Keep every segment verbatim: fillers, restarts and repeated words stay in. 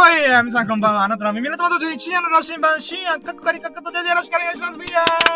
ほい、皆さんこんばんは。あなたの耳の友達、深夜の羅針盤、深夜、かっこかりかっことでよろしくお願いします。イェーイ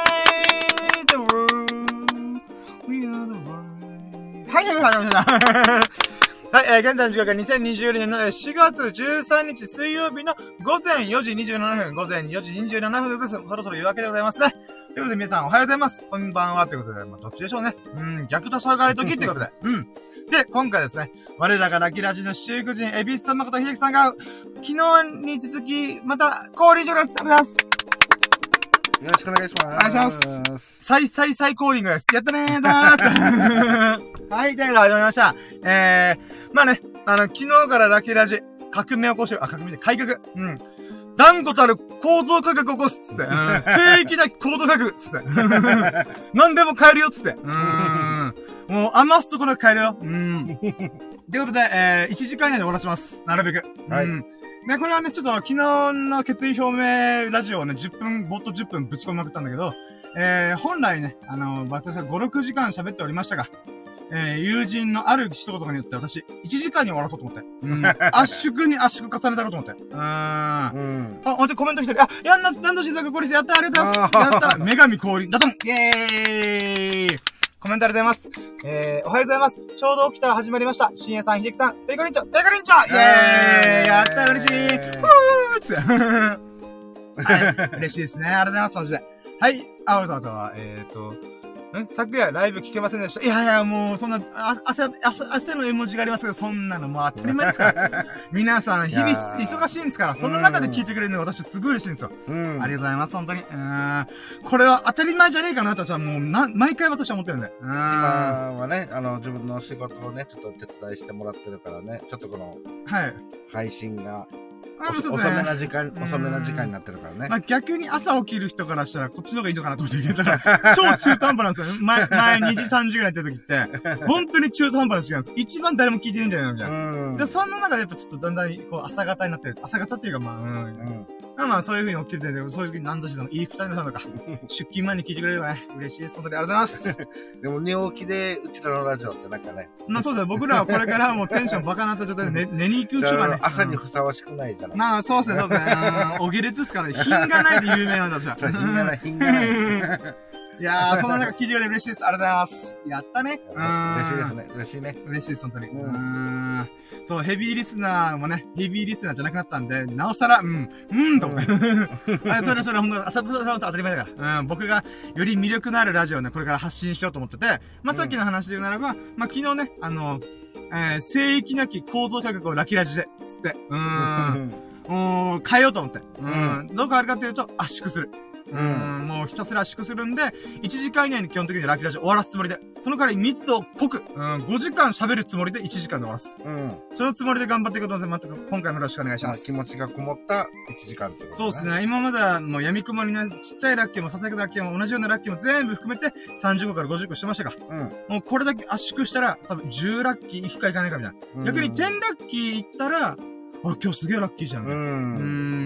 The world, we are the world. はい、はい、はい、はい。はい、えー、現在の時刻はにせんにじゅうねんのしがつじゅうさんにち水曜日のごぜんよじにじゅうななふん、ごぜんよじにじゅうななふんです。そろそろ夜明けでございますね。ということで皆さんおはようございます。こんばんは。ということで、まあ、どっちでしょうね。うん、逆と騒がれときってことで。うん。で、今回ですね、我らがラキラジの七福神、エビスさん誠秀樹さんが、昨日に続き、また、降臨場です。ありがとうございます。 よろしくお願いします。 お願いします。再再再降臨です。やったねーだーはい、ということで始まりました。えー、まあね、あの、昨日からラキラジ、革命を起こしてる、あ、革命で改革。うん。断固たる構造改革を起こすっつって。うん。聖域な構造改革っつって。何でも変えるよっつって。うん。もう余すところ変えるよ。うん。ということで、えー、いちじかん以内で終わらします。なるべく。 はい。 うん。で、これはね、ちょっと昨日の決意表明ラジオをね、じゅっぷん、ぼっとじゅっぷんぶち込みまくったんだけど、えー、本来ね、あの、私はご、ろくじかん喋っておりましたが、えー、友人のある一言とかによって私、いちじかんに終わらそうと思って。うん。圧縮に圧縮重ねたろうと思って。うーん。うん。あ、ほんとコメント来てる。あ、やんな、なんとしざくこれやった、ありがとうございます。やった。女神降臨。だとん。イェーイ。コメントありがとうございます。えー、おはようございます。ちょうど起きたら始まりました。深夜さん、秀樹さん、ペコリンチョ、ペコリンチョイェーイやった、嬉しい。ふーつはい、嬉しいですね。ありがとうございます、マジで。はい、あ、俺とあとは、えーと、ん昨夜ライブ聞けませんでした。いやいや、もう、そんな、あ、汗、汗、汗の絵文字がありますけど、そんなのもう当たり前ですから。皆さん、日々、忙しいんですから、その中で聞いてくれるのが私すごい嬉しいんですよ。うん。ありがとうございます、本当に。うーん。これは当たり前じゃねえかなと私はもう、な、毎回私は思ってるんで。うん。 今はね、あの、自分の仕事をね、ちょっと手伝いしてもらってるからね、ちょっとこの、はい。配信が、あ遅めな時間、遅めな時間になってるからね。 まあ、逆に朝起きる人からしたらこっちの方がいいのかなと思って言ったら、超中途半端なんですよ。前、前にじさんじぐらいやってる時って、本当に中途半端な時間なんです。一番誰も聞いてないんじゃないのみたいな。で、そんな中でやっぱちょっとだんだん、こう、朝方になってる。朝方っていうかまあ、うん。うんまあまあ、そういう風に起きてて、そういう時に何としてもいい二人の人とか、出勤前に聞いてくれればね、嬉しいです。本当にありがとうございます。 でも寝起きで、うちらのラジオってなんかね。 まあそうだよ。僕らはこれからもうテンションバカなった状態で寝、寝に行く人がね。 朝にふさわしくないじゃない。 まあそうですね、そうですね。お下劣ですからね。品がないで有名なんだ、じゃあ。 品がない、品がない。 いやー、そんな中聞いてくれて嬉しいです。ありがとうございます。やったね。 うん。嬉しいですね。嬉しいね。 嬉しいです、本当に。うん。そう、ヘビーリスナーもね、ヘビーリスナーじゃなくなったんで、なおさら、うん、うんと思って。あそれそれほんと、朝と当たり前だから。うん、僕がより魅力のあるラジオをね、これから発信しようと思ってて、まあ、さっきの話で言うならば、まあ、昨日ね、あの、えー、聖域なき構造改革をラキラジで、つって、うーん。もう、変えようと思って。うん。どう変えるかというと、圧縮する。うん、もうひたすら圧縮するんで、いちじかん以内に基本的にラキラジ終わらすつもりで、その代わり密度濃く、うん、ごじかん喋るつもりでいちじかんで終わらす。うん。そのつもりで頑張っていくことで、また今回もよろしくお願いします。 気持ちがこもったいちじかんってこと、ね、 そうですね。今まではもう闇雲にね、ちっちゃいラッキーもささやくラッキーも同じようなラッキーも全部含めてさんじゅっこからごじゅっこしてましたが、うん。もうこれだけ圧縮したら、多分じゅうラッキー行くか行かないかみたいな。うん、逆にじゅうラッキー行ったら、あ、今日すげえラッキーじゃん。うん。うん。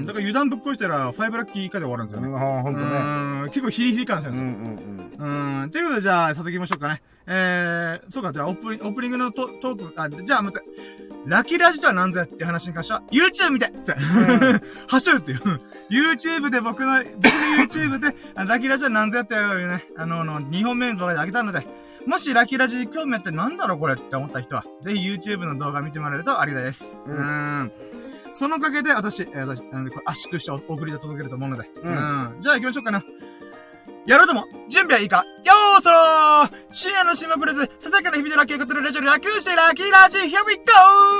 だから油断ぶっこいたら、ごラッキー以下で終わるんですよね。うん、ほんとね。うん。結構ヒリヒリ感なんですよ。うんうんうん。うん。ということで、じゃあ、早速行きましょうかね。えー、そうか、じゃあ、オープニング、オープニングのトトーク、あ、じゃあ、まず、ラキラジとは何ぞやっていう話に関しては、YouTube 見てつって。はしょるっていう。YouTube で僕の、僕の YouTube で、ラキラジは何ぞやっていうね、あの、の、にほんめの動画であげたので、もしラキラジに興味あってなんだろうこれって思った人は、ぜひ YouTube の動画見てもらえるとありがたいです。うん。うんそのおかげで私、えー、私、あの、これ圧縮して送りで届けると思うので。うん。うん、じゃあ行きましょうかな。やろうとも、準備はいいかよーそろー深夜の島プレズ、ささやかな日々のラッキーが語るラジオ、略してラッキーラジ、Here we go!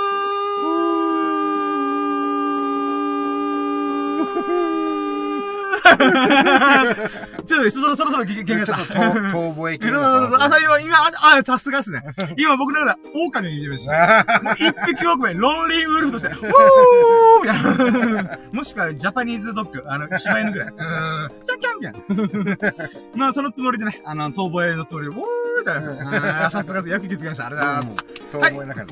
ちょっと、そろそろそろ、限界だった。ちょっと、 遠吠え系。 あ、今、今、あ、さすがですね。今僕の中で、狼の言いました。もう一匹狼、ロンリーウルフとして、ウーみたいな。もしくは、ジャパニーズドッグ、あの、柴犬ぐらい。うん。キャンキャンみたいな。まあ、そのつもりでね、あの、遠吠えのつもりで、ウーみたいな。さすがです。よく気づきました。ありがとうございます。 遠吠えなかった。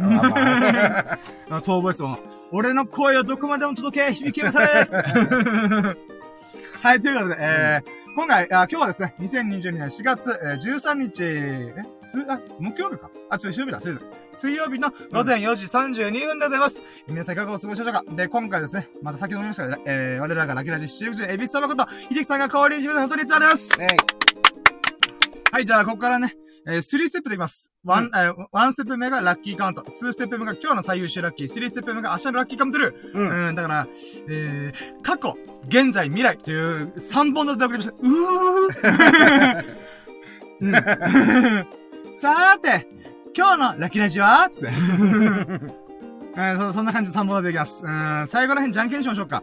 遠吠えですもん。俺の声をどこまでも届け、響き渡れはい、ということで、えー、 今回、あ、今日はですね、にせんにじゅうにねんしがつ、えー、じゅうさんにち、え、す、あ、木曜日かあ、水曜日だ、水曜日。水曜日の午前よじさんじゅうにふんでございます。うん、皆さんいかがお過ごしでしょうか。で、今回ですね、また先ほども言いましたが、えー、我らがラキラジ七福神、エビス様こと、ひじきさんが降臨してくれて本当にありがとうございます。はい、じゃあ、ここからね、えー、さんステップでいきます。いち、うん、えー、いちステップ目がラッキーカウント。にステップ目が今日の最優秀ラッキー。さんステップ目が明日のラッキーカウントルー。うん、うん、だから、えー、過去、現在、未来というさんぼん立てで送りました。うーうん、さーて、今日のラッキーラジはつって。えー、そ, そんな感じでさんぼん立てでいきます。うん、最後らへんじゃんけんしましょうか。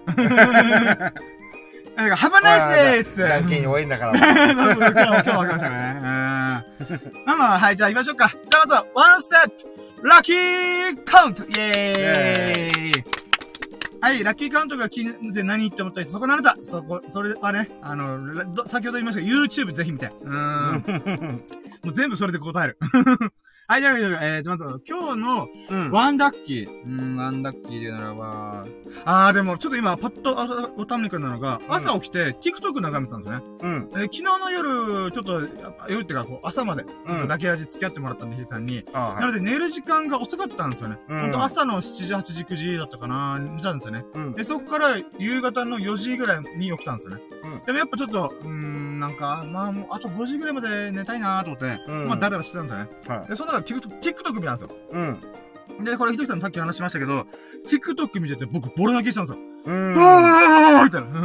なんか、ハブナイスデーつって。 じゃんけん弱いんだから。 そうそう、今日、今日分かりましたね。まあまあ、はい、じゃあ行きましょうか。じゃあまずは、ワンステップラッキーカウントイェーイはい、ラッキーカウントが気にで何って思ったら、そこのあなたそこ、それはね、あの、先ほど言いましたけど、YouTube ぜひ見て。うーん。もう全部それで答える。はい、じゃあ、えーと、まず、今日の、ワンラッキー。うん、ワンラッキーでならば、あー、でも、ちょっと今、パッと、あ、おためくなのが、朝起きて、TikTok 眺めたんですよね。うん。えー、昨日の夜、ちょっと、夜っていうか、こう、朝まで、ちょっとラッキーラジ付き合ってもらったんで、ひでさんに。なので、寝る時間が遅かったんですよね。ほんと、朝のしちじ、はちじ、くじだったかな、見たんですよね。うん。で、そこから、夕方のよじぐらいに起きたんですよね。うん。でもやっぱちょっと、うーん、なんか、まあもう、あとごじぐらいまで寝たいなーと思って、うん、まあ、だらだらしてたんですよね。はい。で、その中で TikTok、TikTok 見たんですよ。うん。で、これ、ひときさんもさっき話しましたけど、TikTok 見てて僕、ボロ泣きしたんですよ。うん。うわーみたいな。うん。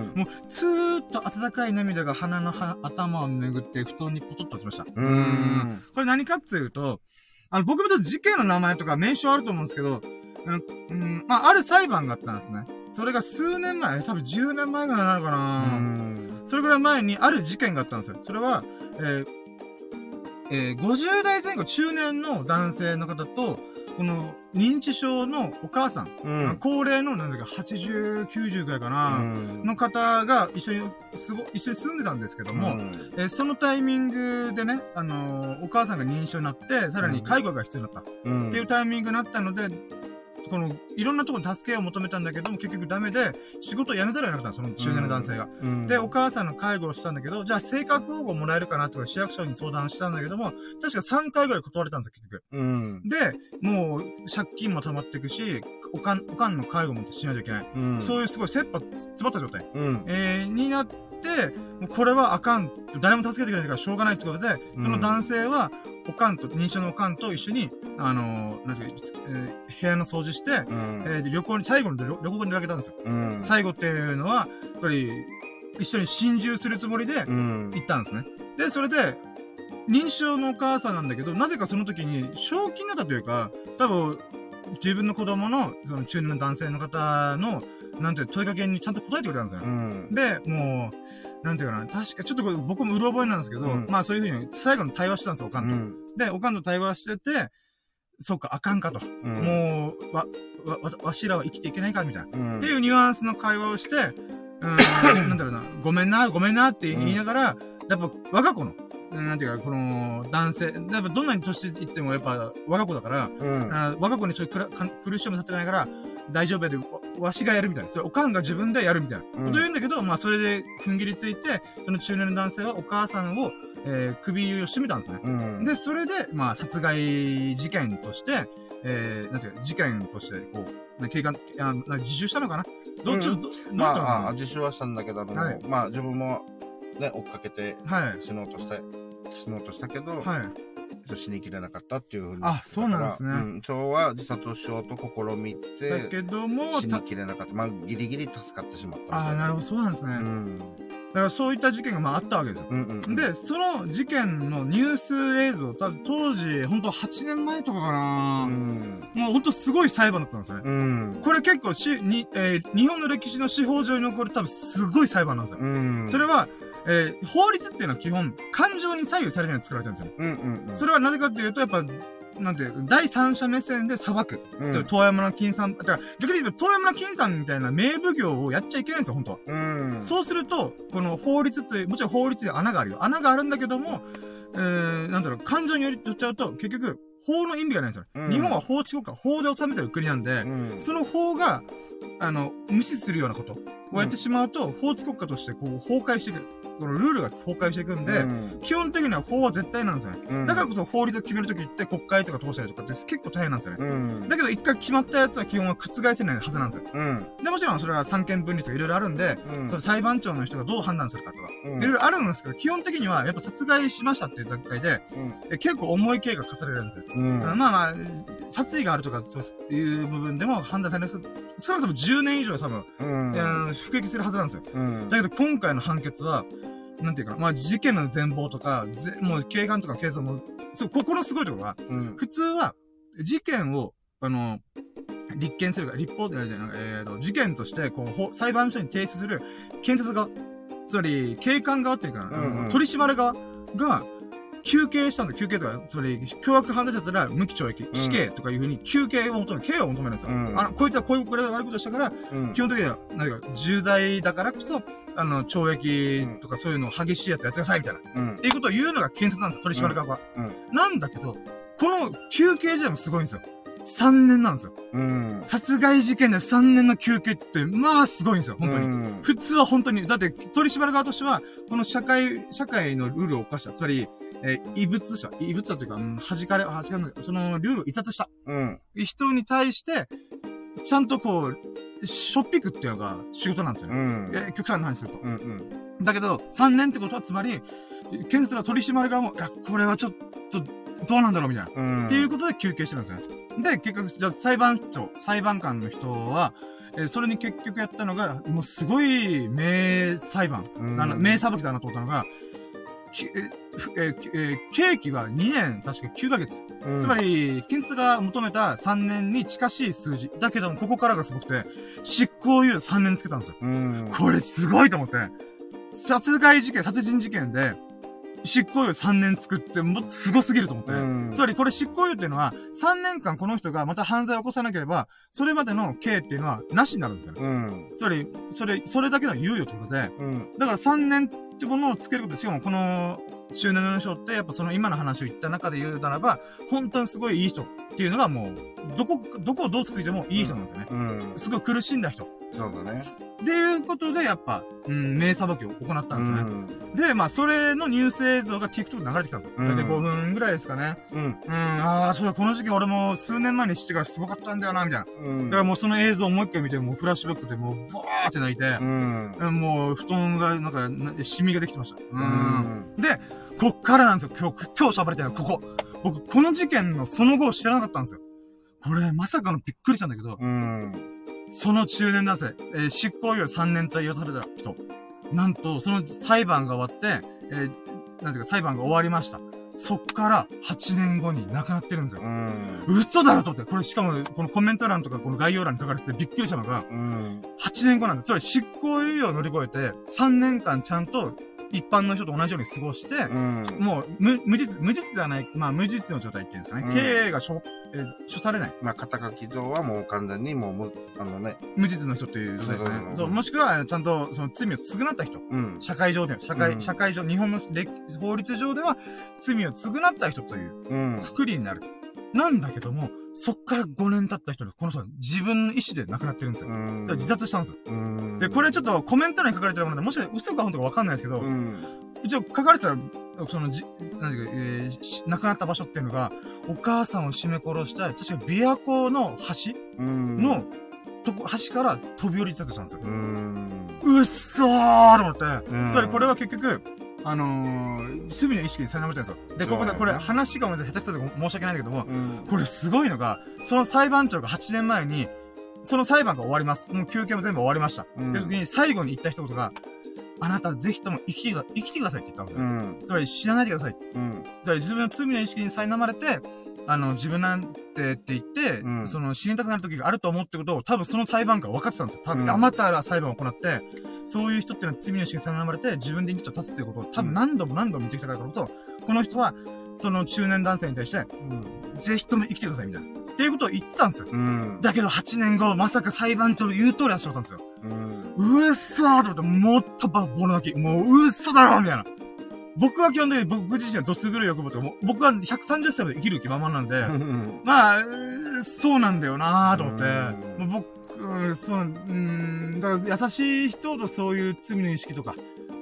もう、つーっと温かい涙が鼻のは頭を巡って布団にポトッと落ちました。うん。これ何かっていうと、あの、僕もちょっと事件の名前とか名称あると思うんですけど、うん、まあ、ある裁判があったんですね。それが数年前、多分じゅうねんまえぐらいになるかな。うん。それぐらい前にある事件があったんですよ。それは、えー、えー、ごじゅうだいぜん後中年の男性の方と、この認知症のお母さん、うん、高齢のなんだかはちじゅう、きゅうじゅうぐらいかな、うん、の方が一緒にすご、一緒に住んでたんですけども、うん、えー、そのタイミングでね、あのー、お母さんが認知症になって、さらに介護が必要になった、うん、っていうタイミングになったので、この、いろんなところに助けを求めたんだけども、結局ダメで、仕事を辞めざるを得なかったの、その中年の男性が。うん、で、お母さんの介護をしたんだけど、じゃあ生活保護もらえるかなとか市役所に相談したんだけども、確かさんかいぐらい断られたんですよ、結局。うん、で、もう、借金も溜まっていくし、おかん、おかんの介護もしないといけない。うん、そういうすごい切羽詰まった状態。うん、えー、になって、もうこれはあかん。誰も助けてくれないからしょうがないってことで、その男性は、おかんと、認知症のおかんと一緒に、あのー、なんていうか、えー、部屋の掃除して、うん、えー、旅行に、最後の旅行に出かけたんですよ。うん、最後っていうのは、やっぱり、一緒に心中するつもりで、行ったんですね。うん、で、それで、認知症のお母さんなんだけど、なぜかその時に、正気になったというか、多分、自分の子供の、その中年の男性の方の、なんていう問いかけにちゃんと答えてくれたんですよ。うん、で、もう、なんていうかな、確かちょっとこれ僕もうろ覚えなんですけど、うん、まあそういうふうに最後の対話したんですよ、おかんと。うん、で、おかんと対話してて、そうか、あかんかと。うん、もう、わ、わ、わ、わしらは生きていけないか、みたいな、うん。っていうニュアンスの会話をして、うん、なんだろうな、ごめんな、ごめんなって言いながら、うん、やっぱ我が子の、なんていうか、この、男性、やっぱどんなに年いってもやっぱ我が子だから、うん、あ我が子にそういうくら苦しみさせないから、大丈夫やで、わ、わしがやるみたいな。それおかんが自分でやるみたいな。こと言うんだけど、まあそれで踏ん切りついて、その中年の男性はお母さんを、えー、首を絞めたんですね。うん、で、それで、まあ殺害事件として、えー、なんていうか、事件として、こう、警官、あな自首したのかなどっち、うん、ど、 まあ、あ自首はしたんだけど、はい、まあ自分も、ね、追っかけて、はい。死のうとした、死のうとしたけど、はい。死にきれなかったっていうふうに。 あ、そうなんですね。うん。 蝶は自殺をしようと試みて、 だけども、 死にきれなかった。まあ、ギリギリ助かってしまった。 ああ、なるほど、そうなんですね。うん。だからそういった事件がまああったわけですよ。うんうんうん、で、その事件のニュース映像、多分当時、ほんとはちねんまえとかかな、うん、もうほんとすごい裁判だったんですよね。うん、これ結構し、に、えー、日本の歴史の司法上に残る多分すごい裁判なんですよ。うん、それは、えー、法律っていうのは基本、感情に左右されるように作られてるんですよ。うんうんうん、それはなぜかっていうと、やっぱ、なんていう、第三者目線で裁く。うん、遠山の金さん、だから逆に言うと遠山の金さんみたいな名奉行をやっちゃいけないんですよ、本当は。うん、そうすると、この法律って、もちろん法律で穴があるよ。穴があるんだけども、えー、なんだろう、感情によりっちゃうと、結局、法の意味がないんですよ。うん、日本は法治国家、法で治めてる国なんで、うん、その法が、あの、無視するようなことをやってしまうと、うん、法治国家としてこう、崩壊していく。 このルールが崩壊していくんで、うん、基本的には法は絶対なんですよね。うん、だからこそ法律を決めるときって国会とか通したりとかって結構大変なんですよね。うん、だけど一回決まったやつは基本は覆せないはずなんですよ。うん、で、もちろんそれは三権分立がいろいろあるんで、うん、それ裁判長の人がどう判断するかとか、いろいろあるんですけど、基本的にはやっぱ殺害しましたっていう段階で、うん、結構重い刑が課されるんですよ。うん、まあまあ、殺意があるとかそういう部分でも判断されるんですけど、少なくともじゅうねん以上多分、うん、服役するはずなんですよ。うん、だけど今回の判決は、なんていうか、まあ事件の全貌とか、ぜもう警官とか警察も、そう、ここのすごいところは、うん、普通は、事件を、あの、立件するか、立法って何じゃない、えーと、事件として、こう、裁判所に提出する検察側、つまり、警官側っていうか、うんうん、取り締まる側が、求刑したんだ、求刑とか、つまり、凶悪犯罪者だったら無期懲役、死刑とかいうふうに、求刑を求める、刑を求めるんですよ。うん、あの、こいつはこういう、これ悪いことしたから、うん、基本的には、何か、重罪だからこそ、あの、懲役とかそういうの激しいやつやってください、みたいな。うん、っていうことを言うのが検察なんですよ、取り締まる側は。うんうん、なんだけど、この求刑自体もすごいんですよ。さんねんなんですよ。うん、殺害事件でさんねんの求刑って、まあすごいんですよ、本当に。うん、普通は本当に、だって取り締まる側としては、この社会、社会のルールを犯した。つまり、えー、異物者、異物者というか、うん、弾かれ、弾かれ、そのルールを逸脱した。うん、人に対して、ちゃんとこう、しょっぴくっていうのが仕事なんですよね。うん、えー、極端な話すると。うんうん、だけど、さんねんってことは、つまり、検察が取り締まる側も、いや、これはちょっと、どうなんだろうみたいな。うん、っていうことで求刑してるんですよね。で、結局、じゃあ裁判長、裁判官の人は、えー、それに結局やったのが、もうすごい名裁判、うん、あの名裁きだなと思ったのが、えーえー、刑期がにねん、確かきゅうかげつ。うん、つまり、検察が求めたさんねんに近しい数字。だけども、ここからがすごくて、執行猶予さんねんつけたんですよ。うん、これすごいと思って。殺害事件、殺人事件で、執行猶予さんねん作って、もうすごすぎると思って。うん、つまりこれ執行猶予っていうのは、さんねんかんこの人がまた犯罪を起こさなければ、それまでの刑っていうのはなしになるんですよね。うん、つまり、それ、それだけの猶予ってことで、うん、だからさんねんってものをつけることで、しかもこの、中年の人って、やっぱその今の話を言った中で言うならば、本当にすごいいい人っていうのがもう、どこ、どこをどうつついてもいい人なんですよね。うん、すごい苦しんだ人。 そうだね。 っていうことで、やっぱ、うん、名裁きを行ったんですよね。うん、で、まあ、それのニュース映像が TikTok で流れてきたんですよ。だいたいごふんぐらいですかね。うん。うん、ああ、そうだ、この時期俺も数年前に知ってからすごかったんだよな、みたいな。うん。だからもうその映像をもう一回見て、もうフラッシュバックでもう、ブワーって泣いて、うん。もう、布団が、なんか、シミができてました。うん。うん、で、こっからなんですよ。今日、今日喋りたいのはここ。僕、この事件のその後を知らなかったんですよ。これ、まさかのびっくりしたんだけど、うん。その中年男性、えー、執行猶予さんねんと言わされた人。なんと、その裁判が終わって、えー、なんていうか裁判が終わりました。そっからはちねんごに亡くなってるんですよ。うん。嘘だろと思って。これしかも、このコメント欄とかこの概要欄に書かれててびっくりしたのが、うん。はちねんごなんだ。つまり執行猶予を乗り越えて、さんねんかんちゃんと、一般の人と同じように過ごして、うん、もう、無、無実、無実ではない、まあ無実の状態っていうんですかね。うん、経営が処、えー、処されない。 まあ、肩書き上はもう完全にもう、む、あのね。 無実の人っていう状態ですね。そう、もしくは、ちゃんと、その罪を償った人。うん、社会上で、社会、うん、社会上、日本の法律上では、罪を償った人という、くくりになる。うん、なんだけども、そっからごねん経った人で、この人は自分の意思で亡くなってるんですよ。自殺したんですよ。で、これちょっとコメント欄に書かれてるもので、もしかしたら嘘か本当かわかんないですけど、うん、一応書かれてたら、そのじ、なんていうか、えー、亡くなった場所っていうのが、お母さんを絞め殺した、確か琵琶湖の橋の、とこ、橋から飛び降り自殺したんですよ。うっそーと思って、つまりこれは結局、あのー、罪の意識に苛まれてるんですよ。で、ここさ、これ話が下手くそで申し訳ないんだけども、うん、これすごいのが、その裁判長がはちねんまえに、その裁判が終わります。もう休憩も全部終わりました。うん、で、時に最後に言った一言が、あなたぜひとも生きてくだ、生きてくださいって言ったんですよ。うん、つまり死なないでください。うん、つまり自分の罪の意識に苛まれて、あの、自分なんてって言って、うん、その死にたくなる時があると思ってことを多分その裁判官は分かってたんですよ。多分、あまたら裁判を行って、そういう人っていうのは罪の意識に苛まれて自分で命を絶つということを多分何度も何度も見てきたからこそ、この人は、その中年男性に対して、うん、ぜひとも生きてくださいみたいな。っていうことを言ってたんですよ。うん、だけどはちねんご、まさか裁判長の言う通りやってしまったんですよ。うん、うっそーと思って、もっとバボロ泣き。もううっそだろみたいな。僕は基本的に僕自身はどすぐる欲望とか、もう僕はひゃくさんじゅっさいまで生きる気ままなんで、まあ、そうなんだよなーと思って、もう僕、そう、うん、だから優しい人とそういう罪の意識とか、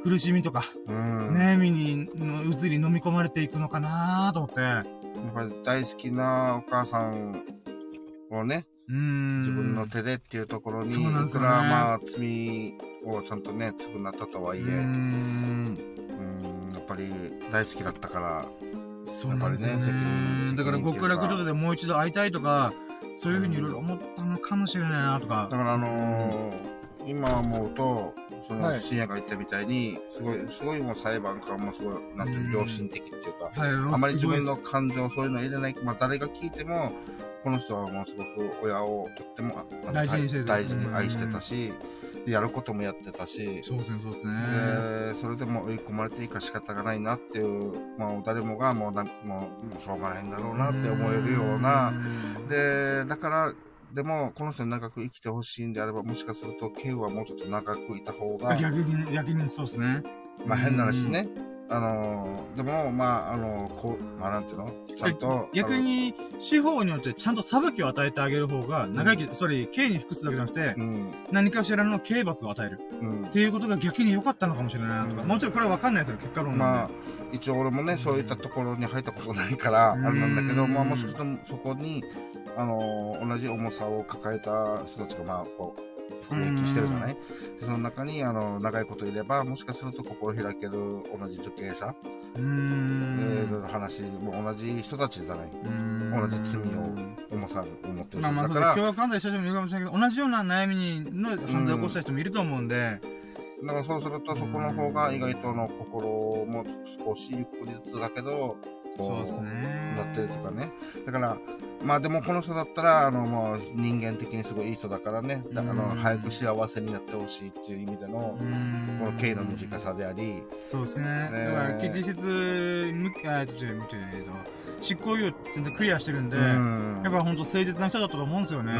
苦しみとか、悩みに、の渦に飲み込まれていくのかなーと思って。やっぱり大好きなお母さんをね、うん自分の手でっていうところに、いくらまあ罪をちゃんとね、償ったとはいえ、うんやっぱり大好きだったから、 そうなんですね。やっぱりね、責任。だから極楽浄土でもう一度会いたいとか、そういうふうにいろいろ思ったのかもしれないなとか。 だからあのー、今思うと、その深夜が言ったみたいに、すごい、すごいもう裁判官もすごい、なんていう良心的っていうか、はい、あまり自分の感情、そういうの入れない、まあ誰が聞いても、この人はもうすごく親をとっても大事にして大事に愛してたし、でやることもやってたし、 そうですね、そうですね。 で、それでも追い込まれていいか仕方がないなっていう、まあ誰もがもうだ、もうしょうがないんだろうなって思えるような、で、だから、でも、この人に長く生きてほしいんであれば、もしかすると、ケイはもうちょっと長くいた方が。 逆に、逆にそうですね。 まあ変な話ね。あのー、でも、まあ、あのー、こう、まあなんていうのちゃんと。 逆に、司法によってちゃんと裁きを与えてあげる方が、長生き、それ、刑に服すだけじゃなくて、うん、何かしらの刑罰を与える。うん、っていうことが逆に良かったのかもしれないなとか。うん、もちろんこれは分かんないですよ、結果論なんで。まあ、 一応俺もね、そういったところに入ったことないから、あれなんだけど、まあもしかしたらそこに、あのー、同じ重さを抱えた人たちが、まあ、こう、服役してるじゃない。その中に、あの、長いこといれば、もしかすると心開ける同じ受刑者。うーん。えー、話も同じ人たちじゃない。同じ罪を重さを持ってる人だから。まあまあ、そう共和犯罪した人もいるかもしれないけど、同じような悩みにの犯罪を起こした人もいると思うんで。 だからそうすると、そこの方が意外との心も少しゆっくりずつだけど、こう、そうですね。なってるとかね。だから、まあでもこの人だったら、あの、もう人間的にすごいいい人だからね。だから、早く幸せになってほしいっていう意味での、この刑の短さであり。 そうですね。ねだから、実質、む、あ、ちょっと、見て、えっと、執行猶予全然クリアしてるんで、んやっぱ本当誠実な人だったと思うんですよね。うん。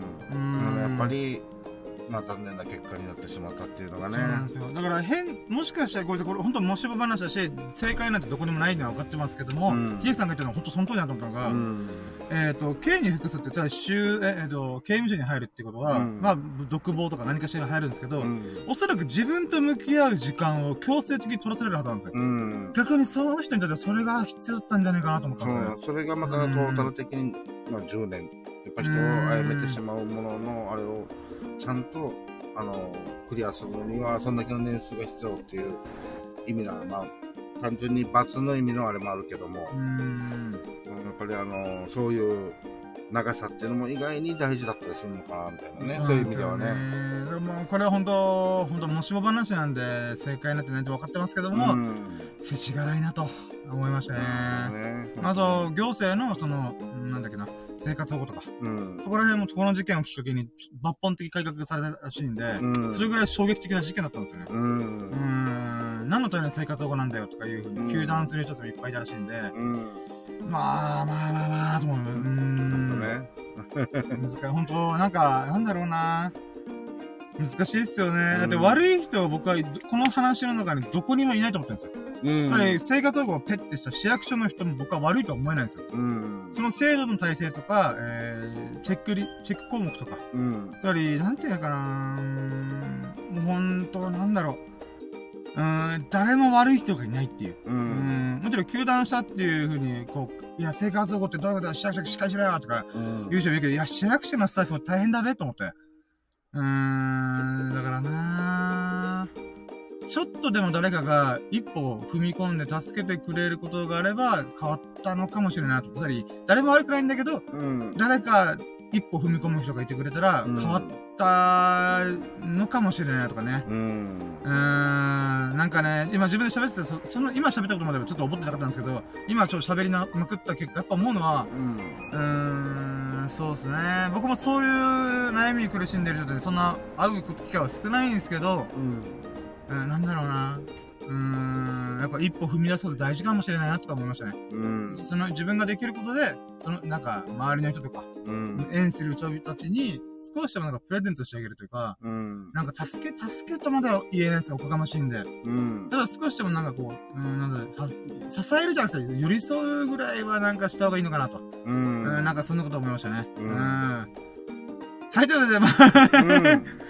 うん。やっぱり、まあ残念な結果になってしまったっていうのがね。 そうなんですよ。だから変、もしかしたらこれ、これ本当もしば話だし、正解なんてどこにもないのは分かってますけども、ひげさんが言ったのは本当その通りだと思ったのが、うん、えっと、刑に服すって、つまり州、えっと、刑務所に入るっていうことは、うん、まあ、独房とか何かしら入るんですけど、うん、おそらく自分と向き合う時間を強制的に取らされるはずなんですよ。うん、逆にその人にとってはそれが必要だったんじゃないかなと思ったんですよ。 そう、それがまたトータル的に、まあじゅうねん、やっぱ人を殺めてしまうものの、あれを、ちゃんと、あの、クリアするのには、そんだけの年数が必要っていう意味な、まあ、単純に罰の意味のあれもあるけども、うん、やっぱりあの、そういう長さっていうのも意外に大事だったりするのかな、みたいなね。そういう意味ではね。 でもこれは本当、本当、もしも話なんで、正解になってないと分かってますけども、世知辛いなと思いましたね。ねまず、行政の、その、なんだっけな、生活保護とか、うん、そこら辺もこの事件をきっかけに抜本的改革されたらしいんで、うん、それぐらい衝撃的な事件だったんですよね。うん。うーん何のための生活保護なんだよとかいうふうに糾弾する人たちもいっぱいいたらしいんで、うん、まあまあまあまあと思う。うーん。ね。難しい。本当なんか、なんだろうな。難しいっすよね。だって悪い人は僕はこの話の中にどこにもいないと思ってるんですよ。うん。だから生活保護をペッてした市役所の人も僕は悪いとは思えないんですよ。うん。その制度の体制とか、えー、チェックリ、チェック項目とか。うん。つまり、なんていうのかなーもうほんと、なんだろう。うーん、誰も悪い人がいないっていう。うん。うんもちろん、糾弾したっていうふうに、こう、いや、生活保護ってどういうことだ市役所しっかりしろよとか、言う人もいるけど、いや、市役所のスタッフも大変だべと思って。うーん、だからなーちょっとでも誰かが一歩踏み込んで助けてくれることがあれば変わったのかもしれないと。つまり、誰も悪くないんだけど、うん、誰か一歩踏み込む人がいてくれたら変わったのかもしれないとかね。うん。うーん、なんかね、今自分で喋ってて、そ、その、今喋ったことまではちょっと覚えてなかったんですけど、今ちょっと喋りなまくった結果、やっぱ思うのは、うん、うーん、そうですね。僕もそういう悩みに苦しんでる人ってそんな会う機会は少ないんですけど、うんうん、なんだろうな。うーん、やっぱ一歩踏み出すこと大事かもしれないなとか思いましたね。うん。その自分ができることで、その、なんか、周りの人とか、うん。縁する人たちに、少しでもなんかプレゼントしてあげるというか、うん。なんか助け、助けとまでは言えないですよ、おこがましいんで。うん。ただ少しでもなんかこう、うん、なんだ、支えるじゃなくて、寄り添うぐらいはなんかした方がいいのかなと。うん。うん、なんかそんなこと思いましたね。うん。うんはい、ということで、まあ、うん、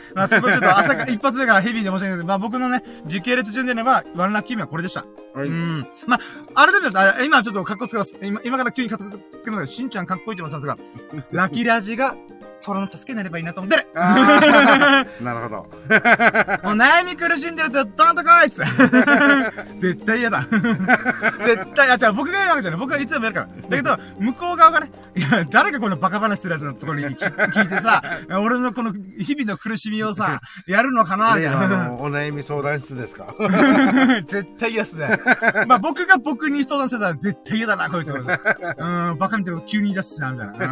まあ、すごいちょっと朝か、一発目からヘビーで申し訳ないけど、まあ僕のね、時系列順で言えば、ワンラッキー目はこれでした。はい、うん。まあ、改めて、あ今ちょっと格好つけます。今、今から急に格好つけますけど、しんちゃんかっこいいと思ってますが、ラキラジが、その助けになればいいなと思ってる。 なるほど。 もう悩み苦しんでると、どんとこいっつ絶対嫌だ。絶対、あ、じゃあ僕が嫌なわけじゃない。僕はいつでもやるから。だけど、向こう側がね、いや、誰がこのバカ話してるやつのところに聞いてさ、俺のこの日々の苦しみをさ、やるのかなみたいな。 お悩み相談室ですか絶対嫌っすね。まあ僕が僕に相談してたら絶対嫌だな、こいつ。うん、バカみたいなこと急に言い出すしな、みたいな。うん、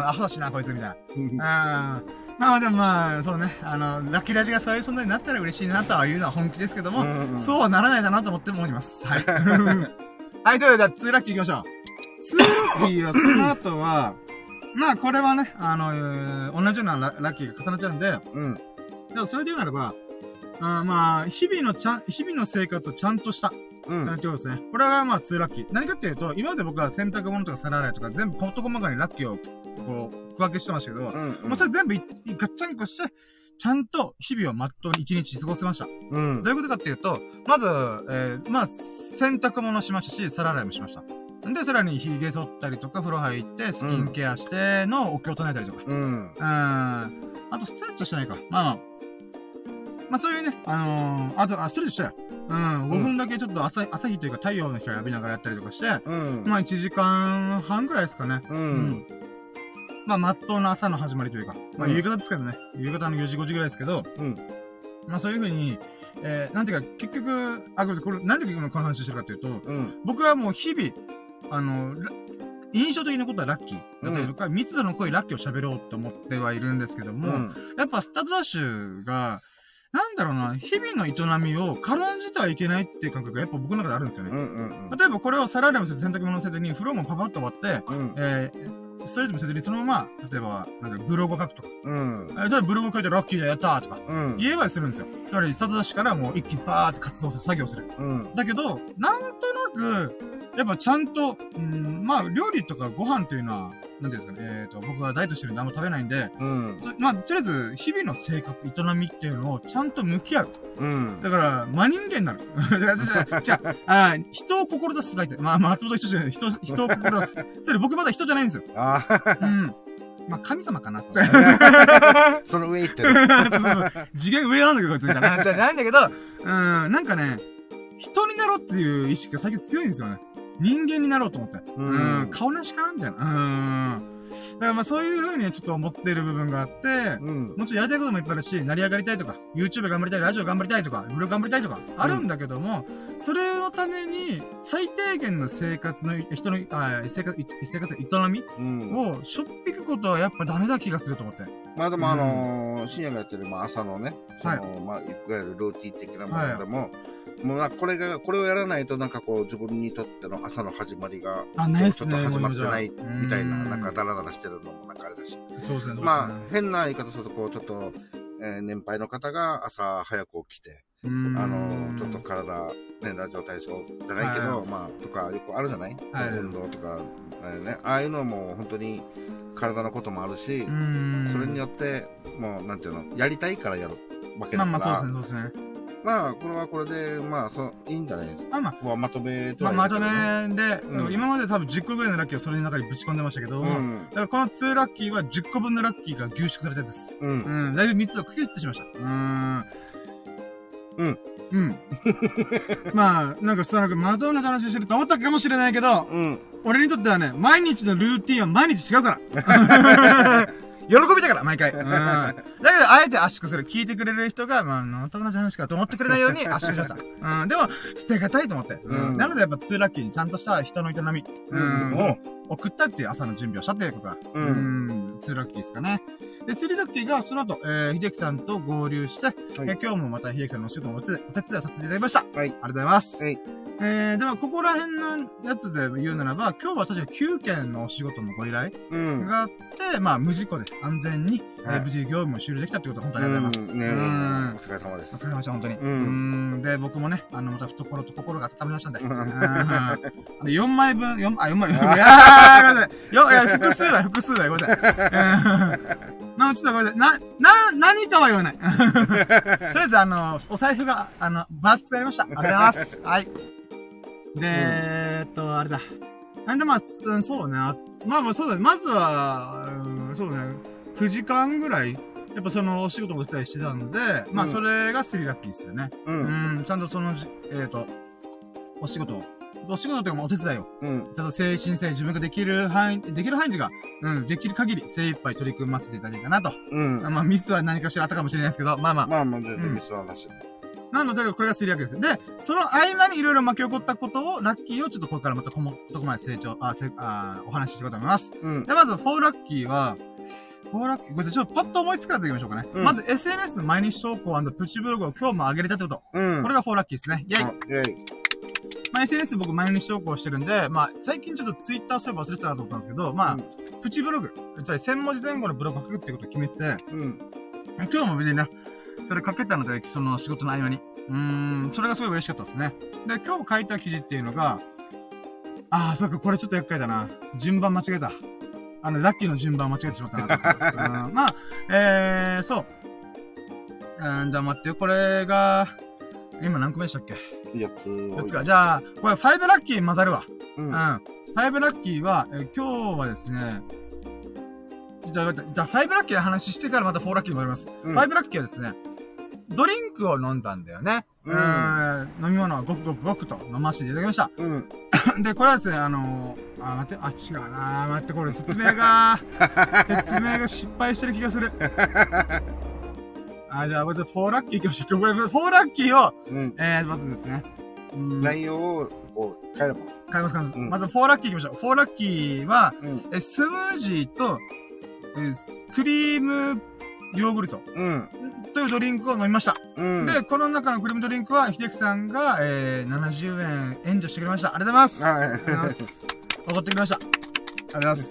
アホだしな、こいつ、みたいな。うんまあでもまあ、そうね、あの、ラッキーラジがそういう存在になったら嬉しいなとは言うのは本気ですけども、うんうん、そうはならないだなと思って思います。はい。はい、ということで、ツーラッキー行きましょう。ツーラッキーは、その後は、まあこれはね、あの、えー、同じようなララッキーが重なっちゃうんで、うん。でもそれで言うならば、あまあ、日々のちゃん、日々の生活をちゃんとした。うん。ということですね。これはまあツーラッキー。何かっていうと、今まで僕は洗濯物とか皿洗いとか全部事細かにラッキーを、こう、区分けしてましたけど、うんうん、もうそれ全部ガッチャンコして、ちゃんと日々をまっとうに一日過ごせました。うん。どういうことかっていうと、まず、えー、まあ、洗濯物しましたし、皿洗いもしました。で、さらに髭剃ったりとか、風呂入って、スキンケアしての、お経を唱えたりとか。うん。うん。あと、ストレッチはしてないか。まあまあ。まあそういうね、あのー、あと、あ、ストレッチしたよ。うん。ごふんだけちょっと朝、朝日というか太陽の光浴びながらやったりとかして、うん。まあいちじかんはんくらいですかね。うん。うん、まあ、まっとうな朝の始まりというか、まあ夕方ですけどね。夕方のよじごじぐらいですけど、うん。まあそういう風に、えー、なんていうか、結局、あ、これ、これ、なんでこの話してるかっていうと、うん。僕はもう日々、あの、印象的なことはラッキーだったりとか、うん、密度の濃いラッキーを喋ろうと思ってはいるんですけども、うん、やっぱスタートダッシュが、なんだろうな、日々の営みを軽んじてはいけないっていう感覚がやっぱ僕の中であるんですよね。うんうんうん、例えばこれを皿洗いもせず洗濯物せずに風呂もパパッと終わって、うん、えー、ストレッチもせずにそのまま、例えば、なんかブログを書くとか、うん、例えばブログを書いてラッキーだやったーとか、うん、言えばするんですよ。つまりスタートダッシュからもう一気にパーって活動する、作業する。うん、だけど、なんとなく、やっぱちゃんと、うん、まあ、料理とかご飯っていうのは、なんていうんですかね、えっ、ー、と、僕はダイエットしてるんであんま食べないんで、うん、まあ、とりあえず、日々の生活、営みっていうのをちゃんと向き合う。うん、だから、真人間になる。じゃあ、あ人を志すと書いて、まあ、松本人じゃない、人、人を志す。それ僕まだ人じゃないんですよ。あうん。まあ、神様かなって。 その上行ってる。 そうそうそう。次元上なんだけど、こいつみたいな。じゃないんだけど、うん、なんかね、人になろうっていう意識が最近強いんですよね。人間になろうと思って。うん。顔なしかなみたいな。うん。だからまあそういう風にちょっと思ってる部分があって、うん、もちろんやりたいこともいっぱいあるし、成り上がりたいとか、YouTube 頑張りたい、ラジオ頑張りたいとか、ブログ頑張りたいとか、あるんだけども、うん、それのために、最低限の生活の、人の、あ生活、生活の営みを、しょっぴくことはやっぱダメだ気がすると思って。 まあでもあのー、深夜がやってる、まあ朝のね、その、はい、まあいわゆるルーティン的なものでも、はい、もうな、これが、これをやらないとなんかこう自分にとっての朝の始まりが、 あ、ないっすね。 ちょっと始まってないみたいな、なんかダラダラしてるのもなんかあれだし。 そうですね。 まあ、変な言い方するとこう、ちょっと、えー、年配の方が朝早く起きて、あのー、ちょっと体、ね、ラジオ体操じゃないけど、はい、まあ、とかよくあるじゃない、はい、運動とか、えー、ね、ああいうのも本当に体のこともあるし、それによって、もう、なんていうの、やりたいからやるわけだから。まあまあ、そうですね、そうですね。まあ、これはこれで、まあ、そう、いいんじゃないですか。まあまあ、まとめとは、ね。まあ、まとめで、うん、今まで多分じゅっこぐらいのラッキーをそれの中にぶち込んでましたけど、うん、だからこのにラッキーはじゅっこぶんのラッキーが凝縮されたやつです。うん。うん。だいぶ密度をクキュッとしました。うーん。うん。うん。まあ、なんか、その、まとめの話してると思ったかもしれないけど、うん。俺にとってはね、毎日のルーティンは毎日違うから。喜びだから、毎回。うん。だけど、あえて圧縮する。聞いてくれる人が、まあ、の友達の話かと思ってくれないように圧縮しました。うん。でも、捨てがたいと思って。うん。なので、やっぱ、ツーラッキーにちゃんとした人の営み、うん、を送ったっていう朝の準備をしたっていうことが、うん。うん。ツーラッキーですかね。で、スリーラッキーが、その後、えー、秀樹さんと合流して、はい、えー、今日もまた秀樹さんのお仕事をお手伝いさせていただきました。はい。ありがとうございます。はい。 えー、では、ここら辺のやつで言うならば、今日は確かきゅうけんのお仕事のご依頼があって、うん、まあ、無事故で安全に、はい、えー、無事業務を終了できたってことは本当にありがとうございます。 うん、ね、 うん。 お疲れ様です。 お疲れ様でした、本当に。 うん。 うんで、僕もね、あの、また懐と心が温まりましたんで。うん。よんまいぶん、よん、あ、よんまいぶん。いやー、ごめんなさい。よ、いや、複数だ、複数だ、ごめんなさい。まあ、ちょっとごめんなさい。な、な、何とは言わない。とりあえず、あの、お財布が、あの、バース使いました。ありがとうございます。はい。で、えーっと、あれだ。なんでまあ、うん、そうね。まあまあそうだね。まずは、うん、そうね。くじかんぐらい、やっぱそのお仕事もしたりしてたので、うん、まあそれがスリーラッキーですよね。うん。うん、ちゃんとその、えーっと、お仕事を、お仕事というかお手伝いを、うん、ちゃんと精神性自分ができる範囲、できる範囲が、うん、できる限り精一杯取り組ませていただいたかなと。うん。まあミスは何かしらあったかもしれないですけど、まあまあ。 まあまあ、全然ミスはなしで。 なので、これがスリーラッキーです。で、その合間にいろいろ巻き起こったことを、ラッキーをちょっとこれからまたこも、どこまで成長、あ、せ、あ、お話ししていこうと思います。うん。で、まず、フォーラッキーは、フォーラッキー、これちょっとパッと思いつかず言いましょうかね。うん、まず、エスエヌエス の毎日投稿&プチブログを今日も上げれたってこと。うん。これがフォーラッキーですね。イェイ。イェイ。まあ、エスエヌエス 僕毎日投稿してるんで、まあ、最近ちょっとツイッターそういえば忘れてたなと思ったんですけど、まあ、うん、プチブログ、じゃあせんもじぜん後のブログを書くってことを決めてて、うん。今日も別にね、それ書けたので、その仕事の合間に。うーん、それがすごい嬉しかったですね。で、今日書いた記事っていうのが、ああ、そうか、これちょっと厄介だな。順番間違えた。あの、ラッキーの順番間違えてしまったなと。うん、まあ、えー、そう。うん、じゃあ待ってよ、これが、今何個目でしたっけ ? よっつ。 よっつか。じゃあ、これファイブラッキー混ざるわ。うん。うん。ファイブラッキーは、えー、今日はですね、じゃあ、じゃあ、ファイブラッキーの話してからまたフォーラッキーに戻ります。うん、ファイブラッキーはですね、ドリンクを飲んだんだよね。うん。飲み物はごくごくごくと飲ませていただきました。うん。で、これはですね、あのー、あ、待って、あ、違うなー。待って、これ説明が、説明が失敗してる気がする。あ、じゃあ、まずフォーラッキー行きましょう。これ、フォーラッキーを、うん、えー、まずですね。 うん、内容を、こう、変えれば。 変えます、変えます。うん、まず、フォーラッキー行きましょう。フォーラッキーは、うん、えスムージーと、えクリームヨーグルト。うん。というドリンクを飲みました。うん。で、この中のクリームドリンクは、秀樹さんが、えー、ななじゅうえん援助してくれました。ありがとうございます。はい。ありがとうございます。おごってくれました。ありがとうございます。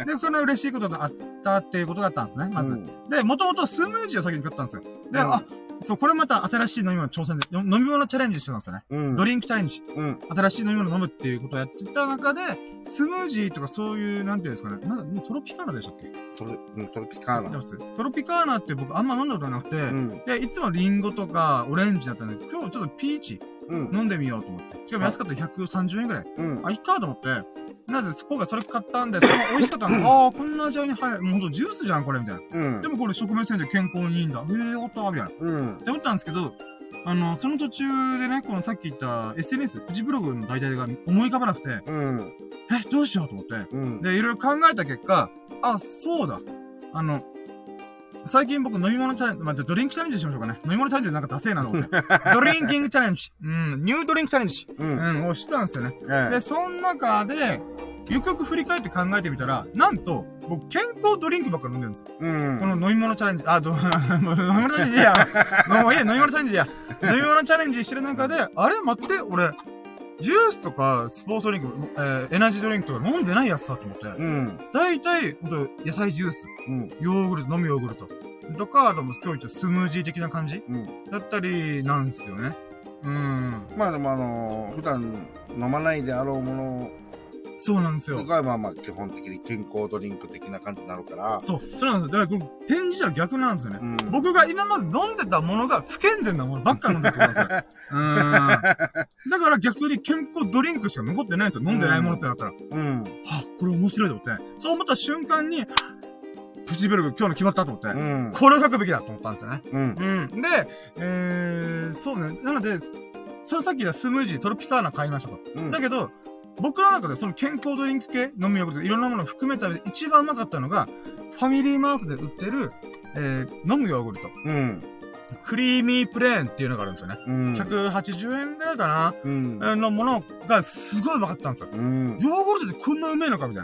で、この嬉しいことがあったっていうことがあったんですね、まず。うん、で、もともとスムージーを先に買ったんですよ。で、うん、あ、そう、これまた新しい飲み物挑戦で、飲み物チャレンジしてたんですよね。うん、ドリンクチャレンジ。うん、新しい飲み物飲むっていうことをやってた中で、スムージーとかそういう、なんていうんですかね。なんトロピカーナでしたっけトロ、うん、トロピカーナ。 トロピカーナって僕あんま飲んだことなくて、うん、で、いつもリンゴとかオレンジだったんで、今日ちょっとピーチ飲んでみようと思って。しかも安かったらひゃくさんじゅうえんくらい。うん、あ、いっかと思って、なぜ、今回それ買ったんで、それも美味しかったんです。ああ、こんな味に入る。もうほんとジュースじゃん、これ、みたいな。うん。でもこれ食物繊維で健康にいいんだ。へえ、よかった、みたいな。うん。って思ったんですけど、あの、その途中でね、このさっき言った エスエヌエス、プチブログの代替が思い浮かばなくて、うん。え、どうしようと思って。うん。で、いろいろ考えた結果、あ、そうだ。あの、最近僕飲み物チャレンジ、まあ、じゃドリンクチャレンジしましょうかね。飲み物チャレンジなんかダセーなと思って。ドリンキングチャレンジ。うん。ニュードリンクチャレンジ。うん。うん、をしてたんですよね。うん、で、その中で、よくよく振り返って考えてみたら、なんと、僕、健康ドリンクばっかり飲んでるんですよ。うん。この飲み物チャレンジ、あ、ど、飲み物チャレンジいいや。もういいや、飲み物チャレンジいいや。飲み物チャレンジしてる中で、あれ待って、俺、ジュースとか、スポーツドリンク、えー、エナジードリンクとか飲んでないやつさ、と思って。うん。大体、ほんと、野菜ジュース。うん。ヨーグルト、飲むヨーグルト。とか、でも今日言ったスムージー的な感じ。うん。だったり、なんですよね。うん。 まあでもあのー、普段飲まないであろうものそうなんですよ。 がまあまあ基本的に健康ドリンク的な感じになるから。 そう。そうなんですよ。だからこれ、展示じゃ逆なんですよね。うん、僕が今まで飲んでたものが不健全なものばっか飲んでたんですよ。うん。だから逆に健康ドリンクしか残ってないんですよ。飲んでないものってなったら。うん。はぁ、これ面白いと思って。そう思った瞬間に、プチブログ今日の決まったと思って。うん。これを書くべきだと思ったんですよね。うん。うん。で、えー、そうね。なので、そのさっき言ったスムージー、トロピカーナ買いましたと。うん、だけど、僕の中でその健康ドリンク系、飲みヨーグルト、いろんなものを含めた上で一番うまかったのが、ファミリーマートで売ってる、えー、飲むヨーグルト。うん。クリーミープレーンっていうのがあるんですよね。うん。ひゃくはちじゅうえんぐらいかな。うん。のものがすごいうまかったんですよ。うん。ヨーグルトってこんなうめえのかみたいな。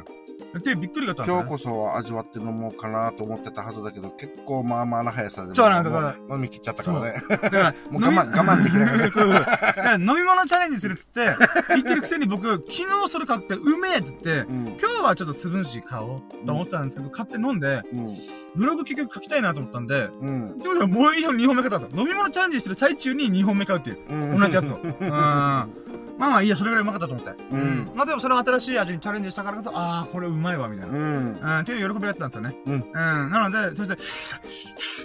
で、びっくりがあったんですよ、ね。 今日こそは味わって飲もうかなと思ってたはずだけど、結構まあまあな速さで。 そうなんですよ。 飲み切っちゃったからね。 だから、 もう我慢、我慢できない。 そうそう。だから飲み物チャレンジするっつって、言ってるくせに僕、昨日それ買って、うめえっつって、うん、今日はちょっとスムージー買おうと思ったんですけど、うん、買って飲んで、うん、ブログ結局書きたいなと思ったんで、うん。ってことはもういいよ、にほんめ買ったんですよ。飲み物チャレンジしてる最中ににほんめ買うっていう。うん、同じやつを。うん。まあまあいいや、それぐらいうまかったと思って。うん。まあでもそれは新しい味にチャレンジしたからこそ、ああ、これうまいわ、みたいな。うん。うん、っていう喜びがあったんですよね。うん。うん。なので、そして、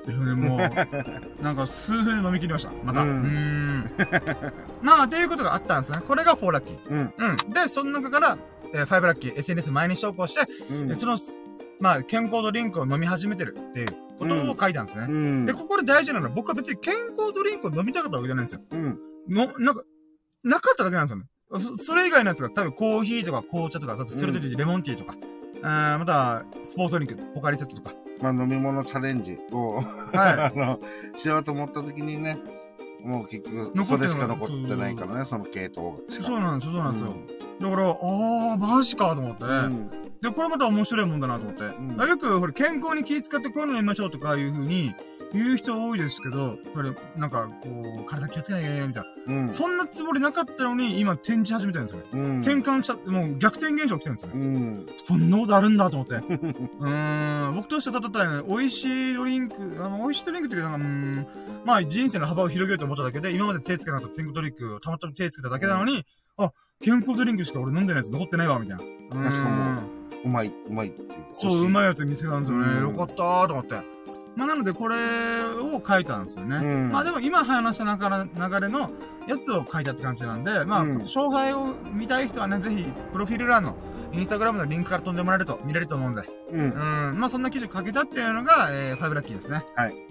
もう、なんか数分で飲み切りました。また。うん。うんまあ、っていうことがあったんですね。これがフォーラッキー。うん。うん。で、その中から、えー、ファイブラッキー、エスエヌエス 毎日投稿して、うん、その、まあ、健康ドリンクを飲み始めてるっていうことを書いたんですね。うん、で、ここで大事なのは、僕は別に健康ドリンクを飲みたかったわけじゃないんですよ。うん。の、なんか、なかっただけなんですよね。そ、それ以外のやつが多分コーヒーとか紅茶とか、それとレモンティーとか、うん、あまた、スポーツドリンク、ポカリセットとか。 まあ、飲み物チャレンジを、はい。あの、しようと思った時にね、もう結局、それしか残ってないからね、その系統が。 そうなんですよ、そうなんですよ。うん、だから、あー、マジかと思って。うんで、これまた面白いもんだなと思って。うん、よく、ほら、健康に気遣ってこういうの飲みましょうとかいう風に言う人多いですけど、それ、なんか、こう、体気をつけなきゃいけないみたいな、うん。そんなつもりなかったのに、今転じ始めてるんですよね。うん、転換した、もう逆転現象起きてるんですよね。うん、そんなことあるんだと思って。うーん、僕としてはただただね、美味しいドリンク、あの、美味しいドリンクっていうか、なんか、うーん、まあ、人生の幅を広げようと思っただけで、今まで手つけなかった健康ドリンクをたまたま手つけただけなのに、うん、あ、健康ドリンクしか俺飲んでないやつ残ってないわ、みたいな。 しかも、うまい、うまいっていう。 そう、うまいやつ見つけたんですよね。よかったーと思って。まあ、なので、これを書いたんですよね。うん、まあ、でも今話した流れのやつを書いたって感じなんで、まあ、うん、勝敗を見たい人はね、ぜひ、プロフィール欄のインスタグラムのリンクから飛んでもらえると見れると思うんで。うん。うん。まあ、そんな記事を書けたっていうのが、えー、ファイブラッキーですね。はい。うん。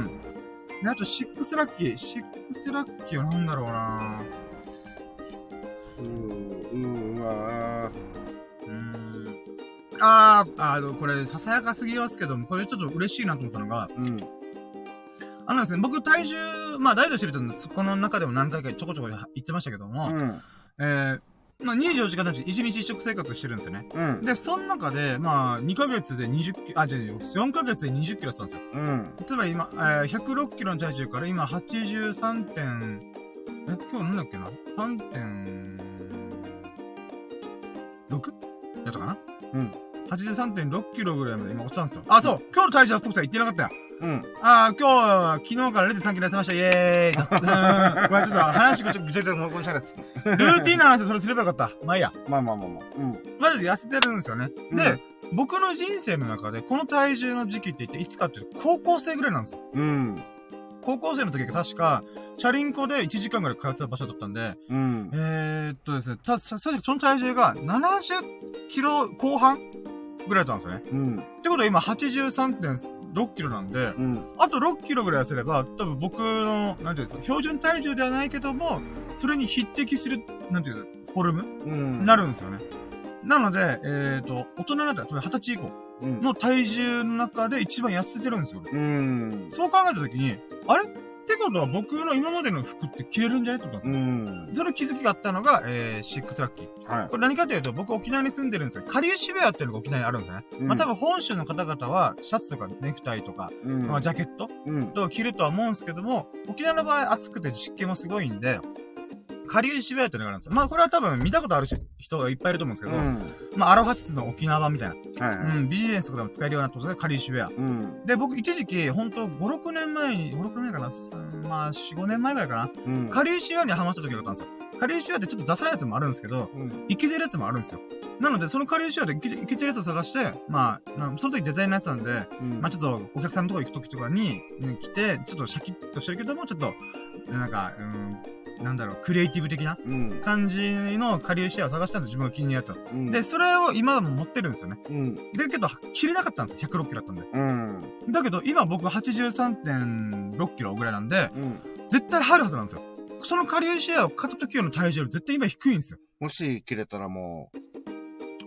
で、あと、シックスラッキー。シックスラッキーはなんだろうなうん、うん、まあ、 うーん。あー、あの、これ、ささやかすぎますけども、これちょっと嬉しいなと思ったのが、うん。あのですね、僕体重、まあ、ダイエットしてると、この中でも何回かちょこちょこ言ってましたけども、うん、えー、まあ、にじゅうよじかんのうちいちにちいっ食生活してるんですよね。うん。で、その中で、まあ、にかげつでにじゅっキロ、あ、じゃあよんかげつでにじゅっキロしたんですよ。うん。つまり今、えー、ひゃくろっキロの体重から今はちじゅうさんてん、え、今日なんだっけな ?さんてんろく? やったかなうん。はちじゅうさんてんろっキロぐらいまで今落ちたんですよ。あ、そう今日の体重はそこさ言ってなかったよ。うん。ああ、今日、昨日から れいてんさんキロ痩せました。イェーイ。うん。これちょっと話がちょっとぐちゃぐちゃもうこんしゃかつ。ルーティンの話でそれすればよかった。まあいいや。 まあまあまあまあ。うん。 マジで痩せてるんですよね。うん、で、僕の人生の中でこの体重の時期って言っていつかっていうと高校生ぐらいなんですよ。うん。高校生の時が確か、チャリンコでいちじかんぐらい通ってた場所だったんで、うん。えーっとですね、た、さ、さ、その体重がななじゅっキロ後半ぐらいだったんですよね。うん。ってことは今 はちじゅうさんてんろっキロなんで、うん。あとろっキロぐらい痩せれば、多分僕の、なんていうんですか、標準体重ではないけども、それに匹敵する、なんていうんですか、フォルム、うん、になるんですよね。なので、えーっと、大人になったら、はたち以降の体重の中で一番痩せてるんですよ。うん。そう考えたときに、あれってことは僕の今までの服って着れるんじゃねってことなんですよ。うん。その気づきがあったのが、えー、シックスラッキー。はい。これ何かというと、僕沖縄に住んでるんですよ。かりゆしウェアっていうのが沖縄にあるんですよね。うん、まあ多分本州の方々は、シャツとかネクタイとか、うん、まあジャケット、うん、と着るとは思うんですけども、沖縄の場合暑くて湿気もすごいんで、かりゆしウェアっていうのがあるんですよ。まあこれは多分見たことある人がいっぱいいると思うんですけど、うん、まあアロハシャツの沖縄版みたいな。はいはい、うん、ビジネスとかでも使えるようなってことで、かりゆしウェア。うん、で、僕一時期、ほんとご、ろくねんまえに、ご、ろくねんまえかな、まあよん、ごねんまえぐらいかな。うん、かりゆしウェアにハマった時があったんですよ。かりゆしウェアってちょっとダサいやつもあるんですけど、うん、イケてるやつもあるんですよ。なので、そのかりゆしウェアでイケてるやつを探して、まあ、その時デザインのやつなんで、うん、まあちょっとお客さんのとこ行く時とかに、ね、来て、ちょっとシャキッとしてるけども、ちょっと、なんか、うん、なんだろう、クリエイティブ的な感じのかりゆしウェアを探したんですよ、自分が気に入るやつを。うん、で、それを今も持ってるんですよね。うん、だけど、着れなかったんですよ、ひゃくろっキロだったんで。うん、だけど、今僕はちじゅうさんてんろっキロぐらいなんで、うん、絶対入るはずなんですよ。そのかりゆしウェアを買った時の体重より絶対今低いんですよ。 もし着れたらもう、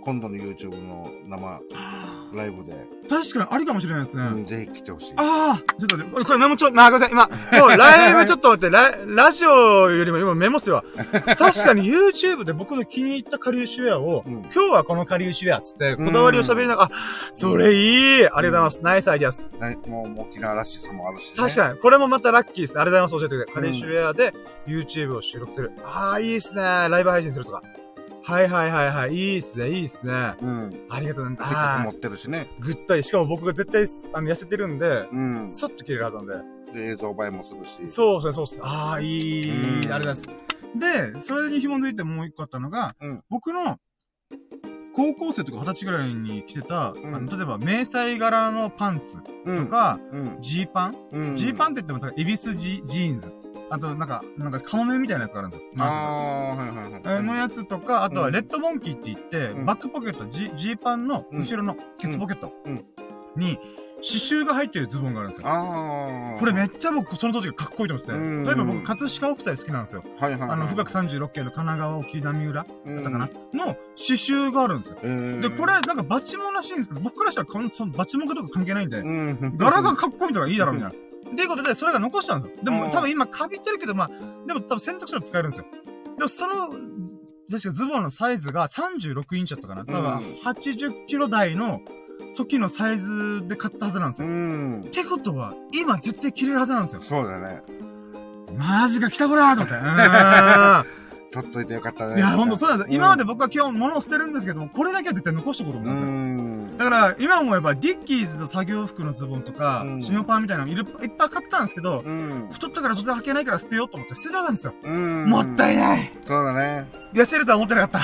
今度の YouTube の生ライブで。 確かにありかもしれないですね。 うん、ぜひ来てほしい。 ああちょっと待って、これメモちょ、まあ、ごめんなさい、今、もうライブちょっと待って、ラ、ラジオよりも今メモするわ。確かに YouTube で僕の気に入ったカリウシウェアを、うん、今日はこのカリウシウェアつって、こだわりを喋りながら、あ、それいい、ありがとうございます。ナイスアイディアス。 もう、沖縄らしさもあるし、ね。 確かに、これもまたラッキーです。ありがとうございます。教えてくれて。カリウシウェアで YouTube を収録する。ああ、いいっすね。ライブ配信するとか。はいはいはいはい。いいっすね、いいっすね。うん。ありがとうございます。 せっかく持ってるしね。 ぐったり。しかも僕が絶対、あの、痩せてるんで、うん。そっと切れるはずなんで。 で、映像映えもするし。 そうですね、そうっす。ああ、いい、うん、ありがとうございます。で、それに紐づいてもう一個あったのが、うん、僕の、高校生とか二十歳ぐらいに着てた、うん、あの例えば、迷彩柄のパンツとか、ジ、う、ー、ん、パン、うん、ジーパンって言っても、エビスジジーンズ。あと、なんか、なんか、カモメみたいなやつがあるんですよ。ああ、はいはいはい。のやつとか、あとは、レッドモンキーって言って、うん、バックポケット、ジ、ジーパンの後ろのケツポケットに、刺繍が入ってるズボンがあるんですよ。ああ。これめっちゃ僕、その当時がかっこいいと思ってて。例えば僕、葛飾北斎好きなんですよ。はいはい、はい。あの、富岳さんじゅうろっけいの神奈川沖浪裏だったかなの刺繍があるんですよ。で、これ、なんかバチモンらしいんですけど、僕からしたらこの、そのバチモンかとか関係ないんで、柄がかっこいいとかいいだろうみたいな。っていうことで、それが残したんですよ。でも、多分今、かびってるけど、まあ、でも多分洗濯したら使えるんですよ。でも、その、確かズボンのサイズがさんじゅうろくインチだったかな。多分、はちじゅっキロ台の時のサイズで買ったはずなんですよ。うん。ってことは、今絶対着れるはずなんですよ。 そうだね。 マジか、来たこらーと思って。うーん。 取っといてよかったね。 いや、ほんとそうなんです。うん、今まで僕は基本物を捨てるんですけども、これだけは絶対残しとこうと思うんですよ。だから、今思えば、ディッキーズの作業服のズボンとか、シノパンみたいなのいるいっぱい買ったんですけど、うん、太ったから突然履けないから捨てようと思って捨てたんですよ。うん、もったいない。 そうだね。 痩せるとは思ってなかった。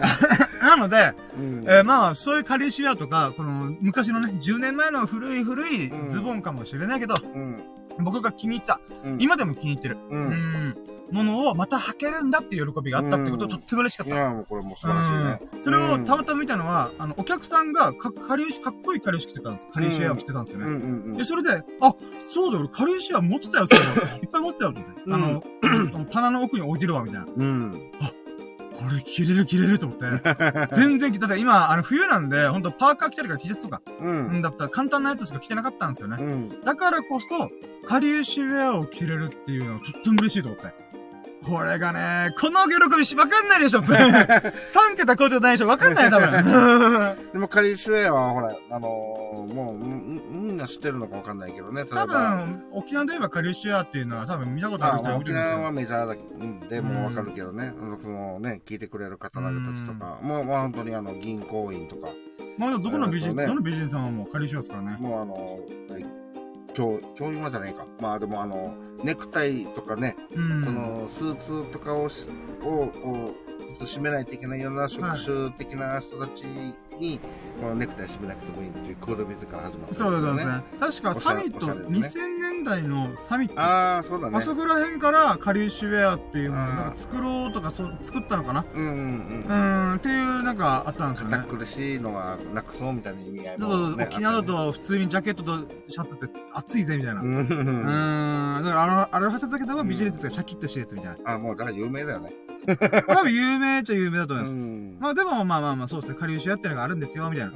なので、うん、えー、まあ、そういうカリウシウェアとか、この、昔のね、じゅうねんまえの古い古いズボンかもしれないけど、うん、僕が気に入った、うん、今でも気に入ってる。うん、うんものをまた履けるんだっていう喜びがあったってことをとっても嬉しかった。 いや、もうこれも素晴らしいね。 それをたまたま見たのは、あの、お客さんがか、カリウシ、かっこいいカリウシ着てたんです。カリウシウェアを着てたんですよね。で、それで、あ、そうだよ、俺カリウシウェア持ってたよ、そういっぱい持ってたよ、って。あの、棚の奥に置いてるわ、みたいな。うん。あ、これ着れる着れると思って。全然着てた。今、あの、冬なんで、ほんとパーカー着てるから T シャツとか。うん。だったら簡単なやつしか着てなかったんですよね。うん。だからこそ、カリウシウェアを着れるっていうのはとっても嬉しいと思って。これがね、この喜びし、わかんないでしょ、さんけた超えてないでしょ、わかんないよ、多分。 でも、カリウシウェアは、ほら、あのー、もう、みんな知ってるのかわかんないけどね、 多分、沖縄で言えばカリウシウェアっていうのは多分見たことある人は沖縄はメジャーだでもわかるけどね、そのね、聞いてくれる方々たちとか、もう、まあ本当にあの、銀行員とか。 まあ、どこの美人、どの美人さんはもうカリウシウェアですからね。 もうあの、教、教員はじゃないか。まあでもあの、ネクタイとかね、うん、その、スーツとかをし、を、こう、締めないといけないような職種的な人たちに、このネクタイ締めなくてもいいっていうクールビズから始まった、ね。 そうですね。確かサミット、ね、にせんねんだいのサミット。 ああ、そうだね。 あそこら辺からカリウシウェアっていうのをなんか作ろうとか、そう、作ったのかな。うんうんうん。うん、っていうなんかあったんですよね。 堅苦しいのはなくそうみたいな意味合いも、ね。 そうそう、沖縄だと普通にジャケットとシャツって暑いぜみたいな。うん。うん。だからあの、アロハシャツだけどビジネスがシャキッとしてるやつみたいな。 あ、もうだから有名だよね。 多分有名っちゃ有名だと思います。まあでもまあまあまあそうですね。カリウシウェアってのがあるんですよ、みたいな。うん。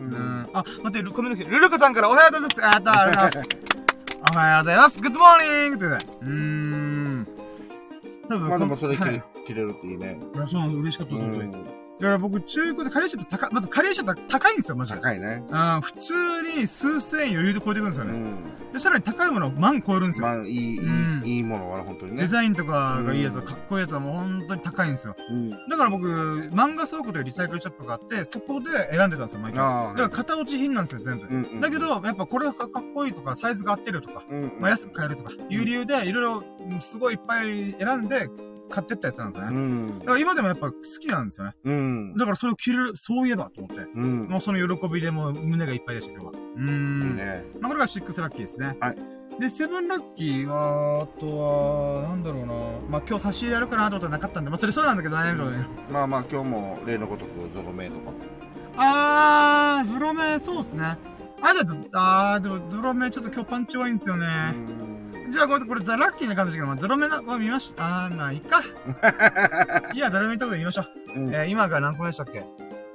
あ、待って、コメント来て、ルルコさんからおはようございます。あった、ありがとうございます。おはようございます。グッドモーニングってね。うーん。 多分まあでもそれ着れ、着れるっていいね。 いや、そうなんです。嬉しかったです、本当に。だから僕、中古でカリウシウェアって高い、まずカリウシウェアって高いんですよ、マジで。 高いね。 うん、普通に数千円余裕で超えてくるんですよね。うん、で、さらに高いものを万超えるんですよ。 まあ、いい、うん、いい、いいものは本当にね。 デザインとかがいいやつは、かっこいいやつはもう本当に高いんですよ。うん、だから僕、漫画倉庫というリサイクルショップがあって、そこで選んでたんですよ、毎回。だから片落ち品なんですよ、全部。うんうん、だけど、やっぱこれがかっこいいとか、サイズが合ってるとか、うんうん、まあ安く買えるとか、いう理由で、いろいろ、すごいいっぱい選んで、買ってったやつなんですよね。うん。だから今でもやっぱ好きなんですよね。うん。だからそれを着れる、そういえばと思って。うん。もうその喜びでもう胸がいっぱいでした、今日は。うーん。いいね。まあこれがシックスラッキーですね。はい。で、セブンラッキーは、あとは、なんだろうな。まあ今日差し入れやるかなと思ったらなかったんで、まあそれそうなんだけどね、うん、 まあまあ今日も例のごとくゾロ目とか。 あー、ゾロ目、そうですね。あ、じゃあ、あー、でもゾロ目ちょっと今日パンチ弱いんですよね。じゃあこれ、これザ・ラッキーな感じだけど、まあ、ゾロ目は見ました。あー、まあいいか。いや、ゾロ目ってことで言いましょう。うん、えー、今が何個目でしたっけ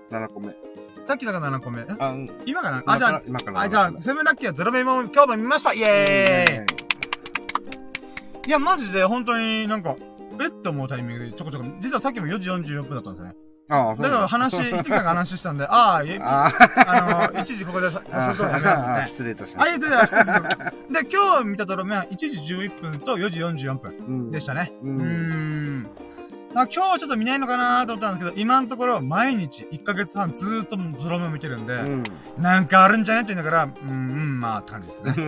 ななこめ。 さっきだからななこめ。 あ、うん。 今かなあ、じゃあ、 今から。 あ、じゃあ、セブンラッキーはゼロメも今日も見ましたイエーイいや、マジで本当になんか、えって思うタイミングでちょこちょこ、実はさっきもよじよんじゅうよんぷんだったんですよね。 ああ、そうだから話、ひてきさんが話したんで、ああ、え、あの、一時ここで、さっとやめようって。 失礼いたしました。あ、いえ、失礼いたしました。で、今日見たドラマはいちじじゅういっぷんとよじよんじゅうよんぷんでしたね。うん。うーん。今日はちょっと見ないのかなーと思ったんですけど、今のところ毎日いっかげつはんずーっとドラマを見てるんで、うん、なんかあるんじゃねって言いながら、うん、うん、まあって感じですね。うん。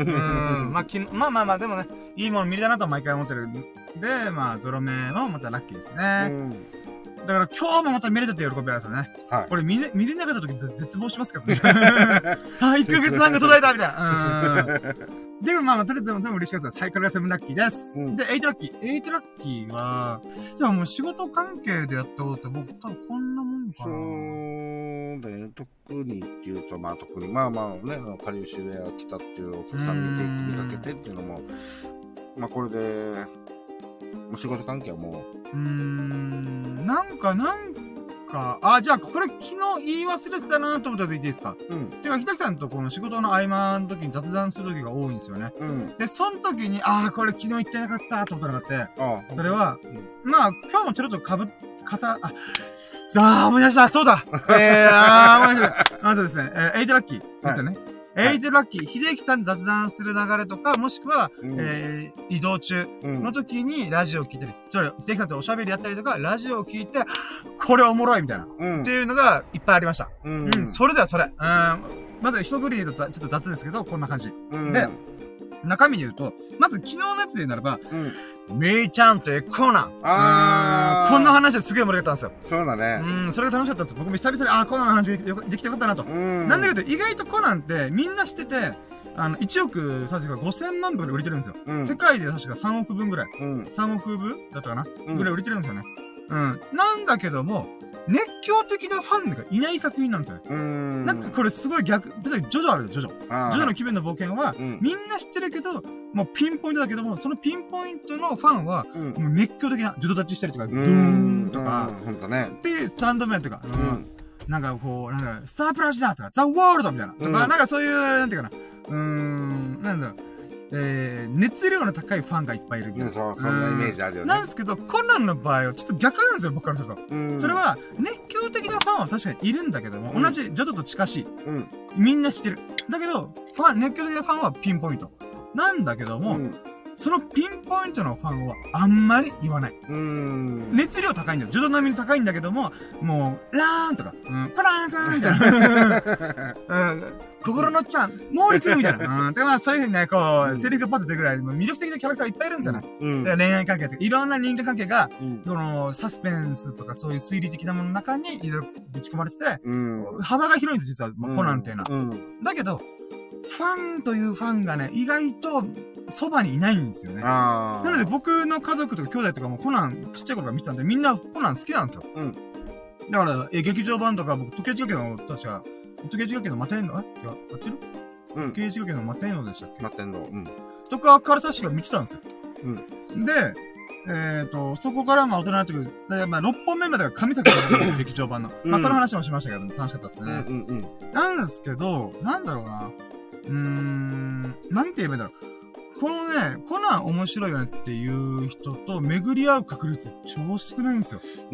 まあ、きまあまあまあ、でもね、いいもの見れたなと毎回思ってるんで、まあ、ゾロ目もまたラッキーですね。うんだから今日もまた見れたって喜びありますよね。はい。これ見れ、見れなかった時絶望しますからね。あ、いっかげつはんが途絶えたみたいな。うん。でもまあまあ、とりあえずでも嬉しかったです。はい、これがセブンラッキーです。うん、で、エイトラッキー。エイトラッキーは、でももう仕事関係でやったことって僕多分こんなもんかな。 そうだよね。特にっていうと、まあ特に、まあまあね、かりゆしで来たっていうお客さん見て、見かけてっていうのも、まあこれで、お仕事関係はもう、 うーん、なんか、なんか、あ、じゃあ、これ昨日言い忘れてたなと思ったら言っていいですか？うん。てか、ひたきさんとこの仕事の合間の時に雑談する時が多いんですよね。うん。で、その時に、ああ、これ昨日言ってなかったと思ったのがあって、ああそれは、うん、まあ、今日もちょろっとかぶ、かさ、あ、さあ、思い出したそうだえー、あー、思い出した。あ、そうですね。えー、エイトラッキーですよね。はいエイトラッキー、秀樹さんと雑談する流れとか、もしくは、うん、えー、移動中の時にラジオを聞いたり、つまり、秀樹さんとおしゃべりやったりとか、ラジオを聞いて、これおもろいみたいな、うん、っていうのがいっぱいありました。うん。うん、それではそれ。うん。まず一振りで言うとちょっと雑ですけど、こんな感じ。うん、で、中身で言うと、まず昨日のやつで言うならば、うん、メイちゃんとエコナン。あー。こんな話ですげえ盛り上がったんですよ。 そうだね。 うん、それが楽しかったんです。僕も久々に、あー、コナンの話できてよかったなと。うん。なんだけど、意外とコナンってみんな知ってて、あの、いちおく、確かごせんまんぶで売れてるんですよ。うん。世界で確かさんおくぶんぐらい。うん。さんおくぶだったかな、うん、ぐらい売れてるんですよね。うん。なんだけども、熱狂的なファンがいない作品なんですよね。うん。なんかこれすごい逆、例えばジョジョあるよ、ジョジョ。ジョジョの気分の冒険は、うん、みんな知ってるけど、もうピンポイントだけども、そのピンポイントのファンは、うん、もう熱狂的な、ジョジョ立ちしたりとか、ドーンとか、 ほんとね。 っていうスタンドメンとか、うん、なんかこう、なんか、スタープラチだとか、ザ・ワールドみたいな、とか、うん、なんかそういう、なんていうかな、うーん、なんだろう、えー、熱量の高いファンがいっぱいいる。 うん、そう、そんなイメージあるよね。 なんですけど、コナンの場合はちょっと逆なんですよ、僕からすると。うん、それは、熱狂的なファンは確かにいるんだけども、うん、同じジョジョと近しい。うん、みんな知ってる。だけど、ファン、熱狂的なファンはピンポイント。なんだけども、うん、そのピンポイントのファンはあんまり言わない。うーん熱量高いんだよ。ジョジョ並みに高いんだけども、もう、ラーンとか、うん、コラーンかーみたいな。うん、心のっちゃん、モーリくんみたいな。うん。てかまあそういうふうにね、こう、うん、セリフがパッと出るぐらい、魅力的なキャラクターいっぱいいるんですよね。うん、恋愛関係とか、いろんな人間関係が、うん、その、サスペンスとかそういう推理的なものの中にいろいろぶち込まれてて、うん、幅が広いんです、実は、まあ、コナンっていうのは。うん、だけど、ファンというファンがね、意外と、そばにいないんですよね。なので僕の家族とか兄弟とかもコナンちっちゃい頃から見てたんで、みんなコナン好きなんですよ。うん。だから、え、劇場版とか僕、時計仕掛けの、確か、時計仕掛けのマテンロ、え違う、合ってるうん。時計仕掛けのマテンロでしたっけマテンロ、うん。 とかから確か見てたんですよ。うん。で、えっ、ー、と、そこからまあ大人になってくる。で、まあろっぽんめまでが神作だったんです劇場版の。うん、まあその話もしましたけど、楽しかったですね。うんうんうん。なんですけど、なんだろうな。うーん、なんて言えばいいんだろう。このね、コナン面白いよねっていう人と巡り合う確率超少ないんですよ。うん。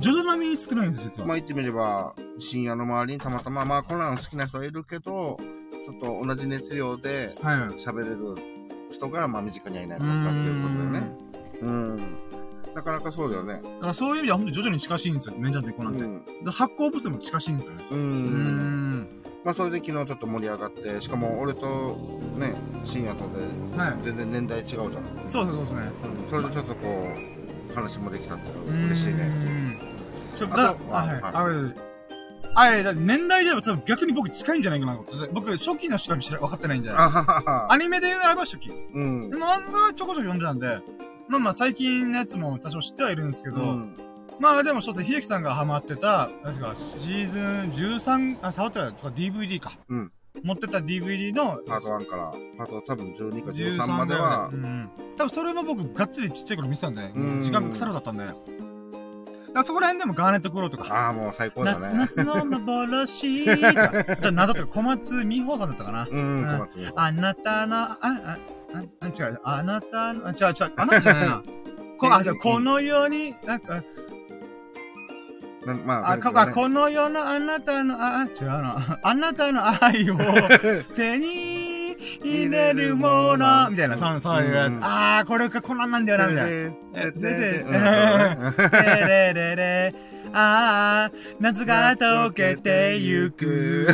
ジョジョ並みに少ないんですよ、実は。 まあ言ってみれば、深夜の周りにたまたま、まあコナン好きな人はいるけど、ちょっと同じ熱量で喋れる人が、まあ身近にはいないかったっていうことだよね。うん。なかなかそうだよね。 だからそういう意味では本当に徐々に近しいんですよ、メンジャーとコナンって。うん、発行部数も近しいんですよね。うん。うんまあそれで昨日ちょっと盛り上がって、しかも俺とね、深夜とで全然年代違うじゃん。はい、 そうそうそうですね。 うん。それでちょっとこう、話もできたっていうのは嬉しいね。うん。 ちょっと、あ、はい。あ、あれ、年代では多分逆に僕近いんじゃないかな。僕、初期のしか分かってないんで。アニメで言うならば初期。うん。でも漫画ちょこちょこ読んでたんで、まあまあ最近のやつも多少知ってはいるんですけど、うんまあでも、そうですね、秀樹さんがハマってた、確か、シーズンじゅうさん、あ、触ってた、ディーブイディー か。うん。持ってた ディーブイディー の、 パートワンから、パート多分じゅうにかじゅうさんまでは、 うん。多分それも僕、がっつりちっちゃい頃見てたんで、うん、時間が腐らだったんで。 らそこら辺でもガーネットクローとか。 ああ、もう最高だね。 夏、夏の幻とか。じゃあ謎とか小松美穂さんだったかな。 うん、小松美穂。 あなたの、あ、あ、あ、違う、あなたの、あ、違う違う、あなたじゃないな。こ、あ、じゃこの世に、なんか、 なまあ、 あ、か、ね、この世のあなたの、あ、違うな。あなたの愛を手に入れるもの、みたいな、そう、そういうやつ。あー、これか、こんなんなんだよな、みたいな。え、で、で、で、で、で、で、あー、夏が溶けてゆく。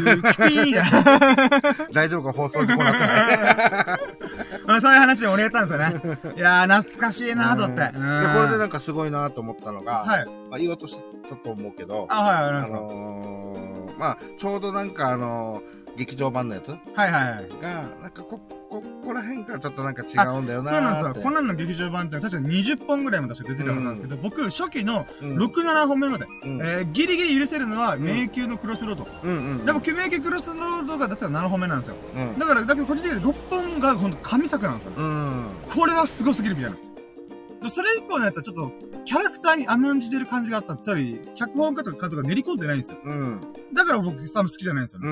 大丈夫か、放送事故なってないまあそういう話で俺やったんですよね。いやー、懐かしいなーと思って。で、 これでなんかすごいなーと思ったのが、 はい。 まあ言おうとしたと思うけど、 あ、はい、ありますか。あのー、まあ、ちょうどなんかあのー、劇場版のやつはいはいはい。 が、なんかこ、ここら辺からちょっとなんか違うんだよなーって。 そうなんですよ。コナンの劇場版って確かににじゅっぽんぐらいも確か出てるはずなんですけど、うん、僕、初期のろく、ななほんめまで、うん、えー、ギリギリ許せるのは、迷宮のクロスロード。うんうんうん、でも、迷宮クロスロードが確かななほんめなんですよ。うん、だから、だけど個人的にろっぽんがほんと神作なんですよ。うん、これはすごすぎるみたいな。それ以降のやつはちょっと、キャラクターに甘んじてる感じがあった。つまり、脚本家とか監督が練り込んでないんですよ。うん、だから僕、サム好きじゃないんですよね。うん、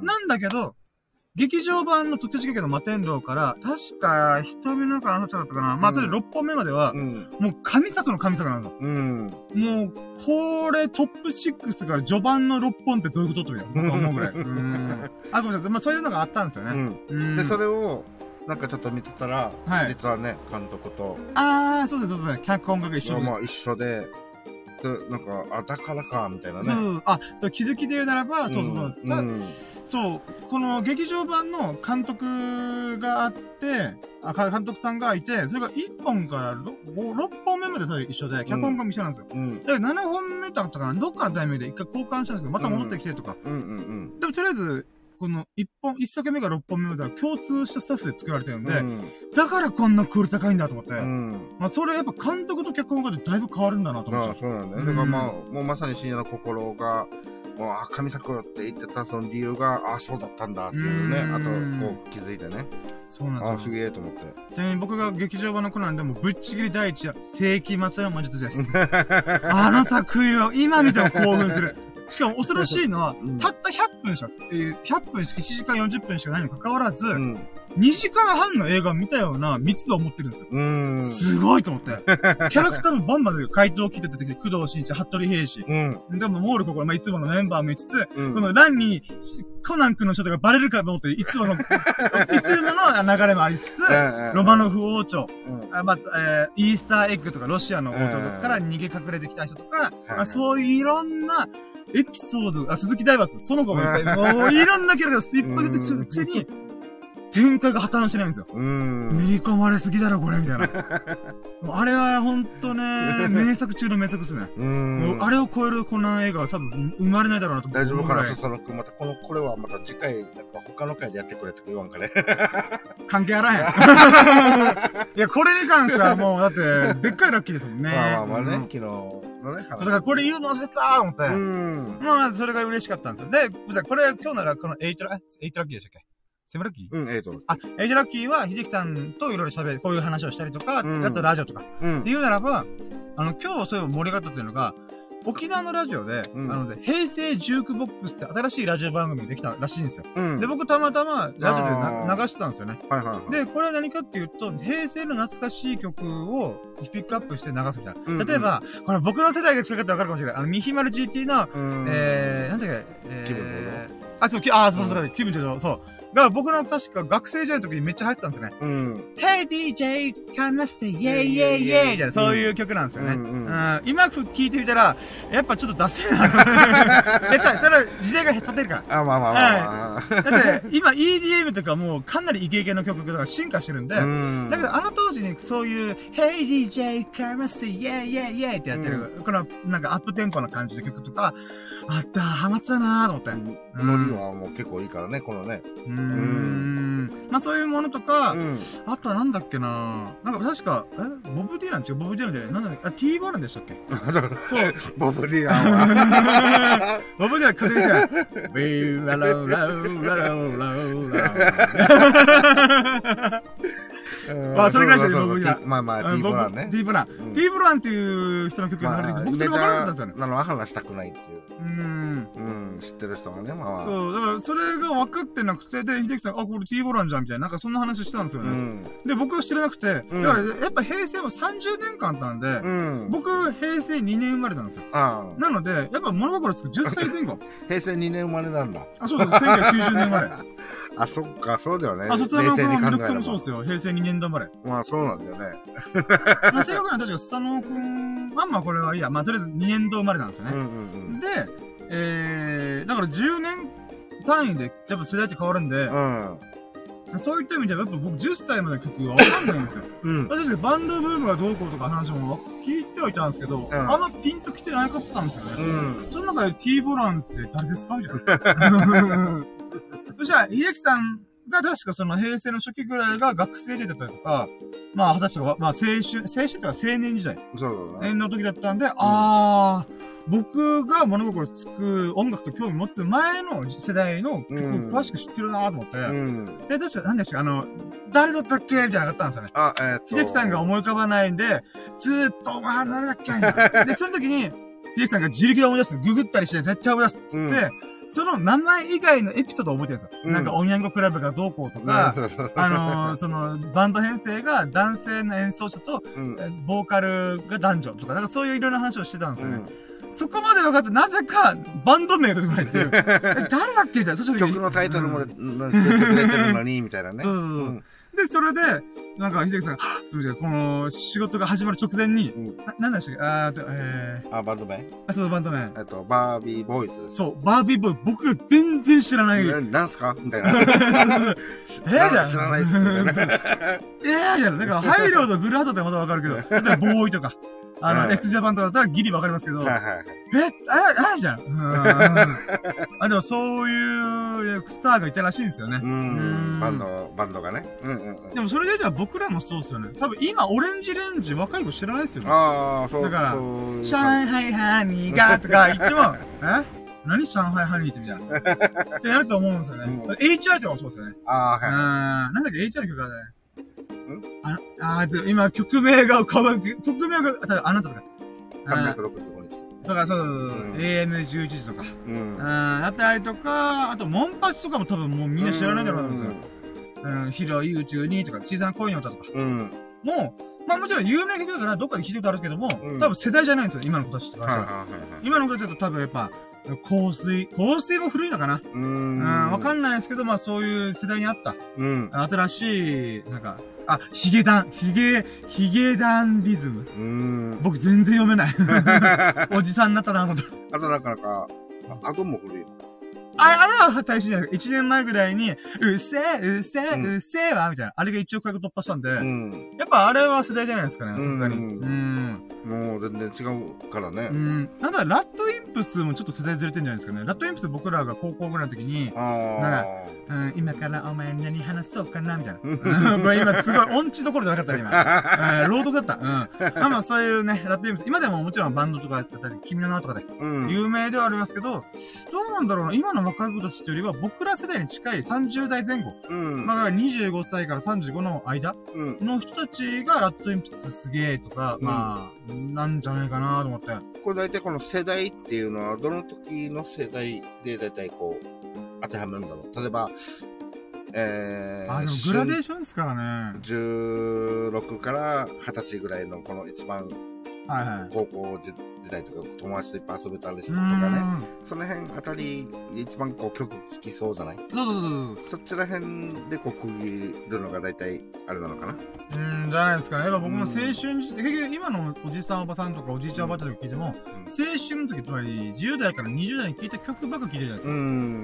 なんだけど、劇場版の特定事件の摩天楼から、確か、瞳の中の話だったかな。うん、まあ、それろっぽんめまでは、うん、もう神作の神作なんだ。うん、もう、これ、トップろくが序盤のろっぽんってどういうことという僕は思うぐらい。うん。あ、ごめんなさい。まあ、そういうのがあったんですよね。 うん。で、それを、なんかちょっと見てたら、はい、実はね、監督と。 ああ、そうです、そうです。脚本家が一緒で。 まあ、一緒で、で、なんか、あ、だからか、みたいなね。 そう、あ、そう、気づきで言うならば、うん、そうそうそう。うん、そう、この劇場版の監督があって、あ、監督さんがいて、それがいっぽんからろっぽんめまでそれ一緒で、脚本家も一緒なんですよ。うん、だからななほんめだったかな、どっかのタイミングで一回交換したんですけど、また戻ってきてとか。うんうんうん、でもとりあえず、この一本、一作目がろっぽんめまでは共通したスタッフで作られてるんで、うん、だからこんなクオリティ高いんだと思って。うん、まあそれやっぱ監督と脚本家でだいぶ変わるんだなと思って。 ああ、そうなんだね。うん、だからまあ、もうまさに深夜の心が、もう、あ、神作って言ってたその理由が、あ、そうだったんだっていうね、あと、こう気づいてね。 そうなんですよ。 あ、すげえと思って。 ちなみに僕が劇場版のコナンでもぶっちぎり第一は、世紀末の魔術です。あの作品を今見ても興奮する。しかも恐ろしいのは、うん、たったひゃっぷんしか、えー、ひゃっぷんしかいちじかんよんじゅっぷんしかないにもかかわらず、うん、にじかんはんの映画を見たような密度を持ってるんですよ。うんすごいと思って。キャラクターもバンバンで怪盗キッド出てきて、工藤新一、服部平次。うん、でも、モールここ、まあ、いつものメンバーもいつつ、うん、この欄に、コナン君の正体がバレるかと思って、いつもの、いつもの流れもありつつ、ロマノフ王朝、うんあまあえー、イースターエッグとかロシアの王朝とかから逃げ隠れてきた人とか、まあ、そういういろんな、エピソード、あ、鈴木大罰、その子もいっぱい、もういろんなキャラがいっぱい出てきてるくせに、展開が破綻してないんですよ。練り込まれすぎだろ、これ、みたいな。もうあれはほんとね、名作中の名作ですね。もうあれを超えるコナン映画は多分生まれないだろうなと思って。 大丈夫かな、笹野くん。また、この、これはまた次回、なんか他の回でやってくれって言わんかね。 関係あらへん。いや、これに関してはもう、だって、でっかいラッキーですもんね。 まあまあまあね、昨日のね。 そう、だからこれ言うの忘れてたーと思って。うん。まあ、それが嬉しかったんですよ。で、これ、今日ならこのエイトラ、エイトラッキーでしたっけセブンラッキーうん、エイトラッキー。 あ、エイトラッキーは、秀樹さんといろいろ喋る、こういう話をしたりとか、うん、あとラジオとか。うん。っていうならば、あの、今日そういえば盛り上がったっていうのが、沖縄のラジオで、うん、あのね、平成ジュークボックスって新しいラジオ番組ができたらしいんですよ。うん、で、僕たまたまラジオでな流してたんですよね。はいはいはい。で、これは何かっていうと、平成の懐かしい曲をピックアップして流すみたいな。うんうん、例えば、これ僕の世代が近かったらわかるかもしれない。あの、ミヒマル ジーティー の、えー、なんだっけ、えー、気分上々。あ、そう、あ、そうそう、気分上々、そう。が、僕の確か学生時代の時にめっちゃ流行ってたんですよね。うん。Hey ディージェー, come say yeah yeah yeah みたいな、そういう曲なんですよね。うん。うんうん、今聴いてみたら、やっぱちょっとダセえな。え、じゃあ、それは時代が立てるから。 あ、まあまあまあ、まあ。だって、今 イーディーエム とかもうかなりイケイケの曲が進化してるんで、うん。だけどあの当時にそういう Hey ディージェー, come say yeah yeah yeah ってやってる、うん、このなんかアップテンポな感じの曲とか、あった、ハマってたなーと思って。 うん。ノリはもう結構いいからね、このね。 うん。うんまあそういうものとか、うん、あとはなんだっけななんか確か、えボブ・ディラン違う、ボブ・ディランじゃないなんだっけあ、ティー・バーランでしたっけそう。 ボブ・ディランは。 ボブ・ディラン風邪じゃん。ビーララララララララまあ、それぐらいしか僕に。まあまあ、T ボランね。 T ボラン。T ボランっていう人の曲が流れてきて、僕それ分からなかったんですよね。 なのは話したくないっていう。 うん。 うん、知ってる人がね、まあ。 そう、だからそれが分かってなくて、で、秀樹さん、あ、これ T ボランじゃんみたいな、なんかそんな話したんですよね。で、僕は知らなくて、だからやっぱ平成もさんじゅうねんかんあったんで、僕、平成にねん生まれなんですよ。なので、やっぱ物心つくじゅっさいぜん後。 平成にねん生まれなんだ。 あ、そうそう、せんきゅうひゃくきゅうじゅうねん生まれ。 あ、そっか、そうだよね。 あ、そちらのこのミルクもそうですよ。平成にねん生まれ。 まあ、そうなんだよね。 まあ、正確には確か、佐野くん、まあまあこれはいいや。まあ、とりあえずにねん度生まれなんですよね。で、えー、だからじゅうねん単位で、やっぱ世代って変わるんで、うん、そういった意味では、やっぱ僕じゅっさいまでの曲がわかんないんですよ。うん。確かにバンドブームがどうこうとか話も聞いてはいたんですけど、うん、あんまピンと来てなかったんですよね。うん。その中で T ボランって誰ですかみたいな。そしたら、秀樹さんが確かその平成の初期ぐらいが学生時代だったりとか、まあ二十歳とか、まあ青春、青春というか青年時代。 そうだね。の時だったんで、うん、あー、僕が物心つく音楽と興味持つ前の世代の曲を詳しく知ってるなと思って。うん、で、確か、なんでしたっけ、あの、誰だったっけみたいなのがあったんですよね。あ、えー、っと。秀樹さんが思い浮かばないんで、ずーっと、まあ、誰だっけみたいな。で、その時に、秀樹さんが自力で思い出す、ググったりして絶対思い出すっつって、うんその名前以外のエピソードを覚えてるんですよ。うん、なんか、おにゃんこクラブがどうこうとか、あのー、その、バンド編成が男性の演奏者と、うん、ボーカルが男女とか、なんかそういういろんな話をしてたんですよね。うん、そこまで分かって、なぜか、バンド名が出てこないっていう。誰だっけみたいな。 曲のタイトルも出てくれてるのに、みたいなね。 そうそうそう。うんで、それで、なんか、秀樹さんが、すみません、この、仕事が始まる直前に、うん、な、なんでしたっけあーと、えー。あ、バンド名あ、そう、バンド名。 えっと、バービーボーイズ。 そう、バービーボーイズ。僕、全然知らない。 な、なんすかみたいな。えー、 じゃん。 知らないっす。えー、じゃん。なんか、ハイロード、グルハートってまたわかるけど、例えば、ボーイとか。あの、うん、X ジャパンとかだったらギリわかりますけど、はいはい、え、あ、あ、じゃん。あ、でもそういうスターがいたらしいんですよね。うん。 バンド、バンドがね。うんうんうん。 でもそれで言うと僕らもそうですよね。多分今、オレンジレンジ若い子知らないですよね。 ああ、そう。 だから、上海ハニーがとか言っても、え何上海ハニーってみたいな。ってなると思うんですよね。うん、エイチアイ とかもそうですよね。ああ、はい。うん。なんだっけ、エイチアイ の曲がね。あ、あ、今、曲名が浮かぶ、曲名が、あなたとか。 さんびゃくろくじゅうごにち。 とか、そうそうそう、エーエムじゅういち 時とか。うん。あったりとか、あと、モンパチとかも多分もうみんな知らないんだろうと思うんですよ。うん。広い宇宙にとか、小さな恋の歌とか。うん。もう、まあもちろん有名曲だからどっかで聞いたことあるけども、多分世代じゃないんですよ、今の子たちっては。今の子たちだと多分やっぱ、香水。香水も古いのかなうん。わかんないですけど、まあそういう世代にあった。うん。新しい、なんか、あ、ヒゲダン、ヒゲ、ヒゲダンディズム。うん。僕全然読めない。おじさんになったな、ほんと。 あとなかなか、あとも古い。 あれ、あれは大使じゃない。一年前ぐらいに、うっせー、うっせー、うっせーわ、みたいな。あれが一億回突破したんで、うん、やっぱあれは世代じゃないですかね、さすがに。うん。 もう全然違うからね。 うん。なんだ、ラッドインプスもちょっと世代ずれてんじゃないですかね。ラッドインプス僕らが高校ぐらいの時に、なんか、うん、今からお前に何話そうかな、みたいな。うん、これ今すごい音痴どころじゃなかったね、今。朗読だった。うん。まあまあそういうね、ラッドインプス、今でももちろんバンドとかやったり、君の名とかで、有名ではありますけど、どうなんだろうな、今の若い子たちってよりは、僕ら世代に近いさんじゅう代前後。うん。まあ、にじゅうごさいからさんじゅうごの間の人たちがラッドインプスすげーとか、うん、まあ、なんじゃないかなと思って。 これ大体この世代っていうのは、どの時の世代で大体こう、当てはめるんだろう。例えば、えー、 あ、でもグラデーションですからね。 じゅうろくからはたちぐらいのこの一番、はいはい、高校時代とか友達といっぱい遊べたりしたとかね。その辺あたり一番こう曲聴きそうじゃない？ そうそうそうそう。 そっちら辺でこう区切るのが大体あれなのかな？ うん、じゃないですかね。やっぱ僕も青春時、結局今のおじさんおばさんとかおじいちゃんおばあちゃんとか聞いても、うん、青春の時、つまりじゅう代からにじゅう代に聴いた曲ばっか聴いてるじゃないですか。うん。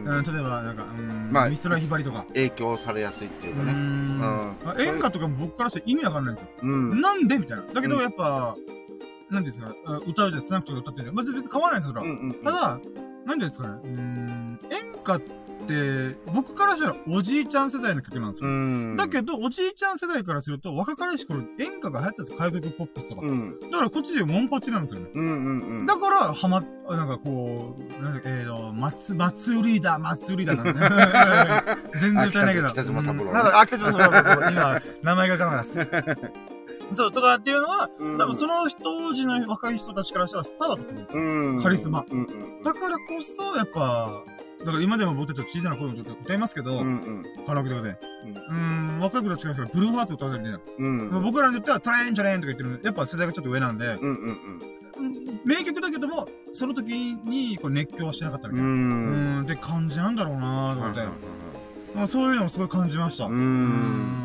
例えば、なんか、うん、まあ、ミスラヒバリとか。 影響されやすいっていうかね。うん。うん、 まあ、演歌とかも僕からしたら意味わかんないんですよ。うん。なんでみたいな。だけどやっぱ、うんなんですか、歌うじゃん、スナックとか歌ってるじゃん。まず別に変わらないんですよ、それは。うんうんうん、ただ、なんですかね、うーん、演歌って、僕からしたらおじいちゃん世代の曲なんですよ。うんだけど、おじいちゃん世代からすると、若かりし頃演歌が流行ってたんですよ、歌謡曲ポップスとか。うん、だからこっちでモンパチなんですよね。うんうんうん、だから、はま、 なんかこう、なんだえーと、松、松売りだ、松売りだなんて。全然歌えないけど。 北島三郎。 なんか、あ、北島三郎、今、名前がかなかったです。そう、とかっていうのは、うん、多分その当時の若い人たちからしたらスターだったと思うんですよ。うん、カリスマ、うんうん。だからこそ、やっぱ、だから今でも僕たちは小さな声の時歌いますけど、うんうん、カラオケとかで。うん、ん、若い子たちがブルーハーツ歌ってるみたいな。うんうん、僕らにとってはトレインチャレインとか言ってるので、やっぱ世代がちょっと上なんで、うんうんうん、名曲だけども、その時にこう熱狂はしてなかったみたいな。うん、って感じなんだろうなぁと思って。まあ、そういうのもすごい感じました。うん。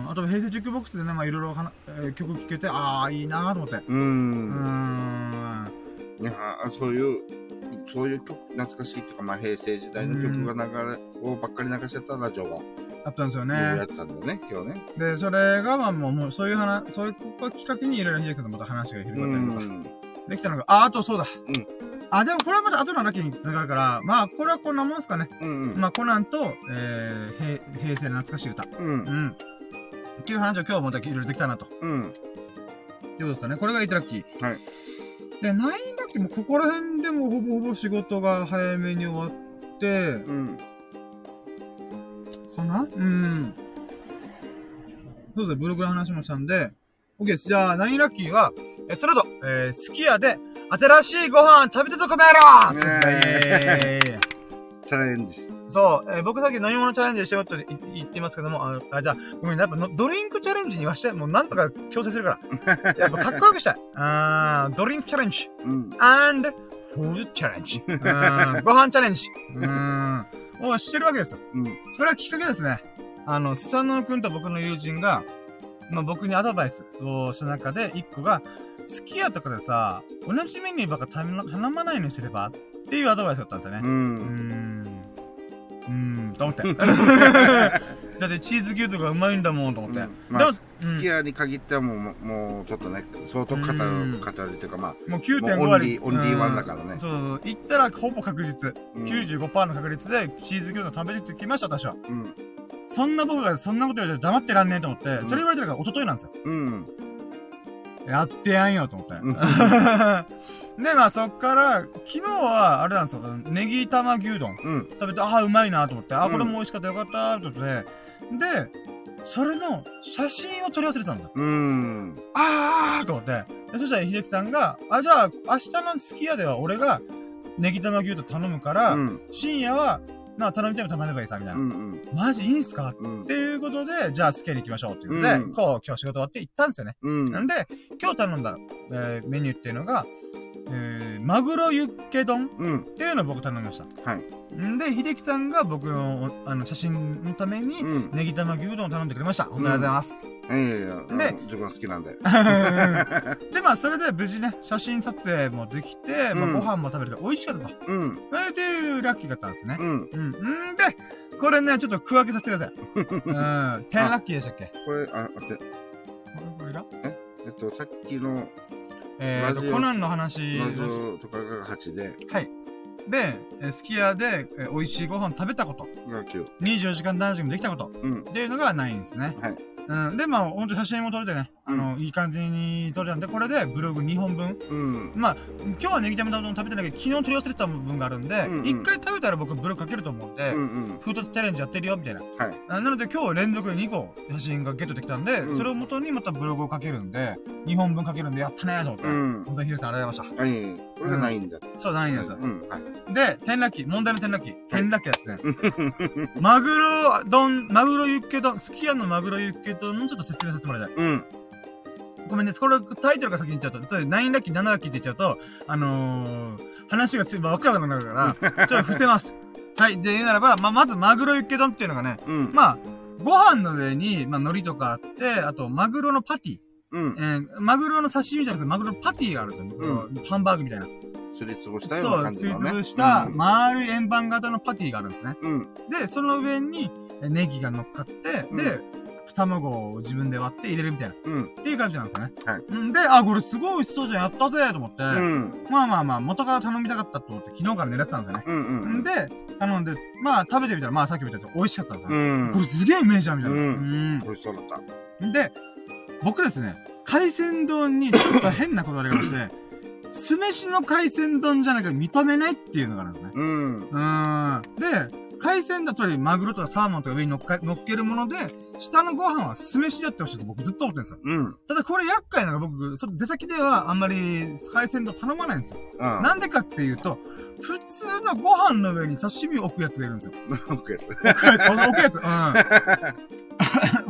あと、平成ジュークボックスでね、まあ、いろいろはな、えー、曲聴けて、ああ、いいなぁと思って。うん。うん。 いや、そういう、そういう曲、懐かしいっていうか、まあ、平成時代の曲が流れをばっかり流してたラジオが。 あったんですよね。 やってたんだよね、今日ね。 で、それが、まあ、もう、もうそういう話、そういうきっかけにいろいろ秀樹さんとまた話が広がったりとか。できたのが、あ、あとそうだ。うん。あ、でもこれはまた後のラッキーに繋がるから、まあ、これはこんなもんすかね。うんうん、まあ、コナンと、えー、平、平成の懐かしい歌。うん。うん。っていう話を今日またいろいろできたなと。うん。ってことですかね。これがエイトラッキー。はい。で、ナインラッキーもここら辺でもほぼほぼ仕事が早めに終わって、うん。かなうん。そうですね、ブログの話もしたんで、OK です。じゃあ、ナインラッキーは、え、その後、えー、すき家で、新しいご飯食べてぞこの野郎ねーチャレンジ。 そう、えー、僕さっき飲み物チャレンジしようと言ってますけども、あ、あじゃあ、ごめん、やっぱドリンクチャレンジにはして、もうなんとか強制するから。やっぱかっこよくしたい。あー、ドリンクチャレンジ。うん。and、フードチャレンジ。うん。ご飯チャレンジ。うん。をしてるわけですよ。うん。それはきっかけですね。あの、スサノオくんと僕の友人が、まあ、僕にアドバイスをした中で、一個が、すき家とかでさ、同じメニューばっか頼まないようにすればっていうアドバイスだったんですよね。うん。うーん。うーん、と思って。だってチーズ牛とかうまいんだもんと思って。うん、 まあ、すき家に限ってはもう、もうちょっとね、相当語る、語るというか、まあ、 もう きゅうてんご 割。 オンリーワンだからね。 そうそう。言ったらほぼ確実。うん、きゅうじゅうごパーセント の確率でチーズ牛と食べてきました、私は。うん。そんな僕がそんなこと言われて黙ってらんねえと思って、うん、それ言われてるから一昨日なんですよ。うん。やってやんよと思って。で、まあそっから、昨日は、あれなんですよ、ネギ玉牛丼。うん、食べて、ああ、うまいなと思って、ああ、これも美味しかったよかったと思って。で、それの写真を撮り忘れてたんですよ。うん。あーと思って。でそしたら秀樹さんが、あ、じゃあ、明日のすき家では俺がネギ玉牛丼頼むから、うん、深夜は、まあ、頼みたいも頼めばいいさ、みたいな。うんうん、マジいいんすか、うん、っていうことで、じゃあ、スケに行きましょうっていうことで、うん、こう、今日仕事終わって行ったんですよね。うん、なんで、今日頼んだ、えー、メニューっていうのが、えー、マグロユッケ丼っていうのを僕頼みました。はい。んで、秀樹さんが僕の、あの、写真のために、ネギ玉牛丼を頼んでくれました。うん、ありがとうございます。 いやいやいや。で、自分は好きなんで。 で、まあ、それで無事ね、写真撮影もできて、うん、まあ、ご飯も食べれて美味しかったと。うん。っていうラッキーだったんですね。うん。うん。んで、これね、ちょっと区分けさせてください。うん。じゅうラッキーでしたっけ？ これ、あ、あって。 これがええっと、さっきの、 えーと、コナンの話。 ラジオとかがはちで。 はい。で、えすき家で、え美味しいご飯食べたこと。 がきゅう。 にじゅうよじかん断食もできたこと。うん。っていうのがないんですね。はい。うん。で、まあ、ほんと写真も撮れてね、あの、うん、いい感じに撮れたんで、これでブログにほんぶん。うん。まあ、今日はネギ玉丼食べてないけど、昨日取り忘れてた部分があるんで、一、うんうん、回食べたら僕ブログ書けると思うんで、うんうん、フードチャレンジやってるよ、みたいな。はい。なので今日連続でにこ写真がゲットできたんで、うん、それを元にまたブログを書けるんで、にほんぶん書けるんで、やったねーと思って。うん。本当にひろきさんありがとうございました。 はい。これがないんだ。 うん、そう、ないんですよ。うん。はい。で、天ラッキー、問題の天ラッキー。天ラッキーですね。マグロ丼、マグロユッケ丼、すき家のマグロユッケ丼のちょっと説明させてもらいたい。うん。ごめんね、これタイトルが先に言っちゃうと、例えばナインラッキー、ナインラッキーって言っちゃうと、あのー、話がついばわからなくなるから、ちょっと伏せます。はい。で、言うならば、まあ、まずマグロユッケ丼っていうのがね、うん、まあ、ご飯の上に、まあ、海苔とかあって、あと、マグロのパティ。うん。えー、マグロの刺身じゃなくて、マグロのパティがあるんですよ。うん、ハンバーグみたいな。 すりつぶしたような感じのね。 そう、すりつぶした、丸い円盤型のパティがあるんですね。うん。で、その上に、ネギが乗っかって、うん、で、卵を自分で割って入れるみたいな。うん。っていう感じなんですよね。はい。んで、あ、これすごい美味しそうじゃん、やったぜと思って。うん。まあまあまあ、元から頼みたかったと思って、昨日から狙ってたんですよね。うんうん、うん。で、頼んで、まあ食べてみたら、まあさっきも言ったように美味しかったんですよ。うん。これすげえうめえじゃん、みたいな。うん。うん、 美味しそうだった。 で、僕ですね、海鮮丼にちょっと変なこだわりがありまして、 酢飯の海鮮丼じゃなきゃ認めないっていうのがあるんですね。 うん。 うーん。で、海鮮だ、つまりマグロとかサーモンとか上に乗っか、乗っけるもので、下のご飯は酢飯でやってほしいと僕ずっと思ってるんですよ。 うん。 ただこれ厄介なのが僕、そ出先ではあんまり海鮮丼頼まないんですよ。 うん。 なんでかっていうと、普通のご飯の上に刺身を置くやつがいるんですよ。 置くやつ。 置くやつ。うん。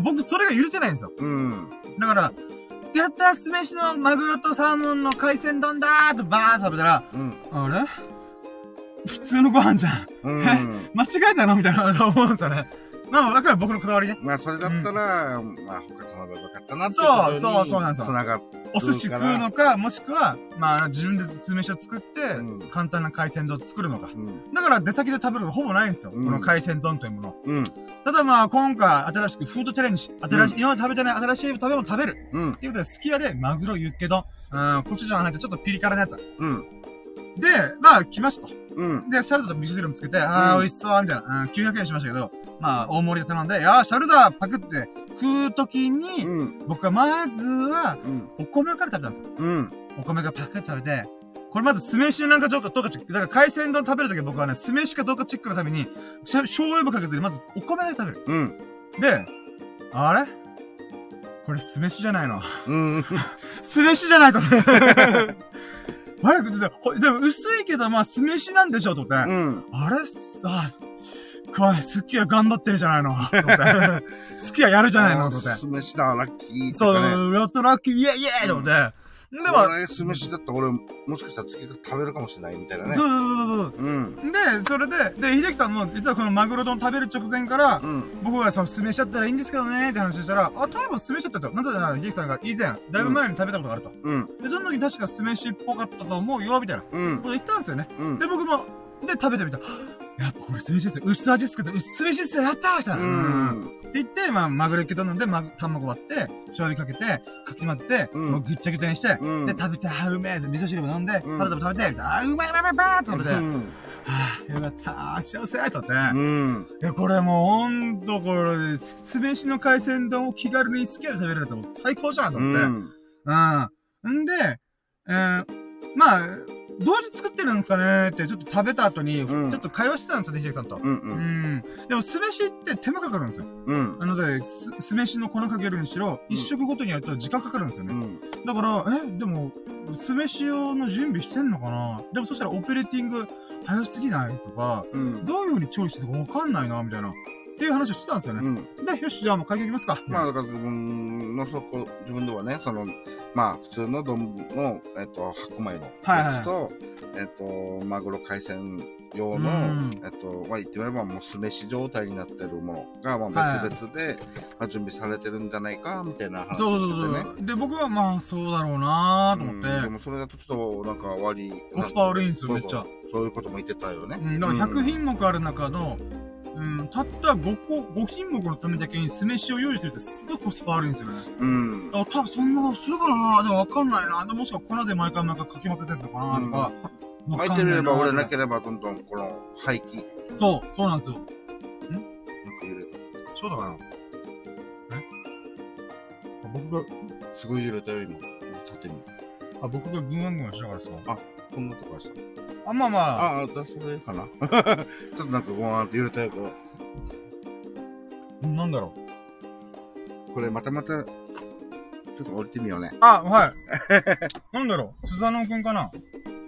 僕、それが許せないんですよ。 うん。 だから、やったー酢飯のマグロとサーモンの海鮮丼だーとバーッと食べたら、うん、あれ普通のご飯じゃん。うん、え間違えたのみたいな思うんですよね。まあ、だから僕のこだわりね。 まあ、それだったら、うん、まあ、他頼めばよかったなってそう、そう、そうなんですよ。 繋がっお寿司食うのか、もしくは、まあ、自分で酢飯を作って、うん、簡単な海鮮丼を作るのか。うん、だから、出先で食べるのがほぼないんですよ。うん、この海鮮丼というもの。うん、ただまあ、今回、新しくフードチャレンジ。新しい、うん、今まで食べてない新しい食べ物を食べる。うん。っていうことで、すき家で、マグロ、ユッケ丼。うん、コチュジャン入ってちょっとピリ辛なやつ。うん。で、まあ、来ましたと。うん。で、サラダと味噌汁もつけて、ああ、美味しそう、みたいな。うん、きゅうひゃくえんしましたけど、まあ、大盛りで頼んで、よーし、あるぞパクって食うときに、うん、僕はまずは、お米から食べたんですよ。うん。お米がパクって食べて、これまず酢飯なんかどうかどうかチェック。だから海鮮丼食べるとき僕はね、酢飯かどうかチェックのために、醤油もかけずにまずお米だけ食べる。うん。で、あれこれ酢飯じゃないの。うん。酢飯じゃないとね。早く、でも薄いけど、まあ酢飯なんでしょ、と思って。うん。あれさ、これ、すっきは頑張ってるじゃないの。すっきはやるじゃないの、と思って。 酢飯だ、ラッキー、ね。 そう、ラットラッキー、イェイイェイと思って。 でも、俺、酢飯だったら俺、もしかしたら次食べるかもしれないみたいなね。 そうそうそうそう。うん。で、それで、で、秀樹さんも、実はこのマグロ丼食べる直前から、うん、僕がその酢飯だったらいいんですけどね、って話したら、あ、多分酢飯だったと。なぜなら、秀樹さんが以前、だいぶ前に食べたことがあると。うん。で、その時確か酢飯っぽかったと思うよ、みたいな。うん。言ったんですよね。うん。で、僕も、で、食べてみた。やっぱこれ酢飯ですよ。薄味ですけど、薄酢飯ですよ。やったーみたいな。うん。って言って、まあ、マグロ焼き丼飲んで、ま、卵割って、醤油かけて、かき混ぜて、うん、もうぐっちゃぐちゃにして、うん、で、食べて、あ、うめえ、味噌汁も飲んで、うん、サラダも食べて、みたいな、あ、うまいうまいうまいばーって食べて、うん、はぁ、よかったー、幸せとって。うん。いや、これもう、ほんと、これ、酢飯の海鮮丼を気軽に好きで食べれるやつも最高じゃんと思って。うん。うん。んで、えー、まあ、どうやって作ってるんですかねーって、ちょっと食べた後に、うん、ちょっと会話してたんですよね、秀樹さんと。うんうん。うん。でも、酢飯って手間かかるんですよ。うん。なので、酢、酢飯の粉かけるにしろ、一食ごとにやると時間かかるんですよね。うん。だから、え、でも、酢飯用の準備してんのかなでも、そしたらオペレーティング早すぎないとか、うん、どういう風に調理してるかわかんないな、みたいな。っていう話をしてたんですよね。うん。で、よし、じゃあもう会計いきますか。 まあ、だから自分のそこ、自分ではね、その、まあ、普通の丼の、えっと、白米のやつと、はいはい、えっと、マグロ海鮮用の、えっと、まあ、言ってみればもう酢飯状態になってるものが、まあ、別々で、はい、まあ、準備されてるんじゃないか、みたいな話をしててね。そうそうそう。 で、僕はまあ、そうだろうなと思って、うん。 でもそれだとちょっと、なんか割り。 コスパ悪いんですよ、めっちゃ。 そういうことも言ってたよね。 うん、だからひゃく品目ある中の、うん、たったごこ、ご品目のためだけに酢飯を用意するってすごいコスパ悪いんですよね。うん。だから多分そんなのするかなでもわかんないなでもしくは粉で毎回毎回かき混ぜてるのかなとか。 うん、巻いてれば俺なければどんどんこの廃棄。 そう、そうなんですよ。んなんか揺れた。そうだかなえ僕が、 すごい揺れたよ、今。縦に。 あ、僕がグンガングンしながらですかあ、こんなとこした。 あ、まあまあ。 ああ、だ、それかな。ちょっとなんかゴーンって揺れたよ、これ。なんだろう。これまたまた、ちょっと降りてみようね。 あ、はい。なんだろう。スサノオくんかな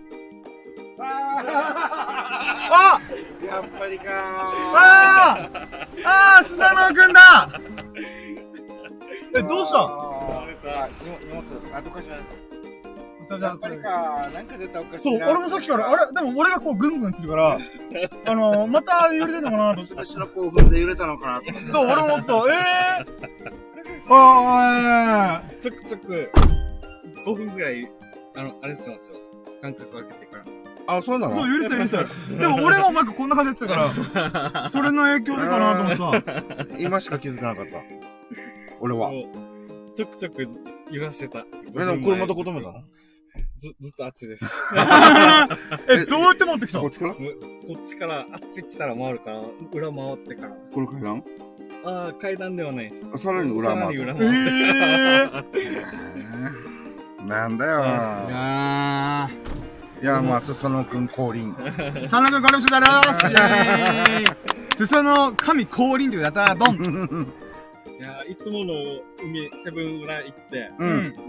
あやっぱりかー。 あーあー、スサノオくんだえ、どうした荷物、あ、どかしら。 やっぱりか、なんか絶対おかしい。 そう、俺もさっきから、あれでも俺がこう、ぐんぐんするから、あのー、また揺れてんのかなと。 酢飯の興奮で揺れたのかなと思って。 そう、俺も思った。えぇー、あー、ちょくちょく、ごふんぐらい、あの、あれしてますよ。間隔空けてから。 あ、そうなのそう、揺れてた揺れてた。でも俺もなんかこんな感じで言ってたから、それの影響でかなと思ってさ。 今しか気づかなかった。俺は。 ちょくちょく揺らせた。 え、でも車どこ止めたのず、ずっとあっちです。 え、どうやって持ってきたこっちからこっちから、あっち来たら回るから、裏回ってから。 この階段ああ、階段ではないです。 さらに裏回って。 さらに裏回って。えー、 なんだよ。いやー。いや、まあ、すそのくん降臨。 サンナ君、これもしてたらーすイェーイすその神降臨というやったー、ドンいや、いつもの海、セブン裏行って、 うん。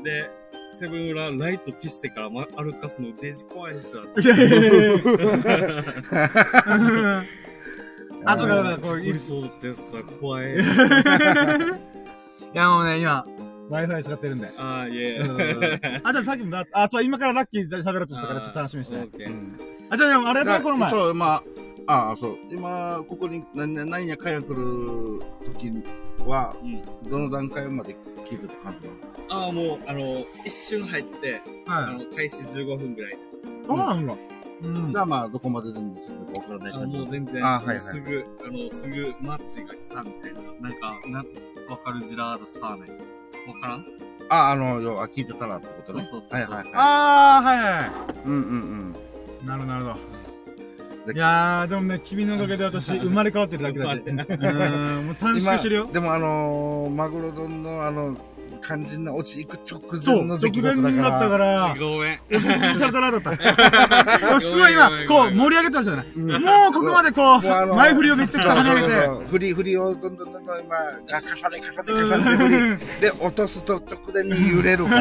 で、セブン裏ライト消してから、ま、歩かすのデジ怖いですわ。 いやいやいやいやあ、そうか、 こう、いそうだってさ、怖い。いや、もうね、今、Wi-Fi 使ってるんで。 ああ、いえ。 あ、じゃあさっきもラ、あ、そう、今からラッキーで喋ろうとしたから、ちょっと楽しみにして。 オッケー。 あ、じゃあ、あれだ、この前。 そう、まあ、ああ、そう。今、ここに何や、何やかんや来る時は、どの段階まで聞いてた感じなの？ああ、もう、あの、一瞬入って、あの、開始じゅうごふんぐらい。 ああ、なんだ。 うん。じゃあまあ、どこまで全部するかわからない感じ。 あ、もう全然。 あ、はいはい。 すぐ、あの、すぐマッチが来たみたいな。なんか、な、わかるじらださーね。わからん？ あ、あの、要は聞いてたらってことね。 そうそうそう。 はいはいはい。 ああ、はいはい。 うんうんうん。なるほどなるほど。いやー、でもね、君のおかげで私、生まれ変わってるだけだし。うん、もう短縮してるよ。 でもあのー、マグロ丼のあの、肝心な落ち行く直前の出来事だから。 直前だったから。 ごめん。 落ち着されたなと思った。すごい今、こう、盛り上げてましたね。もう、ここまでこう、前振りをめっちゃ重ね上げて。 振り振りをどんどんどんどん今、重ね重ね重ね振り。で、落とすと直前に揺れるから。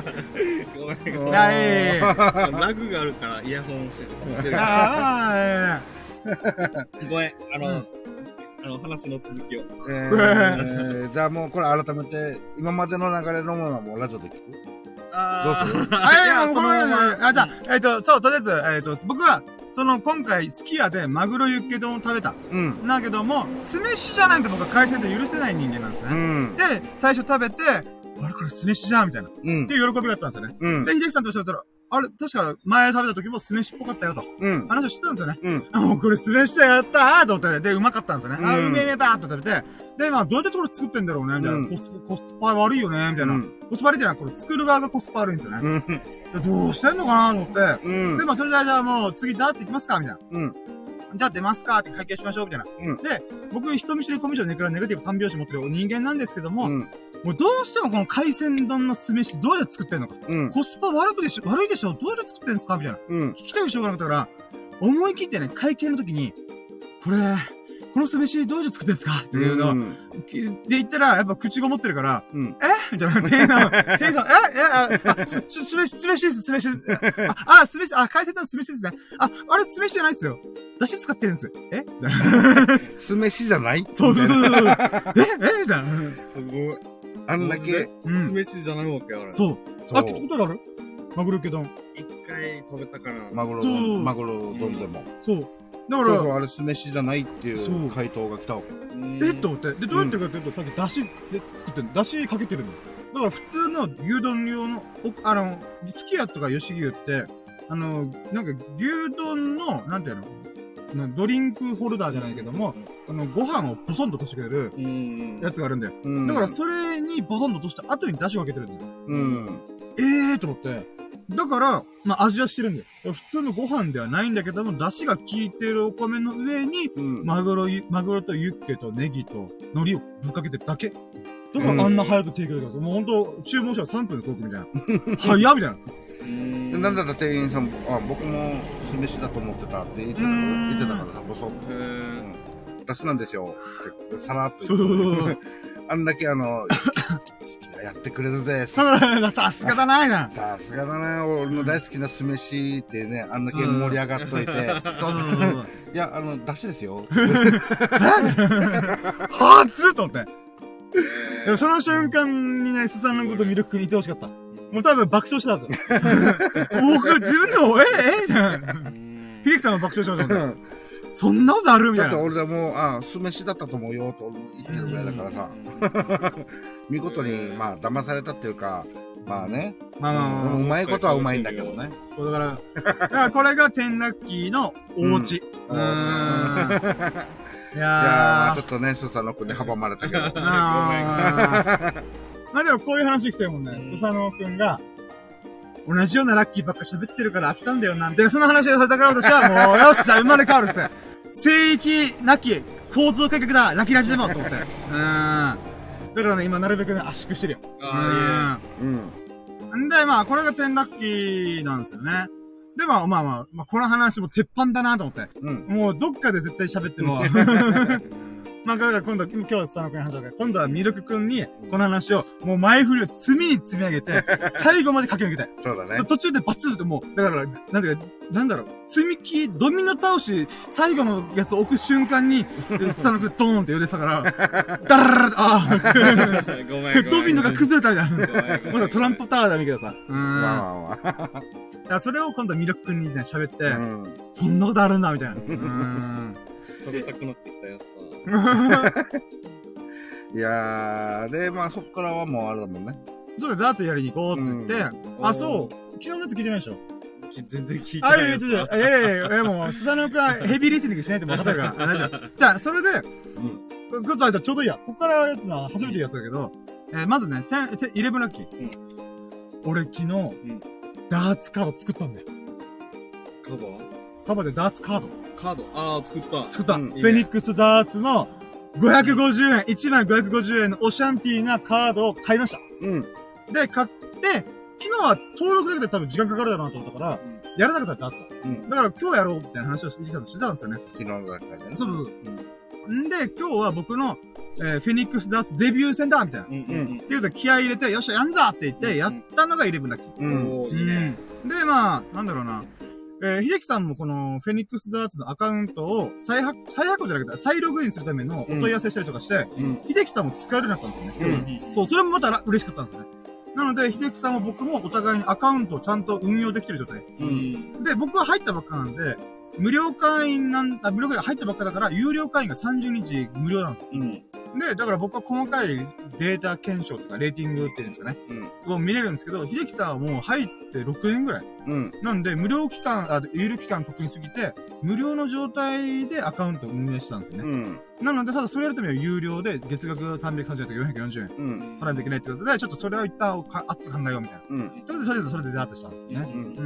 ごめんごめん。いやいやいや。 ラグがあるからイヤホンしてる。 ああ、 ごめん、あの、あの、話の続きを。 えー、じゃあもうこれ改めて、今までの流れのものはもうラジオで聞く？ あどうする？ あ、いや、もう、その、あ、じゃあ、えっと、そう、とりあえず、えっと、僕は、その、今回、すき家でマグロユッケ丼を食べた。うん。だけども、酢飯じゃないと僕は海鮮で許せない人間なんですね。うん。で、最初食べて、あれこれ酢飯じゃんみたいな。うん。っていう喜びがあったんですよね。うん。で、秀樹さんとおっしゃったら、あれ、確か前食べた時も酢飯っぽかったよと。うん。話をしてたんですよね。うん。あ、もうこれ酢飯だやったーと思って、で、うまかったんですよね。うん、あ、うめえばーっと食べて、で、まあ、どうやってこれ作ってんだろうねみたいな。うん、コスコスパ悪いよねみたいな。うん、コスパ悪いってのは、これ作る側がコスパ悪いんですよね。うん。でどうしてんのかなと思って。うん。で、まあ、それじゃあ、じゃあもう、次、だって行きますかみたいな。うん。じゃあ出ますかって会計しましょうみたいな。うん。で、僕、人見知りコミュ障ネクラネガティブさん拍子持ってる人間なんですけども、うん。もうどうしてもこの海鮮丼の酢飯どうやって作ってんのか。うん。コスパ悪くでしょ、悪いでしょ、どうやって作ってんですかみたいな。うん。聞きたいしょうがなかったから、思い切ってね、会計の時に、これ、この酢飯どうやって作ってんですかっていうのを、うん、で言ったら、やっぱ口ごもってるから、うん、えみたいな。店員さん、店員さん、ええあ、す、す、酢飯、酢飯です、酢飯。あ、あ、酢飯、あ、海鮮丼の酢飯ですね。あ、あれ酢飯じゃないですよ。出汁使ってるんです。えみたいな。 酢飯じゃないそうそうそうそう。ええみたいな。 すごい。 あんだけ、 酢飯じゃないわけあれ。 そう。あ、聞いたことあるマグロ系丼。 一回食べたから。 マグロ丼、マグロ丼でも。 そう。だから、 そうそう、あれ酢飯じゃないっていう回答が来たわけ。 えっと思って。で、どうやってるかっていうと、さっき出汁で作ってるの。出汁かけてるの。だから普通の牛丼用の、あの、すき家とか吉牛って、あの、なんか牛丼の、なんていうのドリンクホルダーじゃないけども、あの、ご飯をボソンと落としてくれるやつがあるんだよ。だからそれにボソンと落とした後に出汁をかけてるんだよ。うん。ええーと思って。だから、まあ、味はしてるんだよ。普通のご飯ではないんだけども、出汁が効いてるお米の上に、うん、マグロ、マグロとユッケとネギと海苔をぶっかけてるだけ。だからあんな早く提供できるんですよ。もうほんと、注文したらさんぷんで届くみたいな。早っみたいな。 なんだったら店員さん、あ、僕も酢飯だと思ってたって言ってたから、言ってたからさ、ボソッと。出汁なんですよ。って、さらっと言って。そうそうそう。あんだけあの、好きがやってくれるぜ。 さすがだな、な。 さすがだな、俺の大好きな酢飯ってね、あんだけ盛り上がっといて。そうそうそう。いや、あの、出汁ですよ。 初と思って。でもその瞬間にね、スさんのことミルクにいてほしかった。もう多分爆笑したはず。僕、自分でも、ええじゃん。秀樹さんも爆笑しましたもんね。そんなことあるみたいな。 だって俺でもう、あ、酢飯だったと思うよ、と俺も言ってるぐらいだからさ。見事に、まあ、騙されたっていうか、まあね。まあまあまあ。うまいことはうまいんだけどね。 だから、だからこれがテンラッキーのお家。うん。いやー。いやー、ちょっとね、スサノくんに阻まれたけど。ごめん。 まあでもこういう話来てるもんね。スサノくんが、同じようなラッキーばっか喋ってるから飽きたんだよなんて、その話をされたから私はもう、よし、じゃあ生まれ変わるって。聖域なき構造改革だ、ラキラジでもと思って。うん。だからね、今なるべくね、圧縮してるよ。ああ、いえ。うん。 んで、まあ、これがテンラッキーなんですよね。で、まあまあまあ、まあ、この話も鉄板だなと思って。うん。もう、どっかで絶対喋っても。まあ、だから今度、今日佐野くんの話だから、今度はミルクくんに、この話を、もう前振りを積みに積み上げて、最後まで駆け抜けたい。 そうだね。 途中でバツッともう、だから、なんていうか、なんだろう、積み木、ドミノ倒し、最後のやつを置く瞬間に、佐野くんドーンって揺れてたから、ダラララああ、ごめん。ドミノが崩れたみたいな。まだトランプタワーだけどさ。うん。まあまあまあ。それを今度はミルクくんにね、喋って、そんなことあるんだ、みたいな。うん。 食べたくなってきたやつさ。 いやー、で、まあそっからはもうあれだもんね。 そうだ、ダーツやりに行こうって言って、うん、あ、そう。昨日のやつ聞いてないでしょ全然聞いてない。あ、いやいやいやいやいや、もう、スサノくんはヘビーリスニングしないと分かったから。大丈夫。じゃあ、それで、うん。こっちちょうどいいや。こっからやつは初めてやつだけど、えー、まずね、イレブンラッキー。うん、俺昨日、うん、ダーツカード作ったんだよ。 カバーカバーでダーツカード。 カードああ、作った。 作った。うん、フェニックスダーツのごひゃくごじゅうえん、いちまいごひゃくごじゅうえんのオシャンティーなカードを買いました。うん。で、買って、昨日は登録だけで多分時間かかるだろうなと思ったから、うん、やらなかったダーツは。うん。だから今日やろうみたいな話をしてきたんですよね。 昨日だったね。 そうそうそう。うん。んで、今日は僕の、えー、フェニックスダーツデビュー戦だみたいな。うん。うん。っていうと気合い入れて、よっしゃ、やんぞって言って、やったのがイレブンラッキー。うん。いいね。で、まあ、なんだろうな。えー、秀樹さんもこのフェニックスダーツのアカウントを再発、再発行じゃなくて再ログインするためのお問い合わせしたりとかして、うん、秀樹さんも使えるようになったんですよね。うん、そう、それもまた嬉しかったんですよね。なので、秀樹さんも僕もお互いにアカウントをちゃんと運用できてる状態。うん、で、僕は入ったばっかなんで、無料会員なん、あ、無料会員入ったばっかだから、有料会員がさんじゅうにち無料なんですよ。うんで、だから僕は細かいデータ検証とかレーティングっていうんですかね。うん。を見れるんですけど、秀樹さんはもう入ってろくねんぐらい。うん。なんで、無料期間、あ、有料期間得意すぎて、無料の状態でアカウントを運営したんですよね。うん。なので、ただそれやるためには有料で、月額さんびゃくさんじゅうえんとかよんひゃくよんじゅうえん。うん。払わないといけないってことで、ちょっとそれを一旦か、あっと考えようみたいな。うん。とりあえず、とりあえずそれでデザートしたんですよね。うん。うん。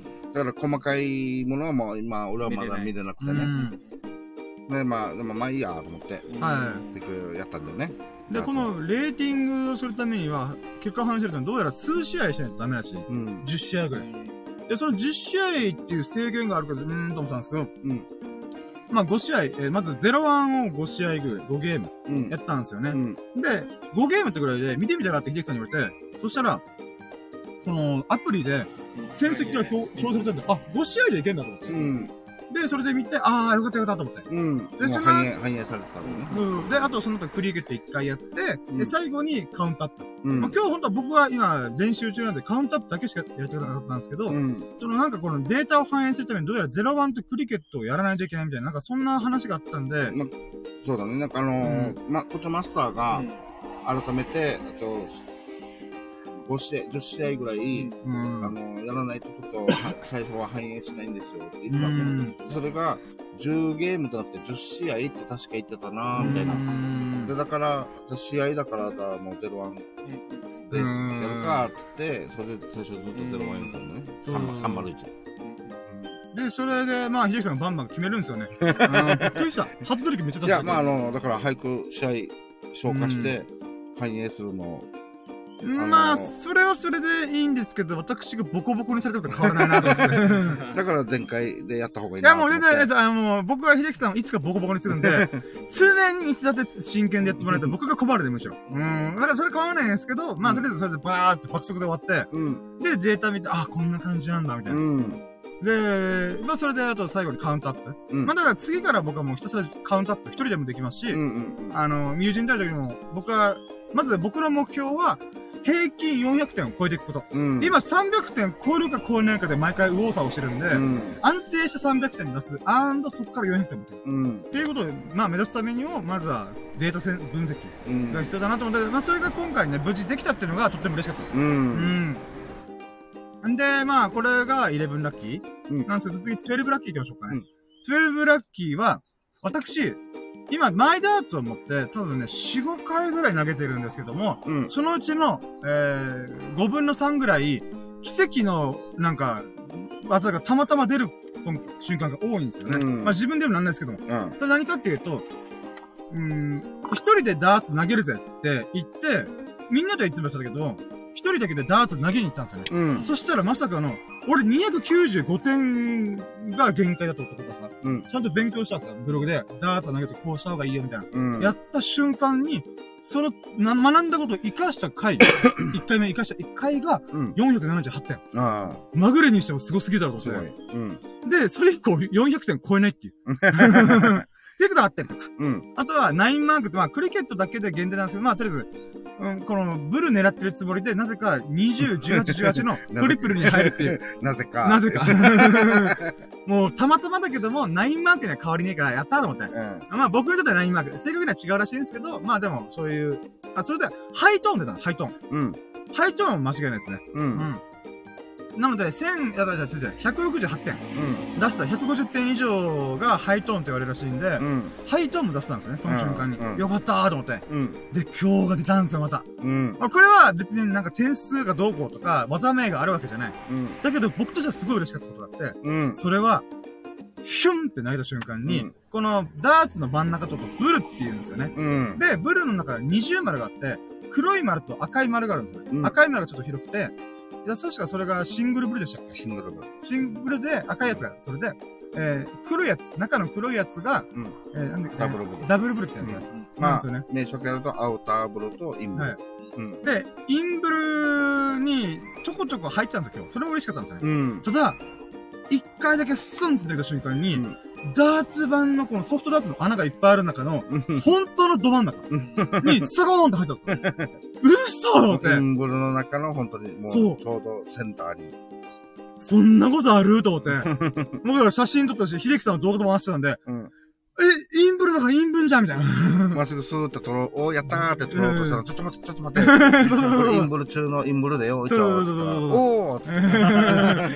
だから細かいものはもう今、俺はまだ見れなくてね。うん。ね、まあ、でもまあいいやと思って、はい。で、やったんだよね。 で、このレーティングをするためには、結果を話せるとどうやら数試合しないとダメらしい。うん。じゅっしあいぐらい。で、そのじゅっしあいっていう制限があるから、うーんと思ったんですよ。うん。まあごしあい、えー、まずゼロワンをごしあいぐらい、ごゲーム、やったんですよね。うん。で、ごゲームってぐらいで見てみたらって秀樹さんに言われて、そしたら、このアプリで戦績が表、表示されちゃって、あ、ごしあいでいけんだと思って。うん。で、それで見て、ああ、よかったよかったと思って。うん。 で、それ反映、反映されてたのね。 うん。で、あとその後クリケット一回やって、うん、で、最後にカウントアップ。うん。まあ、今日本当は僕は今練習中なんでカウントアップだけしかやりたくなかったんですけど、うん。そのなんかこのデータを反映するためにどうやらゼロワンとクリケットをやらないといけないみたいな、なんかそんな話があったんで。まあ、 そうだね。なんかあのー、うん、ま、コチマスターが、改めて、あと、ご試合、じゅっしあいぐらい、うん、あの、やらないとちょっと、最初は反映しないんですよって言ってたんで、うん、それが、じゅうゲームじゃなくてじゅっしあいって確か言ってたなぁ、みたいな。で、だから、じゃ試合だからだ、もうゼロワンでやるかって言って、それで最初ずっとゼロワンするのね。さんまるいち。 で、それで、まあ、秀樹さんがバンバン決めるんですよね。びっくりした。初取りめっちゃ出した。いや、まあ、あの、だから、俳句試合消化して、反映するのを、 まあ、それはそれでいいんですけど、私がボコボコにされたこと変わらないなと思って。 だから前回でやった方がいいな。 いや、もう全然、あの、もう僕は秀樹さんをいつかボコボコにするんで、常にいつだって真剣でやってもらえたら僕が困るで、むしろ。うん。だからそれ変わらないんですけど、まあ、とりあえずそれでバーって爆速で終わって、うん、で、データ見て、あ、こんな感じなんだ、みたいな。うん、で、まあ、それであと最後にカウントアップ。うん、まあ、だから次から僕はもうひたすらカウントアップ一人でもできますし、うんうんうん、あの、友人である時も、僕は、まず僕の目標は、平均よんひゃくてんを超えていくこと。うん、今さんびゃくてん超えるか超えないかで毎回右往左往してるんで、うん、安定したさんびゃくてんに出す。アンドそこからよんひゃくてん持ってる。うん、っていうことで、まあ目指すためにも、まずはデータ分析が必要だなと思って、うん、まあそれが今回ね、無事できたっていうのがとっても嬉しかった。うん。うん。で、まあこれがじゅういちラッキー、うん、なんですけど、次じゅうにラッキー行きましょうかね。うん、じゅうにラッキーは、私、今、マイダーツを持って、多分ね、よん、ごかいぐらい投げてるんですけども、うん、そのうちの、えー、ごぶんのさんぐらい、奇跡の、なんか、技がたまたま出る瞬間が多いんですよね。うん、まあ自分でもなんないですけども。うん、それ何かっていうと、うーん、一人でダーツ投げるぜって言って、みんなでいつもやってたけど、 一人だけでダーツ投げに行ったんですよね。 うん。 そしたらまさかの、俺にひゃくきゅうじゅうごてんが限界だったことかさ、 うん。 ちゃんと勉強したんですよ。ブログで、ダーツ投げてこうした方がいいよみたいな。 うん。 やった瞬間に、その、な、学んだことを活かした回、いっかいめ活かしたいっかいが、よんひゃくななじゅうはってん。 ああ。 まぐれにしてもすごすぎるだろうと思って。 すごい。うん。 で、それ以降よんひゃくてん超えないっていう。っていうことがあったりとか。 うん。 あとは、ナインマークって、まあ、クリケットだけで限定なんですけど、まあ、とりあえず、うん、この、ブル狙ってるつもりで、なぜか、にじゅう、じゅうはち、じゅうはちのトリプルに入るっていう。 なぜか。 なぜか。もう、たまたまだけども、ナインマークには変わりねえから、やったーと思って。うん。まあ、僕にとってはナインマーク。正確には違うらしいんですけど、まあでも、そういう、あ、それで、ハイトーン出たの、ハイトーン。 うん。 ハイトーンは間違いないですね。 うん。うん。 なので、千、やだ、じゃあ、じゃあ、ひゃくろくじゅうはってん。 うん。 出したひゃくごじゅってん以上がハイトーンって言われるらしいんで、 うん。 ハイトーンも出したんですね、その瞬間に。 うんうん、 よかったーと思って。 うん。 で、今日が出たんですよ、また。 うん。 まあ、これは別になんか点数がどうこうとか、技名があるわけじゃない。 うん。 だけど、僕としてはすごい嬉しかったことがあって、 うん。 それは、ヒュンって投げた瞬間に、うん、このダーツの真ん中とブルって言うんですよね。 うん。 で、ブルの中に二重丸があって、黒い丸と赤い丸があるんですよね。うん、赤い丸がちょっと広くて、いや、確かそれがシングルブルでしたっけ？ シングルブル。 シングルで赤いやつが、それで、えー、黒いやつ、中の黒いやつが、 うん。 えー、なんで、 ダブルブル。 ダブルブルってやつね。 うん、まあ、ですよね。名称やると、アウターブルとインブル。はい。うん。 で、インブルにちょこちょこ入ってたんですよ、今日。それも嬉しかったんですよね。うん。ただ、一回だけスンって出た瞬間に、うん、ダーツ版のこのソフトダーツの穴がいっぱいある中の、本当のど真ん中にスゴーンって入ったんですよ。嘘と思って。 インブルの中の本当にもう、そうちょうどセンターに。 そんなことあると思って。僕ら写真撮ったし、秀樹さんの動画とも回してたんで、うん、え、インブルだからインブンじゃんみたいな。 まっすぐスーって撮ろう、おー、やったーって撮ろうとしたら、ちょっと待って、ちょっと待って。インブル中のインブルだよ、一応。おーつって。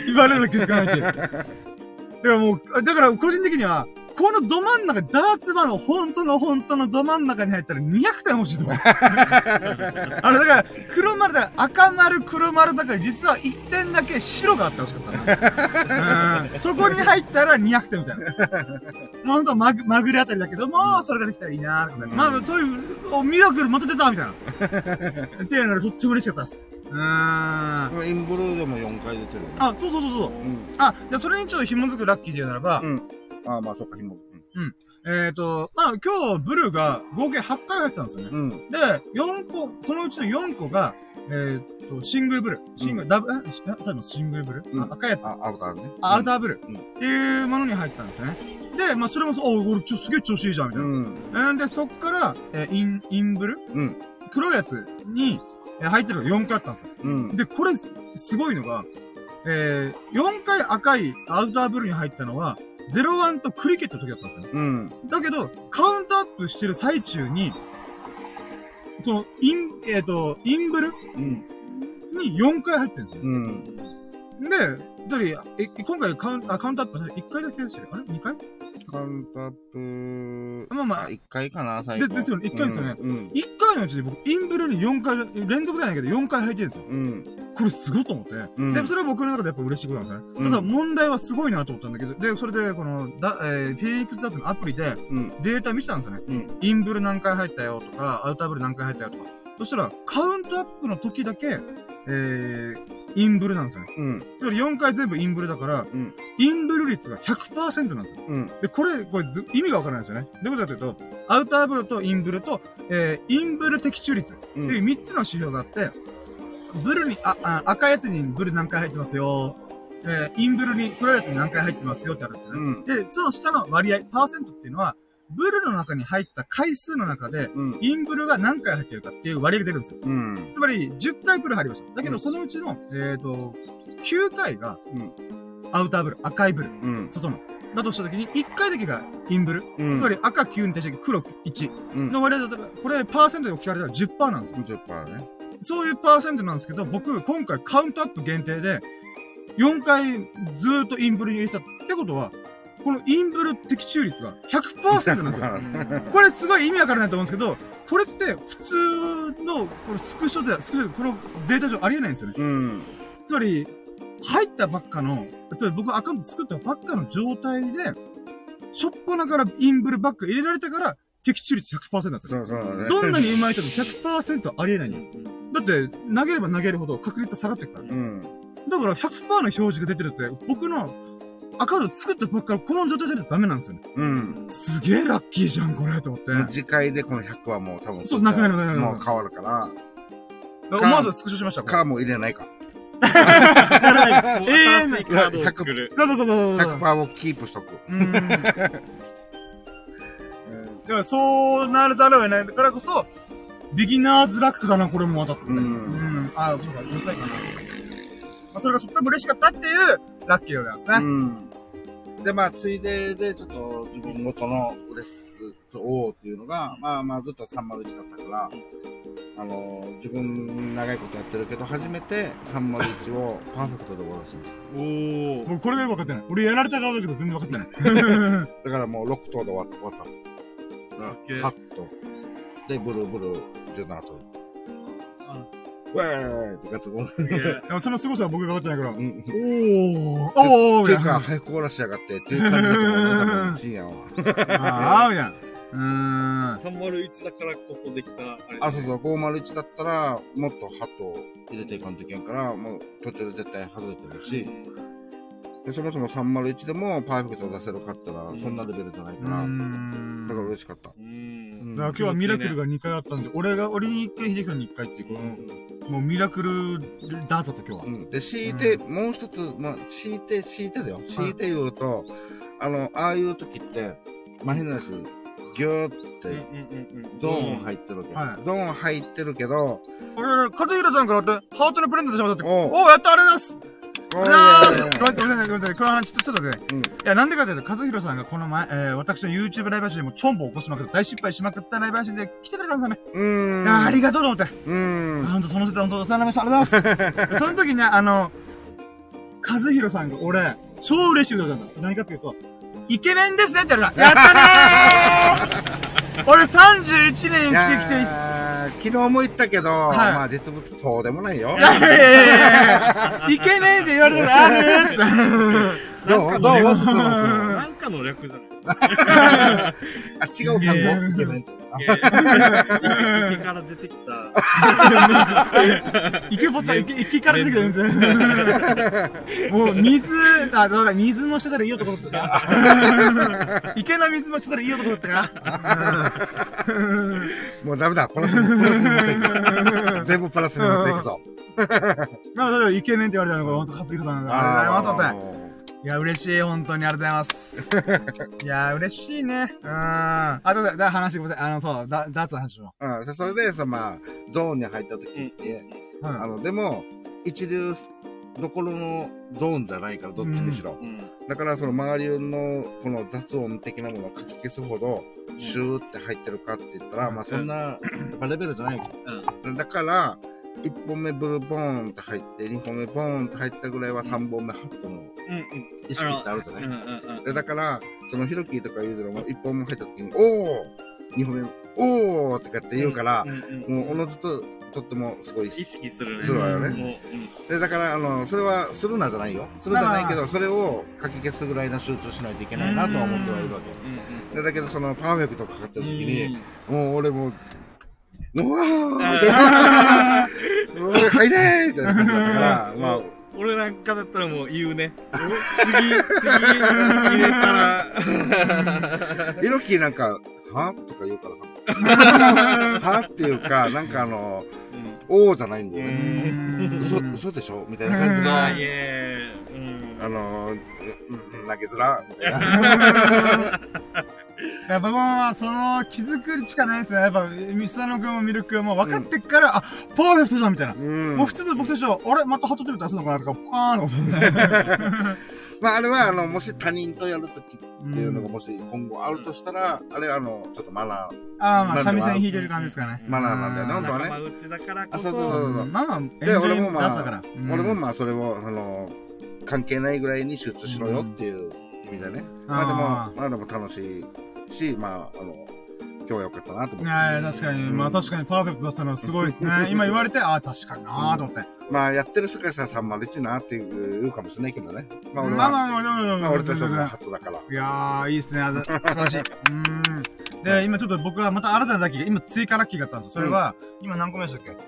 言われるの気づかないっていう。だからもう、だから個人的には、このど真ん中、ダーツバーの本当の本当のど真ん中に入ったらにひゃくてん欲しいと思う。あれだから、黒丸だ、赤丸、黒丸だから実はいってんだけ白があって欲しかったな。うん。そこに入ったらにひゃくてんみたいな。もうほんとまぐ、まぐれあたりだけども、それができたらいいなーとか、ね。まあ、そういう、お、ミラクルまた出たみたいな。っていうのがとっても嬉しかったです。うーん。 インブルでもよんかい出てる、ね。 あ、そうそうそうそう。うん、あ、じゃあそれにちょっと紐づくラッキーで言うならば、うん。 ああ、まあ、そっか、紐。 うん。えっ、ー、と、まあ、今日、ブルーが合計はちかい入ってたんですよね。うん。で、よんこ、そのうちのよんこが、えっ、ー、と、シングルブル。シングル、うん、ダブ、え、多分シングルブル、うん、赤いやつ。 あ、アウターね。 あ、アウターブル。うん。っていうものに入ったんですよね。で、まあ、それもそう、お、俺、ちょ、すげえ調子いいじゃん、みたいな。うん。んで、そっから、えー、イン、インブル。うん。黒いやつに、えー、入ってるのがよんかいあったんですよ。うん。で、これす、すごいのが、えー、よんかい赤いアウターブルに入ったのは、ゼロワンとクリケットの時だったんですよ。うん。だけど、カウントアップしてる最中に、この、イン、えっ、ー、と、インブル、うん、によんかい入ってるんですよ。うん。で、つまり、え、今回カウント、あ、カウントアップいっかいだけでしたよ。あれ ?に 回カウントアップ、 まあまあ。 いっかいかな、最後。 で、ですよね。いっかいですよね。うん。いっかいのうちに僕、インブルによんかい、連続じゃないけどよんかい入ってるんですよ。うん。これすごいと思って。うん。で、それは僕の中でやっぱ嬉しいことなんですよね。うん、ただ問題はすごいなと思ったんだけど、で、それで、この、だ、えー、フィリックスダーツのアプリで、うん。データ見せたんですよね。うん。インブル何回入ったよとか、アウターブル何回入ったよとか。そしたら、カウントアップの時だけ、えー、インブルなんですよね。うん。つまりよんかい全部インブルだから、うん。インブル率が ひゃくパーセント なんですよ。うん。で、これ、これず、意味がわからないですよね。どういうことかというと、アウターブルとインブルと、えー、インブル的中率っていうみっつの指標があって、ブルに、あ、あ赤いやつにブル何回入ってますよ。えー、インブルに黒いやつに何回入ってますよってあるんですよね。うん。で、その下の割合、パーセントっていうのは、ブルの中に入った回数の中で、うん、インブルが何回入ってるかっていう割合が出るんですよ。うん、つまり、じゅっかいブル入りました。だけど、そのうちの、えっと、きゅうかいが、うん、アウターブル、赤いブル、うん、外の。だとしたときに、いっかいだけがインブル。うん、つまり、赤きゅうに対して黒いちの割合だったら、これ、パーセントで置き換えたら じゅっパーセント なんですよ。 じゅっパーセント ね。 そういうパーセントなんですけど、僕、今回カウントアップ限定で、よんかいずーっとインブルに入れてたってことは、このインブル的中率が ひゃくパーセント なんですよ。これすごい意味わからないと思うんですけど、これって普通の、このスクショで、スクショで、このデータ上ありえないんですよね。うん、つまり、入ったばっかの、つまり僕アカウント作ったばっかの状態で、しょっぱなからインブルばっか入れられたから、的中率 ひゃくパーセント なんですよ。そうそうね。どんなに上手い人でも ひゃくパーセント ありえないんだよ。 だって、投げれば投げるほど確率は下がっていくからね。うん。だから ひゃくパーセント の表示が出てるって、僕のアカウント作ったばっからこの状態じゃダメなんですよね。うん。すげえラッキーじゃん、これ、と思って。 次回でこのひゃくはもう多分。 そう、なくなるなくなる。 もう変わるから。 思わずスクショしました。 カーも入れないか。 永遠にカードを作る。 そうそうそうそう。 ひゃくパーセント をキープしとく。うん。だからそうなるだろうね。だからこそ、ビギナーズラックだな、これも当たって。うん。うん。あ、そうか、うるさいかな。まあ、それがとっても嬉しかったっていうラッキーでございますね。うん。 で、まあ、ついでで、ちょっと自分ごとの嬉しく、おーっていうのが、まあまあ、ずっとさんまるいちだったから、あのー、自分長いことやってるけど、初めてさんまるいちをパーフェクトで終わらせました。 おー。僕これが分かってない。俺やられた側だけど全然分かってない。 だからもうろく投で終わった。終わったはち投。で、ブルーブルーじゅうなな投。ウェーイってガッツゴー。 でもその凄さは僕が分かってないから。うん、おー。 おーっていうか、早く終わらしやがってっていう感じだと思うね、多分、深夜は。 ああ、みたいな。うーん。さんまるいちだからこそできた、あれ。 あ、そうそう、ごまるいちだったら、もっとハットを入れていかんといけんから、もう途中で絶対外れてるし、でそもそもさんまるいちでもパーフェクト出せるかったら、そんなレベルじゃないから、だから嬉しかった。 だから今日はミラクルがにかいあったんで、俺が、俺にいっかい、秀樹さんにいっかいっていう、この、もうミラクルダートと今日は。うん、 で、強いて、もう一つ、まあ、強いて、強いてだよ。強いて言うと、あの、ああいう時って、まあ、変な話、ギューって、ゾーン入ってるわけ。はい、ゾーン入ってるけど、 あれ、和弘さんからって、ハートのプレゼントしましたって。おお、やった、ありがとうございます。ありがとうございます。ごめんなさい、ごめんなさい。この話、ちょっとですね。うん、いや、なんでかというと、和弘さんがこの前、えー、私の YouTube ライブ配信でもチョンボを起こしまくった、大失敗しまくったライブ配信で来てくれたんですよね。うーん。ありがとうと思って。うーん。ほんと、その説はほんとお世話になりました。ありがとうございます。その時にね、あの、和弘さんが俺、超嬉しいことだったんですよ。何かっていうと、イケメンですねって言われた。やったねー俺さんじゅういちねん生きてきて、 昨日も言ったけど、はい、まあ実物そうでもないよ。 いやいやいやいやイケメンって言われたらあるって。 どうどうなんかの略じゃないあ、違う単語イケメンって。 池から出てきた。 池ポタ、池、池から出てきたんですよ。もう水、あ、そうだ、水もしてたらいい男だったか。池の水もしてたらいい男だったか。 もうダメだ、プラスに、プラスに持っていく。全部プラスに持っていくぞ。 まあ、だからイケメンって言われたのが、ほんと、勝弘さんが。ありがとうございます。いや、嬉しい、本当にありがとうございます。いや、嬉しいね。うん。あ、どうだ、だ、話、ごめんなさい。あの、そう、だ、ダーツの話を。 うん。それで、さ、まあ、ゾーンに入った時って、うん、あの、でも、一流どころのゾーンじゃないから、どっちにしろ。うん、だから、その周りの、この雑音的なものをかき消すほど、シューって入ってるかって言ったら、うん、まあ、そんな、やっぱレベルじゃないわけ。うん、だから、いっぽんめブルボーンって入って、にほんめボーンって入ったぐらいはさんぼんめハットの意識ってあるじゃない、うんうん、でだから、そのヒロキとか言うのもいっぽんめ入った時に、おーにほんめ、おーってかって言うから、もうおのずととってもすごい意識するね。 するわよね。で、だから、あの、それはするなじゃないよ。するじゃないけど、それをかき消すぐらいの集中しないといけないなとは思ってはいるわけ。で、だけど、そのパーフェクトかかってる時に、もう俺も、うわー入れーみたいな感じだったから、まあ、 俺なんかだったらもう言うね。次、次入れたら。 イロキなんか、はとか言うからさ。はっていうか、なんかあの、おーじゃないんだよね。嘘、嘘でしょみたいな感じの。あの、投げづらみたいな。 やっぱまあ、その、気づくしかないですね。やっぱ、ミスターの君もミルク君も分かってっから、うん、あ、パーフェクトじゃんみたいな。うん、もう普通で僕最初、あれまたハットトリップ出すのかなとか、ポカーンのことね。 まあ、あれは、あの、もし他人とやるときっていうのがもし今後あるとしたら、うん、あれ、あの、ちょっとマナー。ああ、まあ、三味線弾いてる感じですかね。 マナーなんだよね、本当はね。 仲間内だからこそ。 あ、そうそうそうそう。 まあまあ、 で、俺もまあ、うん、俺もまあ、それを、あの、関係ないぐらいに集中しろよっていう意味でね。うん、まあでも、まあでも楽しい。し、まあ、あの、今日は良かったなと思って。いやいや、確かに、うん、まあ確かにパーフェクト出したのはすごいですね。今言われて、ああ、確かになーと思って。 うん、まあ、やってる人からしたらさんまるいちなって言うかもしれないけどね。まあ、俺は、 まあまあまあまあまあ、 まあ、俺としては初だから。 いやー、いいですね。素晴らしい。うん。で、今ちょっと僕はまた新たなラッキーが、今追加ラッキーがあったんですよ。それは、うん、今何個目でしたっけ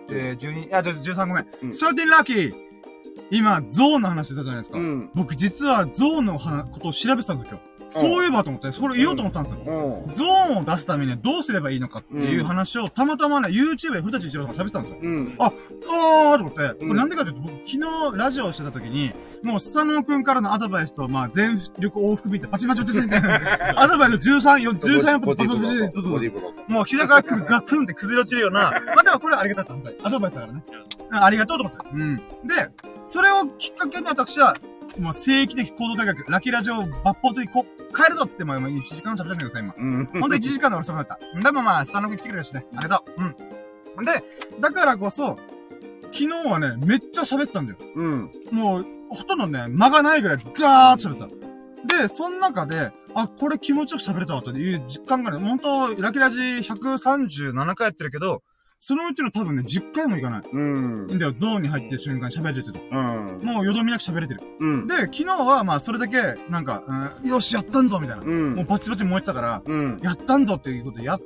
えー、じゅうに、あ、じゅうさんごめん。うん、じゅうさんラッキー今、ゾーンの話してたじゃないですか。うん、僕実はゾーンのことを調べてたんですよ、今日。そういえばと思って、それ言おうと思ったんですよ。うん、ゾーンを出すためにはどうすればいいのかっていう話を、たまたまね、YouTube で古舘一郎さんが喋ってたんですよ。うん、あ、あーと思って、これなんでかっていうと、僕昨日ラジオをしてた時に、もうスサノオくんからのアドバイスと、まあ、全力往復ビート、パチパチパチパチって、アドバイスじゅうさん、よん、じゅうさん、よん発パチパチパチって、もう膝がガクンって崩れ落ちるような、まあでもこれはありがたかった、本当に。アドバイスだからね。ありがとうと思って。うん。で、それをきっかけに私は、もう正規的行動改革、ラキラジオを抜法的にこ変えるぞっつっても、いちじかん喋ってんだけどさ、今。うん。ほんといちじかんで俺そうなった。でもまあ、スタノくん来てくれたしね。ありがとう。うん。で、だからこそ、昨日はね、めっちゃ喋ってたんだよ。うん。もう、ほとんどね、間がないぐらい、ザーッと喋ってた。で、その中で、あ、これ気持ちよく喋れたわという実感がね、ほんと、ラキラジひゃくさんじゅうななかいやってるけど、そのうちの多分ね、じゅっかいもいかない。うん。いいんだよ、ゾーンに入ってる瞬間に喋れてると。うん。もうよどみなく喋れてる。うん。で、昨日はまあそれだけ、なんか、うん、よし、やったんぞみたいな。うん。もうバチバチ燃えてたから、うん。やったんぞっていうことでやって、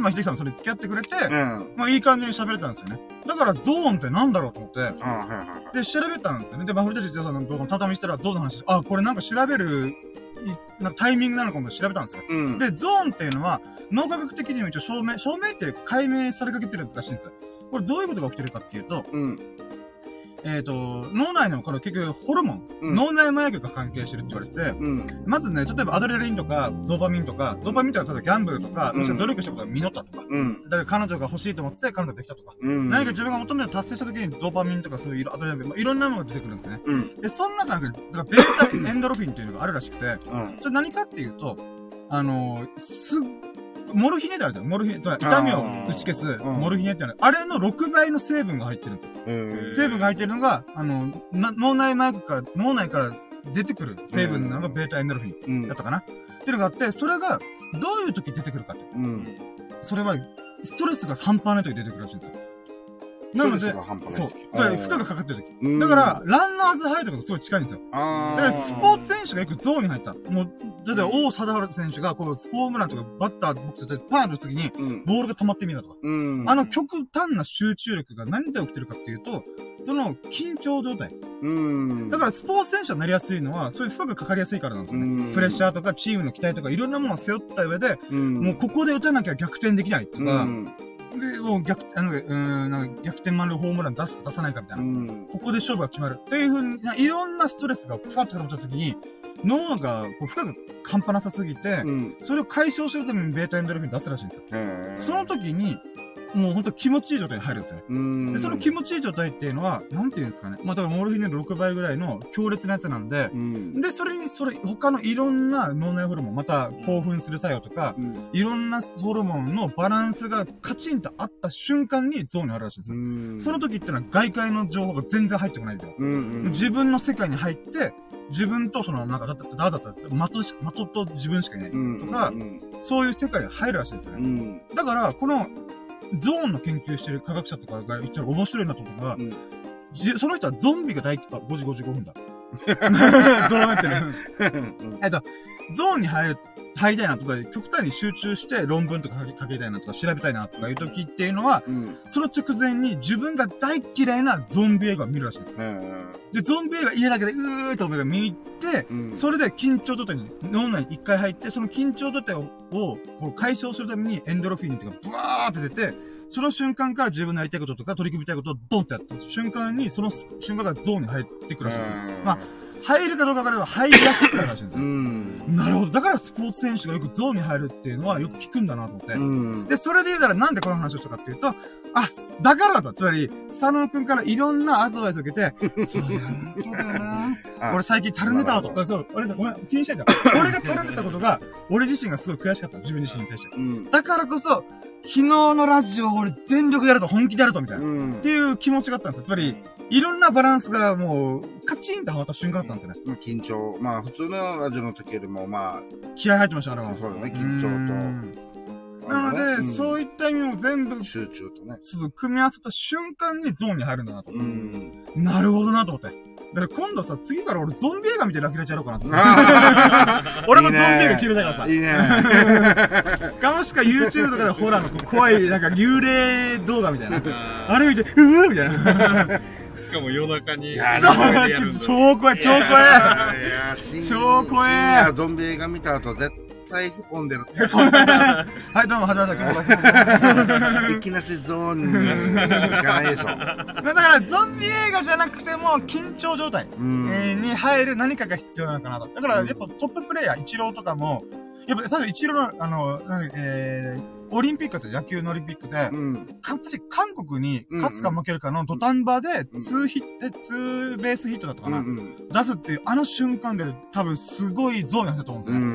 まあ、ひできさんもそれ付き合ってくれて、うん。まあいい感じに喋れたんですよね。だからゾーンってなんだろうと思って、うん、はいはいはい。で、調べたんですよね。で、まあ、古舘一郎さんの動画の畳したらゾーンの話、あ、これなんか調べる、なんかタイミングなのかも調べたんですよ。うん。で、ゾーンっていうのは、脳科学的にも一応証明、証明って解明されかけてるらしいんですよ。これどういうことが起きてるかっていうと、うん、えっと、脳内のこれ結局ホルモン、うん、脳内麻薬が関係してるって言われてて、うん、まずね、例えばアドレナリンとかドーパミンとか、ドーパミンとか例えばギャンブルとか、もしくは努力したことが実ったとか、うん、だから彼女が欲しいと思って彼女ができたとか、うん、何か自分が求めて達成した時にドーパミンとかそういうアドレナリン、まあ、いろんなものが出てくるんですね。うん、で、そんな中で、だからベータエンドロフィンっていうのがあるらしくて、うん、それ何かっていうと、あのー、すっモルヒネってあるじゃん。モルヒネ、つまり痛みを打ち消す、モルヒネってある。あれのろくばいの成分が入ってるんですよ。成分が入ってるのが、あの、脳内麻薬から、脳内から出てくる成分なのがベータエンドロフィンだったかな、っていうのがあって、それがどういう時出てくるかって。うん、それは、ストレスが半端ない時出てくるらしいんですよ。なので、そう。それ、負荷がかかってる時。だから、ランナーズハイとかとすごい近いんですよ。だから、スポーツ選手がよくゾーンに入った。もう、例えば、王貞治選手が、こう、ホームランとかバッターボックスでパーンの時に、ボールが止まってみたとか。あの、極端な集中力が何で起きてるかっていうと、その、緊張状態。だから、スポーツ選手がなりやすいのは、そういう負荷がかかりやすいからなんですよね。プレッシャーとか、チームの期待とか、いろんなものを背負った上で、もう、ここで打たなきゃ逆転できないとか、で、もう逆、あの、うーん、なんか逆転満塁ホームラン出すか出さないかみたいな。うん、ここで勝負が決まる。っていうふうに、いろんなストレスがふわっとかかった時に、脳が、こう、負荷が半端なさすぎて、うん、それを解消するためにベータエンドルフィン出すらしいんですよ。その時に、もうほんと気持ちいい状態に入るんですよね。で、その気持ちいい状態っていうのは、なんていうんですかね。まあ、だからモルフィネのろくばいぐらいの強烈なやつなんで、うん、で、それに、それ、他のいろんな脳内ホルモン、また興奮する作用とか、うん、いろんなホルモンのバランスがカチンとあった瞬間にゾーンにあるらしいんですよ。うん、その時ってのは外界の情報が全然入ってこないんだよ。うんうん、自分の世界に入って、自分とその、なんか、だったら、だったら、的し、的と自分しかいないとか、うんうん、そういう世界に入るらしいんですよね。うん、だから、この、ゾーンの研究してる科学者とかが一番面白いなと思ったのが、うん、その人はゾンビが大、あ、ごじごじゅうごふんだ。ゾロ目ってる。えっと、ゾーンに入る、入りたいなとか、極端に集中して論文とか書きたいなとか、調べたいなとかいう時っていうのは、うん、その直前に自分が大嫌いなゾンビ映画を見るらしいんです。うん、で、ゾンビ映画家だけで、うーっと見入って、うん、それで緊張状態に、脳内に一回入って、その緊張状態を、をこう解消するためにエンドロフィンっていうか、ブワーって出て、その瞬間から自分のやりたいこととか取り組みたいことをドンってやった瞬間に、その瞬間からゾーンに入ってくるらしいんですよ。まあ、入るかどうかからは入りやすくなるらしいんですよ。うん、なるほど。だからスポーツ選手がよくゾーンに入るっていうのはよく聞くんだなと思って。うん、で、それで言うたらなんでこの話をしたかっていうと、あ、だからだと。つまり、佐野くんからいろんなアドバイスを受けて、そうだよな、そうだよな。俺最近たるんでたわと。そう、俺、ごめん、気にしないじゃん。俺がたるんでたことが、俺自身がすごい悔しかった。自分自身に対して。うん、だからこそ、昨日のラジオは俺全力でやるぞ、本気でやるぞ、みたいな、うん。っていう気持ちがあったんですよ。つまり、いろんなバランスがもう、カチンとはまった瞬間だったんですよね。 緊張。まあ、普通のラジオの時よりも、まあ。 気合入ってました、あれは。 そうだね、緊張と。なので、うん、そういった意味も全部、 集中とね。 そう、組み合わせた瞬間にゾーンに入るんだなと。うん、なるほどなと思って。 だから今度さ、次から俺ゾンビ映画見てラキレちゃろうかなと思って。俺もゾンビ映画嫌いだからさ。 いいね。 かもしか YouTube とかでホラーの怖い、なんか幽霊動画みたいな。あれ見て、うぅみたいな。 しかも夜中に。 超怖い、超怖い。超怖い。 いや、ゾンビ映画見た後絶対へこんでる。 はい、どうも、はじめまして。 いきなしゾーンに行かないでしょ。だから、ゾンビ映画じゃなくても、緊張状態に入る何かが必要なのかなと。だから、やっぱトッププレイヤー、イチローとかも、やっぱ、最初イチローの、あの、えー、オリンピックって野球のオリンピックで、うん、私、韓国に勝つか負けるかの土壇場で、ツーヒット、ツーベースヒットだったかな、うんうん、出すっていう、あの瞬間で多分すごいゾーンに入ったと思うんですよね。うん、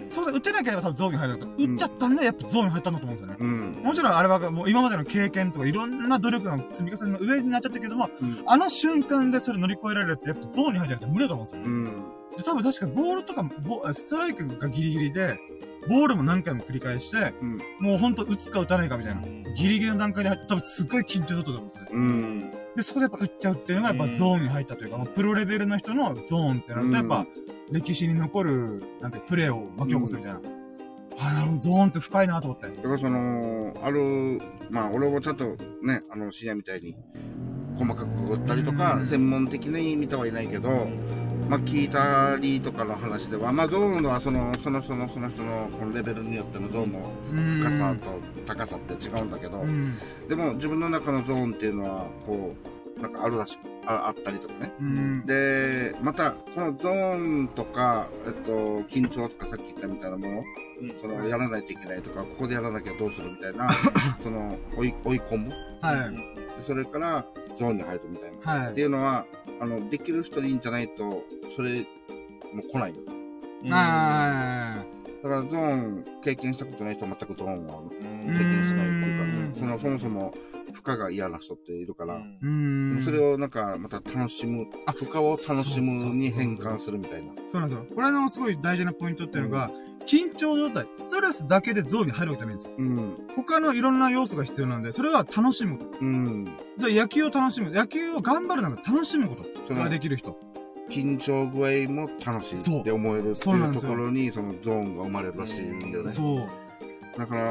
そう打てなければ多分ゾーンに入ると。打っちゃったんで、やっぱゾーンに入ったんだと思うんですよね。うん、もちろんあれはもう今までの経験とかいろんな努力の積み重ねの上になっちゃったけども、うん、あの瞬間でそれ乗り越えられるって、やっぱゾーンに入っちゃって無理だと思うんですよね。うん、で多分確かにボールとかボ、ストライクがギリギリで、ボールも何回も繰り返して、うん、もうほんと打つか打たないかみたいな。ギリギリの段階で入って、多分すっごい緊張だったと思うんですよ。うん、で、そこでやっぱ打っちゃうっていうのがやっぱゾーンに入ったというか、もうプロレベルの人のゾーンってなると、やっぱ歴史に残る、なんて、プレーを巻き起こすみたいな。うん、あ、なるほど、ゾーンって深いなと思って。 だからその、ある、まあ俺もちょっとね、あの、深夜みたいに細かく打ったりとか、専門的に見てはいないけど、まあ、聞いたりとかの話では、まあ、ゾーンはその、その人の、その人の、このレベルによってのゾーンの深さと高さって違うんだけど、でも自分の中のゾーンっていうのは、こう、なんかあるらしく、あ, あったりとかね。で、また、このゾーンとか、えっと、緊張とかさっき言ったみたいなもの、その、やらないといけないとか、ここでやらなきゃどうするみたいな、その、追い、追い込む。はい。それから、ゾーンに入るみたいな。はい。っていうのは、あの、できる人にじゃないと、それ、もう来ない。ああ。だからゾーン経験したことない人は全くゾーンは経験しないっていうか、その、そもそも負荷が嫌な人っているから、それをなんかまた楽しむ、負荷を楽しむに変換するみたいな。 そうなんですよ。これのすごい大事なポイントっていうのが、緊張状態、ストレスだけでゾーンに入るわけじゃないんですよ。うん、他のいろんな要素が必要なんで、それは楽しむこと。うん、じゃあ野球を楽しむ。野球を頑張るのが楽しむことができる人。 緊張具合も楽しいって思えるっていうところに、そのゾーンが生まれるらしいんだよね。そう。だから、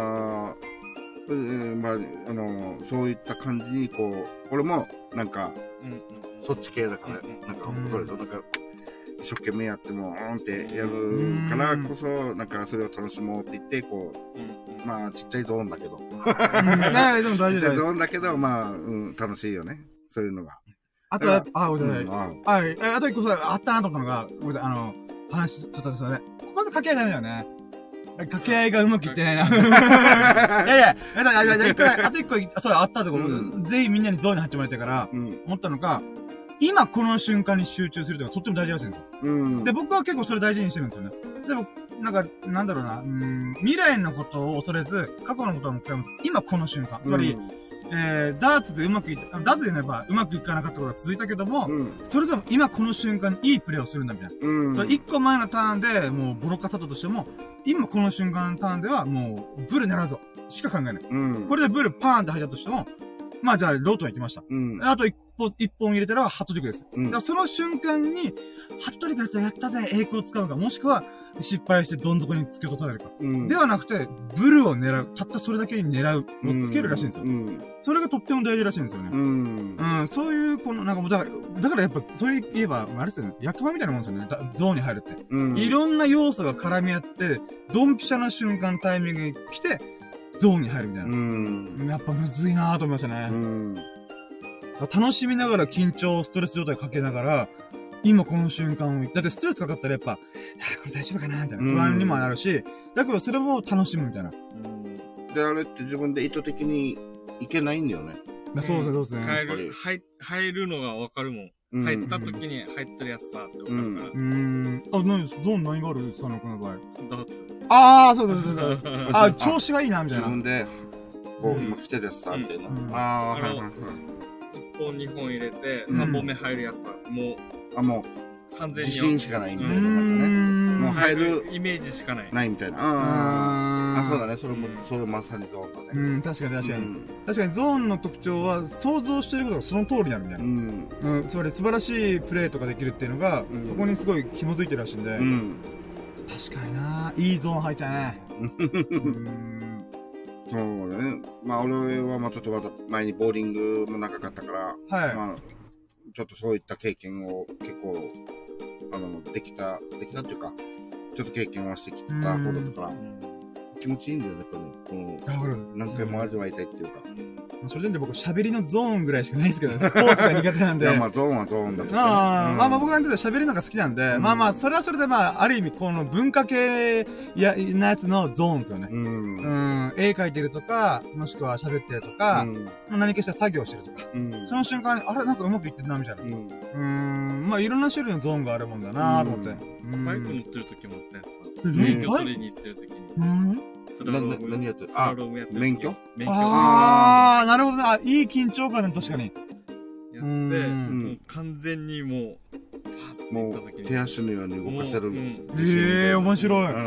えー、まあ、あの、そういった感じに、こう、俺も、なんか、うん、そっち系だから、うん、なんか、わかるぞ、なんか、一生懸命やっても、うんってやるからこそ、なんかそれを楽しもうって言って、こう、まあ、ちっちゃいゾーンだけど。ちっちゃいゾーンだけど、まあ、うん、楽しいよね。そういうのが。 あとは、あ、ごめんなさい。はい。あと一個さ、あったなと思ったのが、ごめんなさい、あの、話、ちょっとですよね。ここで掛け合いダメだよね。掛け合いがうまくいってないな。いやいや、いやいや、一回、あと一個、そう、あったってこと、全員みんなにゾーンに入ってもらいたいから、思ったのが、今この瞬間に集中するってのがとっても大事らしいんですよ。うん。で、僕は結構それ大事にしてるんですよね。でも、なんか、なんだろうな、うん、未来のことを恐れず、過去のことを向かいます。今この瞬間。つまり、うん、えー、ダーツでうまくいった、ダーツで言えばうまくいかなかったことが続いたけども、うん、それでも今この瞬間にいいプレーをするんだみたいな。うん。それ一個前のターンでもうボロッカサットとしても、今この瞬間のターンではもう、ブル狙うぞしか考えない。うん。これでブルパーンって入ったとしても、まあじゃあ、ロートは行きました。うん。あと一本、一本入れたら、ハットトリックです。うん。だからその瞬間に、ハットトリックやったらやったぜ、栄光を使うか、もしくは、失敗してどん底に突き落とされるか。うん。ではなくて、ブルを狙う。たったそれだけに狙う。をつけるらしいんですよ。うん。それがとっても大事らしいんですよね。うん。うん。そういう、この、なんかもう、だから、だからやっぱ、それ言えば、あれですよね。役場みたいなもんですよね。ゾーンに入るって。うん。いろんな要素が絡み合って、ドンピシャな瞬間、タイミングに来て、ゾーンに入るみたいな。うん。やっぱむずいなぁと思いましたね。うん。楽しみながら緊張、ストレス状態かけながら、今この瞬間を、だってストレスかかったらやっぱ、これ大丈夫かなみたいな不安にもなるし、だけどそれも楽しむみたいな。 うん。で、あれって自分で意図的にいけないんだよね。 まあ、そうですね、そうですね。 入る、入、入るのがわかるもん。入った時に入ってるやつさってわかるから。うーん。 あ、何ゾーン何がある佐野くんの場合。 ダーツ。 ああ、そうそうそうそう。あ、調子がいいな、みたいな。 自分で、こう、今来てるやつさ、みたいな。ああ、はいはいはい。 いっぽんにほん入れて、さんぼんめ入るやつさ、もう。 あ、もう、 完全に。 自信しかないみたいな。もう入る。 イメージしかない。 ないみたいな。ああ。 あ、そうだね。それも、それまさにゾーンだね。 うん、確かに確かに。確かにゾーンの特徴は、想像してることがその通りになるみたいな。うん。うん、つまり素晴らしいプレーとかできるっていうのが、そこにすごい紐づいてるらしいんで。うん。確かにないいゾーン入ったね。 そうだね。まあ俺はまあちょっとまた前にボーリングも長かったから、はい。まあ、ちょっとそういった経験を結構、あの、できた、できたっていうか、ちょっと経験はしてきてた方だったから、気持ちいいんだよね、やっぱね。この、何回も味わいたいっていうか。 それで僕、喋りのゾーンぐらいしかないですけど、スポーツが苦手なんで。 いや、まあ、ゾーンはゾーンだとして、ね。 ああ、まあまあ僕なんて喋るのが好きなんで、うん、まあまあ、それはそれでまあ、ある意味、この文化系や、なやつのゾーンですよね。うん。うん、絵描いてるとか、もしくは喋ってるとか、うん、何かした作業してるとか、うん、その瞬間に、あれ、なんかうまくいってるな、みたいな。うん。うん、まあ、いろんな種類のゾーンがあるもんだなと思って。 うん、バイク乗ってる時もあったやつさ。免許取りに行ってる時に。うんスラローム。何やってるあ、免許免許ああ、なるほどね。あ、いい緊張感ね、確かに。 やって、もう完全にもう、もう、手足のように動かせる。 ええ、面白い。うん。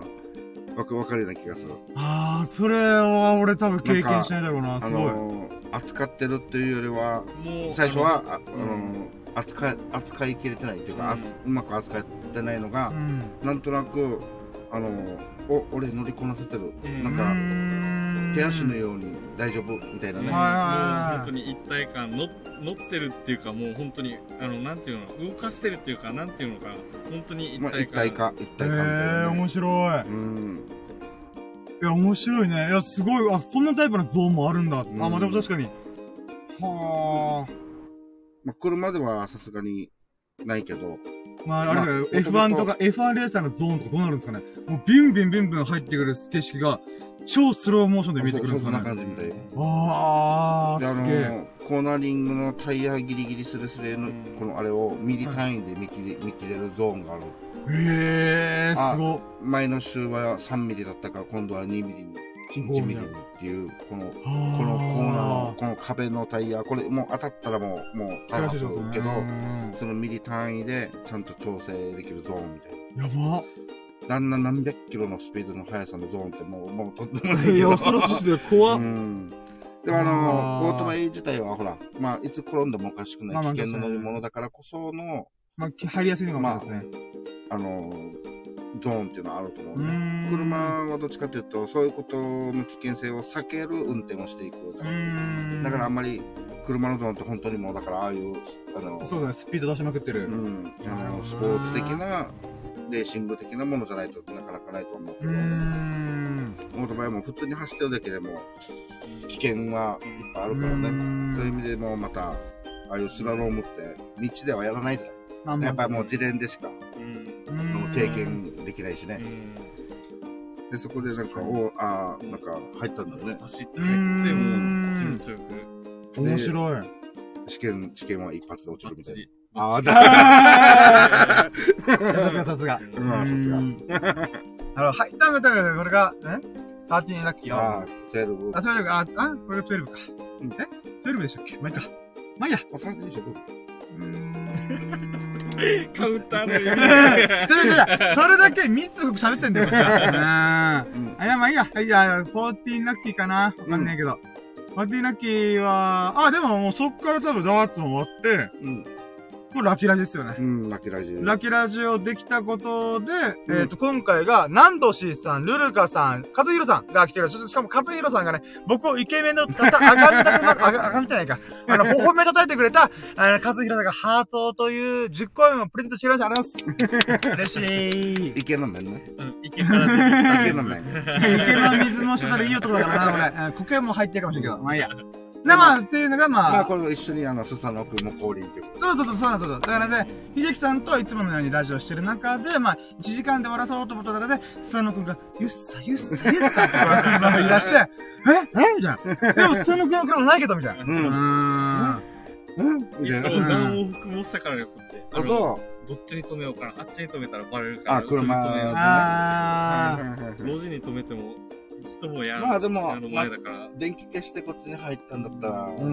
わか、わかるような気がする。 ああ、それは俺多分経験しないだろうな、すごい。 扱ってるっていうよりは、最初は、あの、扱い、扱いきれてないっていうか、うまく扱ってないのが、なんとなく、あの、お、俺乗りこなせてる。なんか、手足のように大丈夫みたいなね。もう本当に一体感、の乗ってるっていうか、もう本当に、あの、なんていうの、動かしてるっていうか、なんていうのか、本当に一体感。 一体化、一体化みたいな、ね。 えー、面白い。うん。いや、面白いね。いや、すごい。あ、そんなタイプのゾーンもあるんだ。あ、まあでも確かに。はあ。 まあ、車ではさすがにないけど、 まあ、あれだよ、エフワン とか エフワン レーサーのゾーンとかどうなるんですかね。もうビュンビュンビュンビュン入ってくる景色が、超スローモーションで見えてくるんですかね。 そんな感じみたい。 あー、すげえ。 コーナリングのタイヤギリギリスレスレの、このあれをミリ単位で見切れ、見切れるゾーンがある。 へえー、すご。 前の週はさんミリだったから、今度はにミリに。いちミリにっていう、この、このコーナーの、この壁のタイヤ、これもう当たったらもう、もう、タイヤするけど、そのミリ単位でちゃんと調整できるゾーンみたいな。 やば。 だんだん何百キロのスピードの速さのゾーンってもう、もうとってもないけど。 いや、恐ろしいですよ、怖っ。 でもあの、オートバイ自体はほら、まあ、いつ転んでもおかしくない危険な乗り物だからこその、 まあ、入りやすいのがですね。 あの、ゾーンっていうのはあると思うね。車はどっちかというと、そういうことの危険性を避ける運転をしていくじゃない。だからあんまり、車のゾーンって本当にもう、だからああいう、あの、 そうだね、スピード出しまくってる。うん。 あの、スポーツ的な、レーシング的なものじゃないとなかなかないと思うけど、オートバイも普通に走ってるだけでも、危険はいっぱいあるからね。そういう意味でもまた、ああいうスラロームって、道ではやらないじゃない。やっぱりもう自伝でしか、経験できないしね。で、そこでなんか、おああ、なんか入ったんだよね。 走って入っても気持ちよく。面白い。 試験、試験は一発で落ちるみたいな。 ああ、ださすがさすが。 うん、さすが。 あの、はい、ダメダメ、これが、えじゅうさんラッキーよ。 ああ、じゅうに。 あ、じゅうに、あ、あ、これがじゅうにか。え ?じゅうに でしたっけまあいいか。まあいいや。 あ、さんじゅうにでしょうーん。カウンターの意味。ちょちょちょ、それだけみっつ僕喋ってんだよ、こっちは。うん。あ、いや、まあいいや。いや、じゅうよんラッキーかな。わかんないけど。じゅうよんラッキーは、あ、でももうそっから多分ダーツも終わって、うん。もうラッキーラジですよね。 うん、ラッキーラジ。 ラッキーラジをできたことで、うん、えっ、ー、と、今回が、ナンドシーさん、ルルカさん、カズヒロさんが来てる。ちょっと、しかもカズヒロさんがね、僕をイケメンの、たた、あがめたくな、あが、あがめてないか。あの、ほほめ叩いてくれた、あの、カズヒロさんがハートというじゅっこえんをプレゼントしてくれました。ありがとうございます。嬉しい。 池の面ね。 うん、池から出てきた。 池の面。 池の水もしてたらいい男だからな、これ。コケも入ってるかもしれんけど。まあいいや。で、まあ、っていうのが、まあ。 まあ、これ一緒に、あの、スサノクも降臨っていうこと。 そうそうそう、そうなんですよ。だからね、秀樹さんといつものようにラジオしてる中で、まあ、いちじかんで終わらそうと思った中で、スサノクが、ゆっさ、ゆっさ、ゆっさって車が言い出して、ええみたいな。でも、スサノクの車ないけど、みたいな。うん。うーん。うんいつも何往復もしたからね、こっち。 あ、そう。 どっちに止めようかな。あっちに止めたらバレるから。 あ、車。 ああ。 路地に止めても、人もやる。 まあでも、 前だから、 電気消してこっちに入ったんだったら。うん。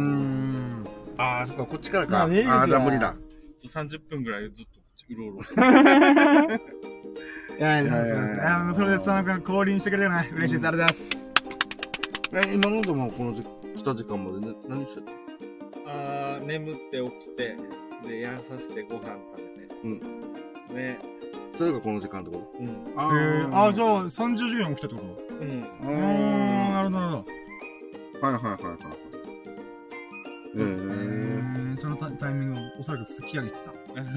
ああ、そっか、こっちからか。ああ、じゃあ無理だ。 さんじゅっぷんぐらいずっとこっちうろうろして。 いやいや、そうですね。あの、それで佐野くん降臨してくれたよね。嬉しいです。ありがとうございます。 え、今のでもこのじ来た時間までね、何してた？ あー、眠って起きて、で、やらさせてご飯食べて。うん。ね。 それがこの時間ってこと？うん。 あー、えー、あ、じゃあさんじゅうじぐらいに起きたってこと？うん。あー、なるほど、なるほど。 はいはいはいはい。 えー、そのタイミングをおそらく突き上げてた。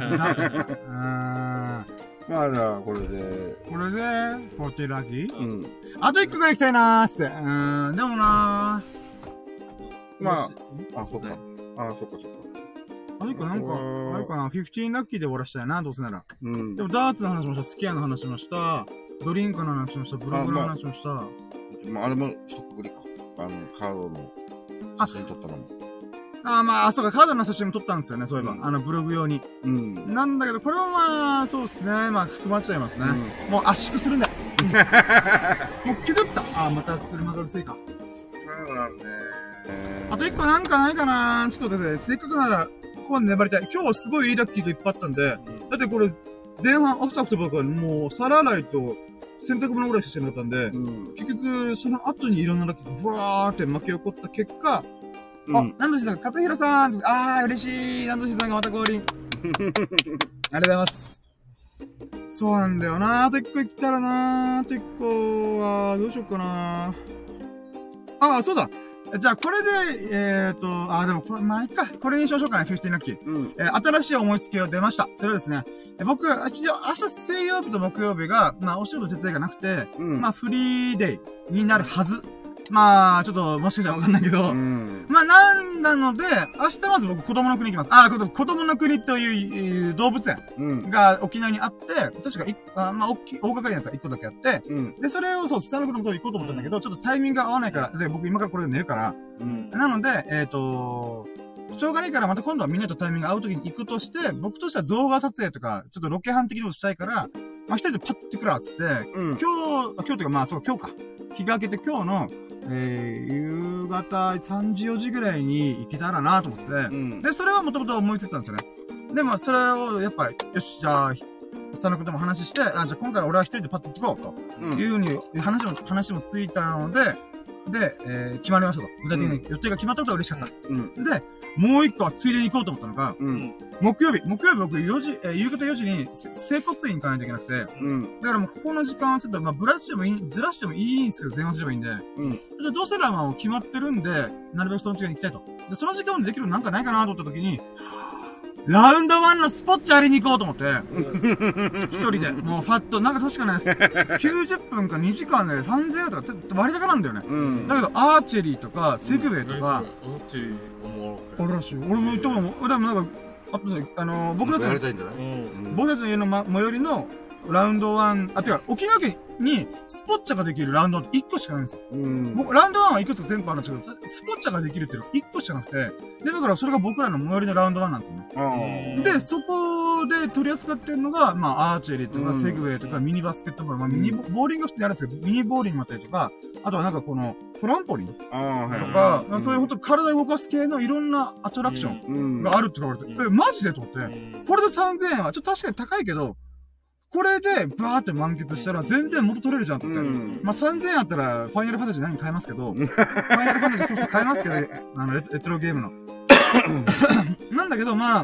あー。まあじゃあ、これで。 これで、フォーティーラッキー？うん。あといっこぐらい行きたいなーっつって。うーん、でもなー。まあ、あ、そっか。あ、そっかそっか。 あといっこなんか、あるかな？じゅうごラッキーで終わらしたいな、どうせなら。うん。でもダーツの話もした、スキヤの話もした、ドリンクの話もした、ブログの話もした。 まあ、あれも一括りか。あの、カードの写真撮ったのも。 ああ、まあ、そうか、カードの写真も撮ったんですよね、そういえば。うん、あの、ブログ用に。うん。なんだけど、これはまあ、そうですね。まあ、含まっちゃいますね。うん、もう圧縮するんだ。うん、もう、キュクッと。ああ、また車がうるせえか。 そうなんね。 あと一個なんかないかな。ちょっと待って、せっかくなら、ここまで粘りたい。今日はすごいいいラッキーがいっぱいあったんで、うん、だってこれ、前半、アフターアフターばっかりもう、皿洗いと、洗濯物ぐらいしかしてなかったんで、うん、結局、その後にいろんなラッキーがブワーって巻き起こった結果、うん、あ、なんとしさん、勝弘さんあー、嬉しいなんとしさんがまた降臨ありがとうございます。そうなんだよなあと一個行ったらなあと一個は、どうしよっかなああ、そうだじゃあ、これで、えーと、あ、でも、これ、まあ、いっか。これにしましょうかね、じゅうごラッキー。うん。えー、新しい思いつきが出ました。それはですね、え僕、明日水曜日と木曜日が、まあ、お仕事手伝いがなくて、うん、まあ、フリーデイになるはず。まあ、ちょっと、もしかしたらわかんないけど、うん、まあ、なんなので、明日まず僕、子供の国行きます。あ、子供の国という、動物園が沖縄にあって、確かい、あまあ、大きい、大掛かりなやつがいっこだけあって、うん、で、それをそう、スタンドのこと行こうと思ったんだけど、ちょっとタイミングが合わないから、で、僕今からこれで寝るから、うん、なので、えっと、しょうがないからまた今度はみんなとタイミングが合う時に行くとして、僕としては動画撮影とか、ちょっとロケハン的なことしたいから、まあ、一人でパッてくらっつって、うん、今日、今日というかまあ、そう、今日か。日が明けて今日の、えー、夕方さんじよじぐらいに行けたらなと思ってて、うん、で、それはもともと思いついてたんですよね。でも、それを、やっぱり、よし、じゃあ、佐野くんとも話して、あ、じゃあ今回は俺は一人でパッと行こう、というふうに話も、話もついたので、で、えー、決まりましたと。具体的に予定が決まったことは嬉しかった。うん、で、もう一個はついでに行こうと思ったのが、うん、木曜日、木曜日僕よじ、えー、夕方よじに整骨院行かないといけなくて、うん、だからもうここの時間はちょっと、まあ、ブラしてもいい、ずらしてもいいんですけど、電話すればいいんで、うん、どうせならまあ決まってるんで、なるべくその時間に行きたいと。で、その時間でできるのなんかないかなと思った時に、ラウンドワンのスポッチャやりに行こうと思って、一人で、もうファッと、なんか確かね、きゅうじゅっぷんかにじかんでさんぜんえんとか割高なんだよね。うん、だけど、アーチェリーとか、セグウェイとか、 うん、アーチェリーおもろくあるらしいよ。俺も行ったことも、でもなんか、ああのー、僕たちの、僕たちの家の、ま、最寄りの、ラウンドワン、あ、てか、沖縄県にスポッチャができるラウンドっていっこしかないんですよ。うん、僕、ラウンドワンはいくつか店舗あるんですけど、スポッチャができるっていうのいっこしかなくて、で、だからそれが僕らの最寄りのラウンドワンなんですよね。で、そこで取り扱ってるのが、まあ、アーチェリーとか、セグウェイとか、ミニバスケットボール、まあ、ミニボ、ボーリング普通にあるんですけど、ミニボーリングもあったりとか、あとはなんかこの、トランポリンとか、はい、そういうほんと体動かす系のいろんなアトラクションがあるって言われて、うん、え、マジでと思って、これでさんぜんえんは、ちょっと確かに高いけど、これで、バーって満喫したら、全然元取れるじゃんって。うん、まあ、さんぜんえんあったら、ファイナルファンタジー何買えますけど、ファイナルファンタジーソフト買えますけど、あのレト、レトロゲームの。なんだけど、まあ、うん、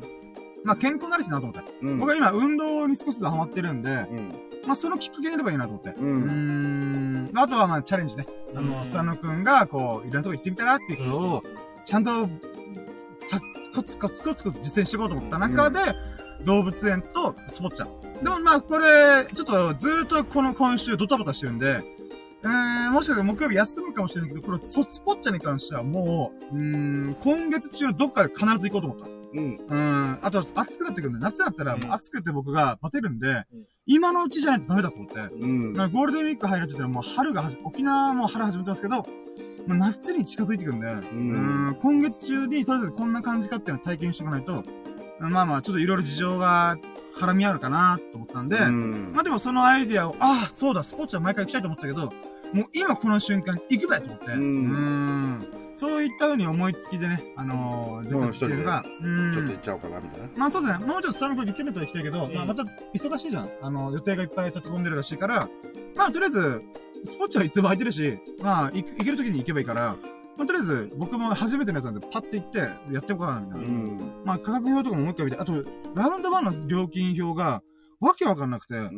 まあ、健康になるしなと思って。うん、僕は今、運動に少しずつハマってるんで、うん、まあ、そのきっかけになればいいなと思って。うん、うーん。あとは、まあ、チャレンジね。あの、佐野くんが、こう、いろんなとこ行ってみたらっていうことを、ちゃんと、コツコツコツコツ実践していこうと思った中で、うん、動物園とスポッチャ。でもまあ、これ、ちょっとずーっとこの今週ドタバタしてるんで、えー、もしかしたら木曜日休むかもしれないけど、これ、スポッチャに関してはもう、うーん、今月中どっかで必ず行こうと思った。うん。うん。あと、暑くなってくるんで、夏だったらもう暑くて僕がバテるんで、うん、今のうちじゃないとダメだと思って。うん。ゴールデンウィーク入るって言ったらもう春がはじ、沖縄も春始めてますけど、もう夏に近づいてくるんで、うん、うん今月中にとりあえずこんな感じかっていうのを体験しておかないと、まあまあ、ちょっといろいろ事情が絡み合うかなと思ったんで、うん、まあでもそのアイディアを、ああ、そうだ、スポーツは毎回行きたいと思ったけど、もう今この瞬間行くべと思って、うん、うーんそういった風に思いつきでね、あのー、出たっていうのが、 うん、ちょっと行っちゃおうかな、みたいな。 まあそうですね。もうちょっとスタンド行ってみると行きたいけど、うん、まあまた忙しいじゃん。あの、予定がいっぱい立ち込んでるらしいから、まあとりあえず、スポッチャはいつでも空いてるし、まあ、行ける時に行けばいいから、まあとりあえず、僕も初めてのやつなんで、パッて行って、やっておこうかな、みたいな。うん、まあ価格表とかももう一回見て、あと、ラウンドワンの料金表が、わけわかんなくて、うん、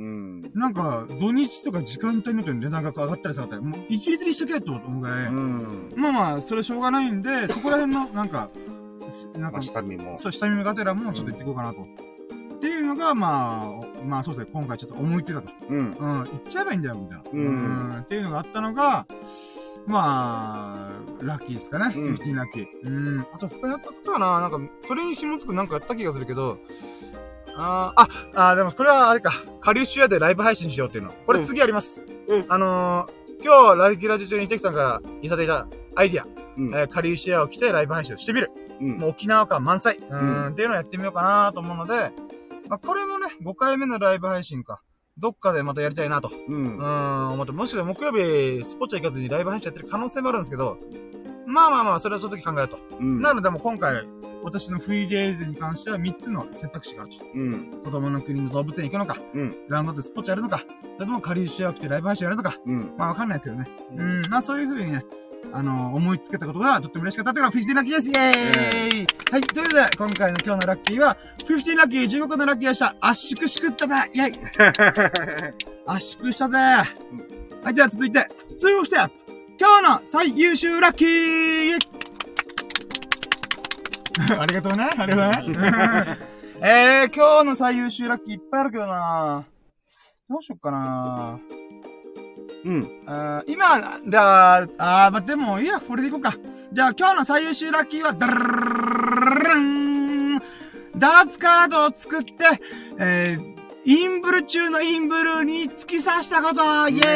なんか、土日とか時間帯によって値段が上がったり下がったり、もう一律にしとけって思うぐらい、うん、まあまあ、それしょうがないんで、そこら辺の、なんか、なんか、まあ、 下見も。 そう、下見がてらもちょっと行っていこうかなと。うん、っていうのが、まあ、まあそうですね、今回ちょっと思いついたと。うん。うん、行っちゃえばいいんだよ、みたいな。うん。うんっていうのがあったのが、まあ、ラッキーですかね。うん、フィフティーンラッキー。うん。あと、他やったことはな、なんか、それに紐つくなんかやった気がするけど、あー、あ、あーでもこれはあれか、カリウシュアでライブ配信しようっていうの。これ次やります。うん。あのー、今日、ライキラジ中にテキさんからいただいたアイディア。うん。えー、カリウシュアを着てライブ配信をしてみる。うん。もう沖縄感満載。うん。っていうのをやってみようかなと思うので、まあ、これもね、ごかいめのライブ配信か。どっかでまたやりたいなと。うん。うん、思って、もしかしたら木曜日、スポッチャ行かずにライブ配信やってる可能性もあるんですけど、まあまあまあ、それはその時考えようと。うん。なので、もう今回、私のフリーデイズに関してはみっつの選択肢があると。うん。子供の国の動物園行くのか。うん。ラウンドでスポッチャやるのか。それともカリウシアを着てライブ配信やるのか。うん。まあわかんないですけどね。うん。うん、まあそういう風にね、あのー、思いつけたことがとっても嬉しかったというのがフィフティーンラッキーです。イェーイ、はい。ということで、今回の今日のラッキーは、フィフティーンラッキーじゅうごこのラッキーでした。圧縮しくったぜイェイ圧縮したぜ、うん、はい。では続いて、ツーステップ今日の最優秀ラッキーありがとうね。ありがとうね。えー、今日の最優秀ラッキーいっぱいあるけどなどうしよっかなうん。あ今、じゃあ、あー、ま、でも、いいや、これでいこうか。じゃあ、今日の最優秀ラッキーは、ダルルルルンダーツカードを作って、えー、インブル中のインブルに突き刺したことイェーイ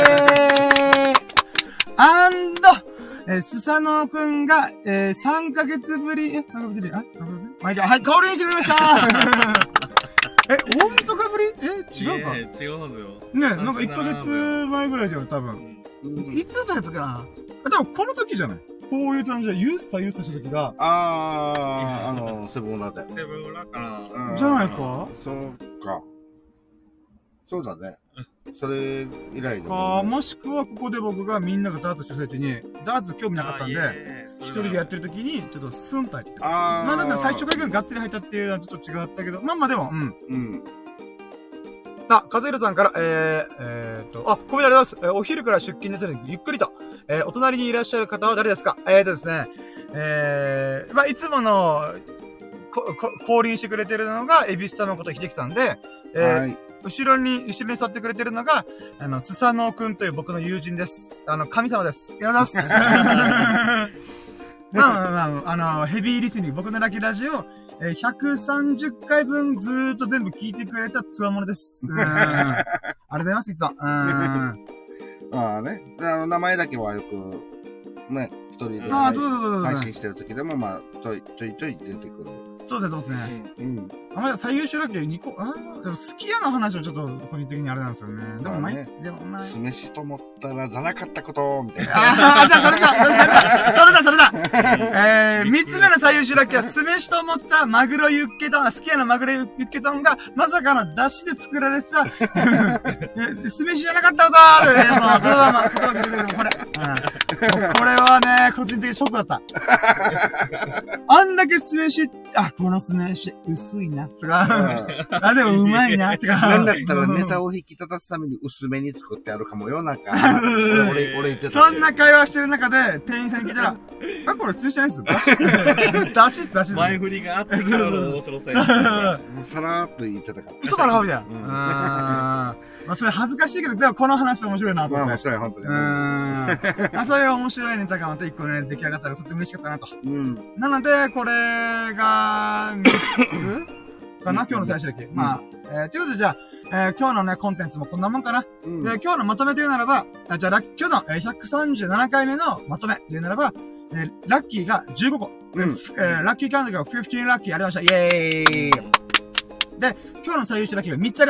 アンド、えー、スサノーくんが、えー、さんかげつぶり、え、さんかげつぶり、あ ?さんかげつぶりまあ、いいや、はい、降臨してくれましたえ、大晦日ぶりえ、違うかいやいや違うんですよ。 ね、なんかいっかげつまえぐらいじゃん、多分。うん、いつだったっけな多分この時じゃないこういう感じで、ユースタユースタした時が。 あー、あの、セブンオラで。 セブンオラかなじゃないかそうか。そうだね。それ以来でも、ね。もしくはここで僕がみんながダーツしてる時に、ダーツ興味なかったんで、一人でやってる時に、ちょっとスンと入ってきた。あまあなんか最初からがっつり入ったっていうのはちょっと違ったけど、まあまあでも、うん。うん。あ、カズエルさんから、えー、えー、っと、あ、コメントありがとうございます。えー、お昼から出勤ですので、ゆっくりと、えー、お隣にいらっしゃる方は誰ですかえーとですね、えー、まあいつもの、こ、こ、降臨してくれてるのが、エビス様こと秀樹さんで、えー、はい。後ろに、後ろに座ってくれてるのが、あの、スサノーくんという僕の友人です。あの、神様です。やだっす。まあまあまあ、あの、ヘビーリスニング、僕のラッキーラジオ、えー、ひゃくさんじゅっかいぶんずーっと全部聞いてくれたつわものです。うん。ありがとうございます、いつも。うん。まあね、あの、名前だけはよく、ね、一人で配信してる時でも、まあ、ちょいちょいちょい出てくる。 そうですね、そうですね。うん。あ、まだ最優秀ラッキーにこ、ああ、でも好きやの話はちょっと個人的にあれなんですよね。でも、まあ、ね、でもまあ。 酢飯と思ったらじゃなかったこと、みたいな。 ああ、じゃあそれじゃ、それだ、それだ、それだ。えー、三つ目の最優秀ラッキーは、酢飯と思ったマグロユッケ丼、好きやのマグロユッケ丼が、まさかの出汁で作られてた、酢飯じゃなかったことーもう、これはまあ、これ、これ。これはね、個人的にショックだった。あんだけ酢飯、あ、この酢飯、薄いな、とか、あ、でもうまいな、とか。 なんだったらネタを引き立たすために薄めに作ってあるかもよ、なんか。俺、俺言ってた。 そんな会話してる中で、店員さんに聞いたら、あ、これ酢飯じゃないっすよ。だしっす。だしっす、だしっす。 前振りがあってからの面白さや。 もうさらーっと言ってたから。 嘘だろ、みたいな。うん。まあ、それ恥ずかしいけど、でもこの話面白いなと思って。 まあ面白い、本当に。うん。 まあ、そういう面白いネタがまた一個ね、出来上がったらとっても嬉しかったなと。うん。なので、これが、みっつかな今日の最初だっけ、うん、まあ、えー、ということでじゃあ、えー、今日のね、コンテンツもこんなもんかな。うん、で、今日のまとめと言うならば、あじゃあ、今日の、えー、ひゃくさんじゅうななかいめのまとめと言うならば、えー、ラッキーがじゅうごこ。うん、えー、ラッキーカウントがじゅうごラッキーありました。イェーイで、今日の最優秀ラッキーがみっつありました。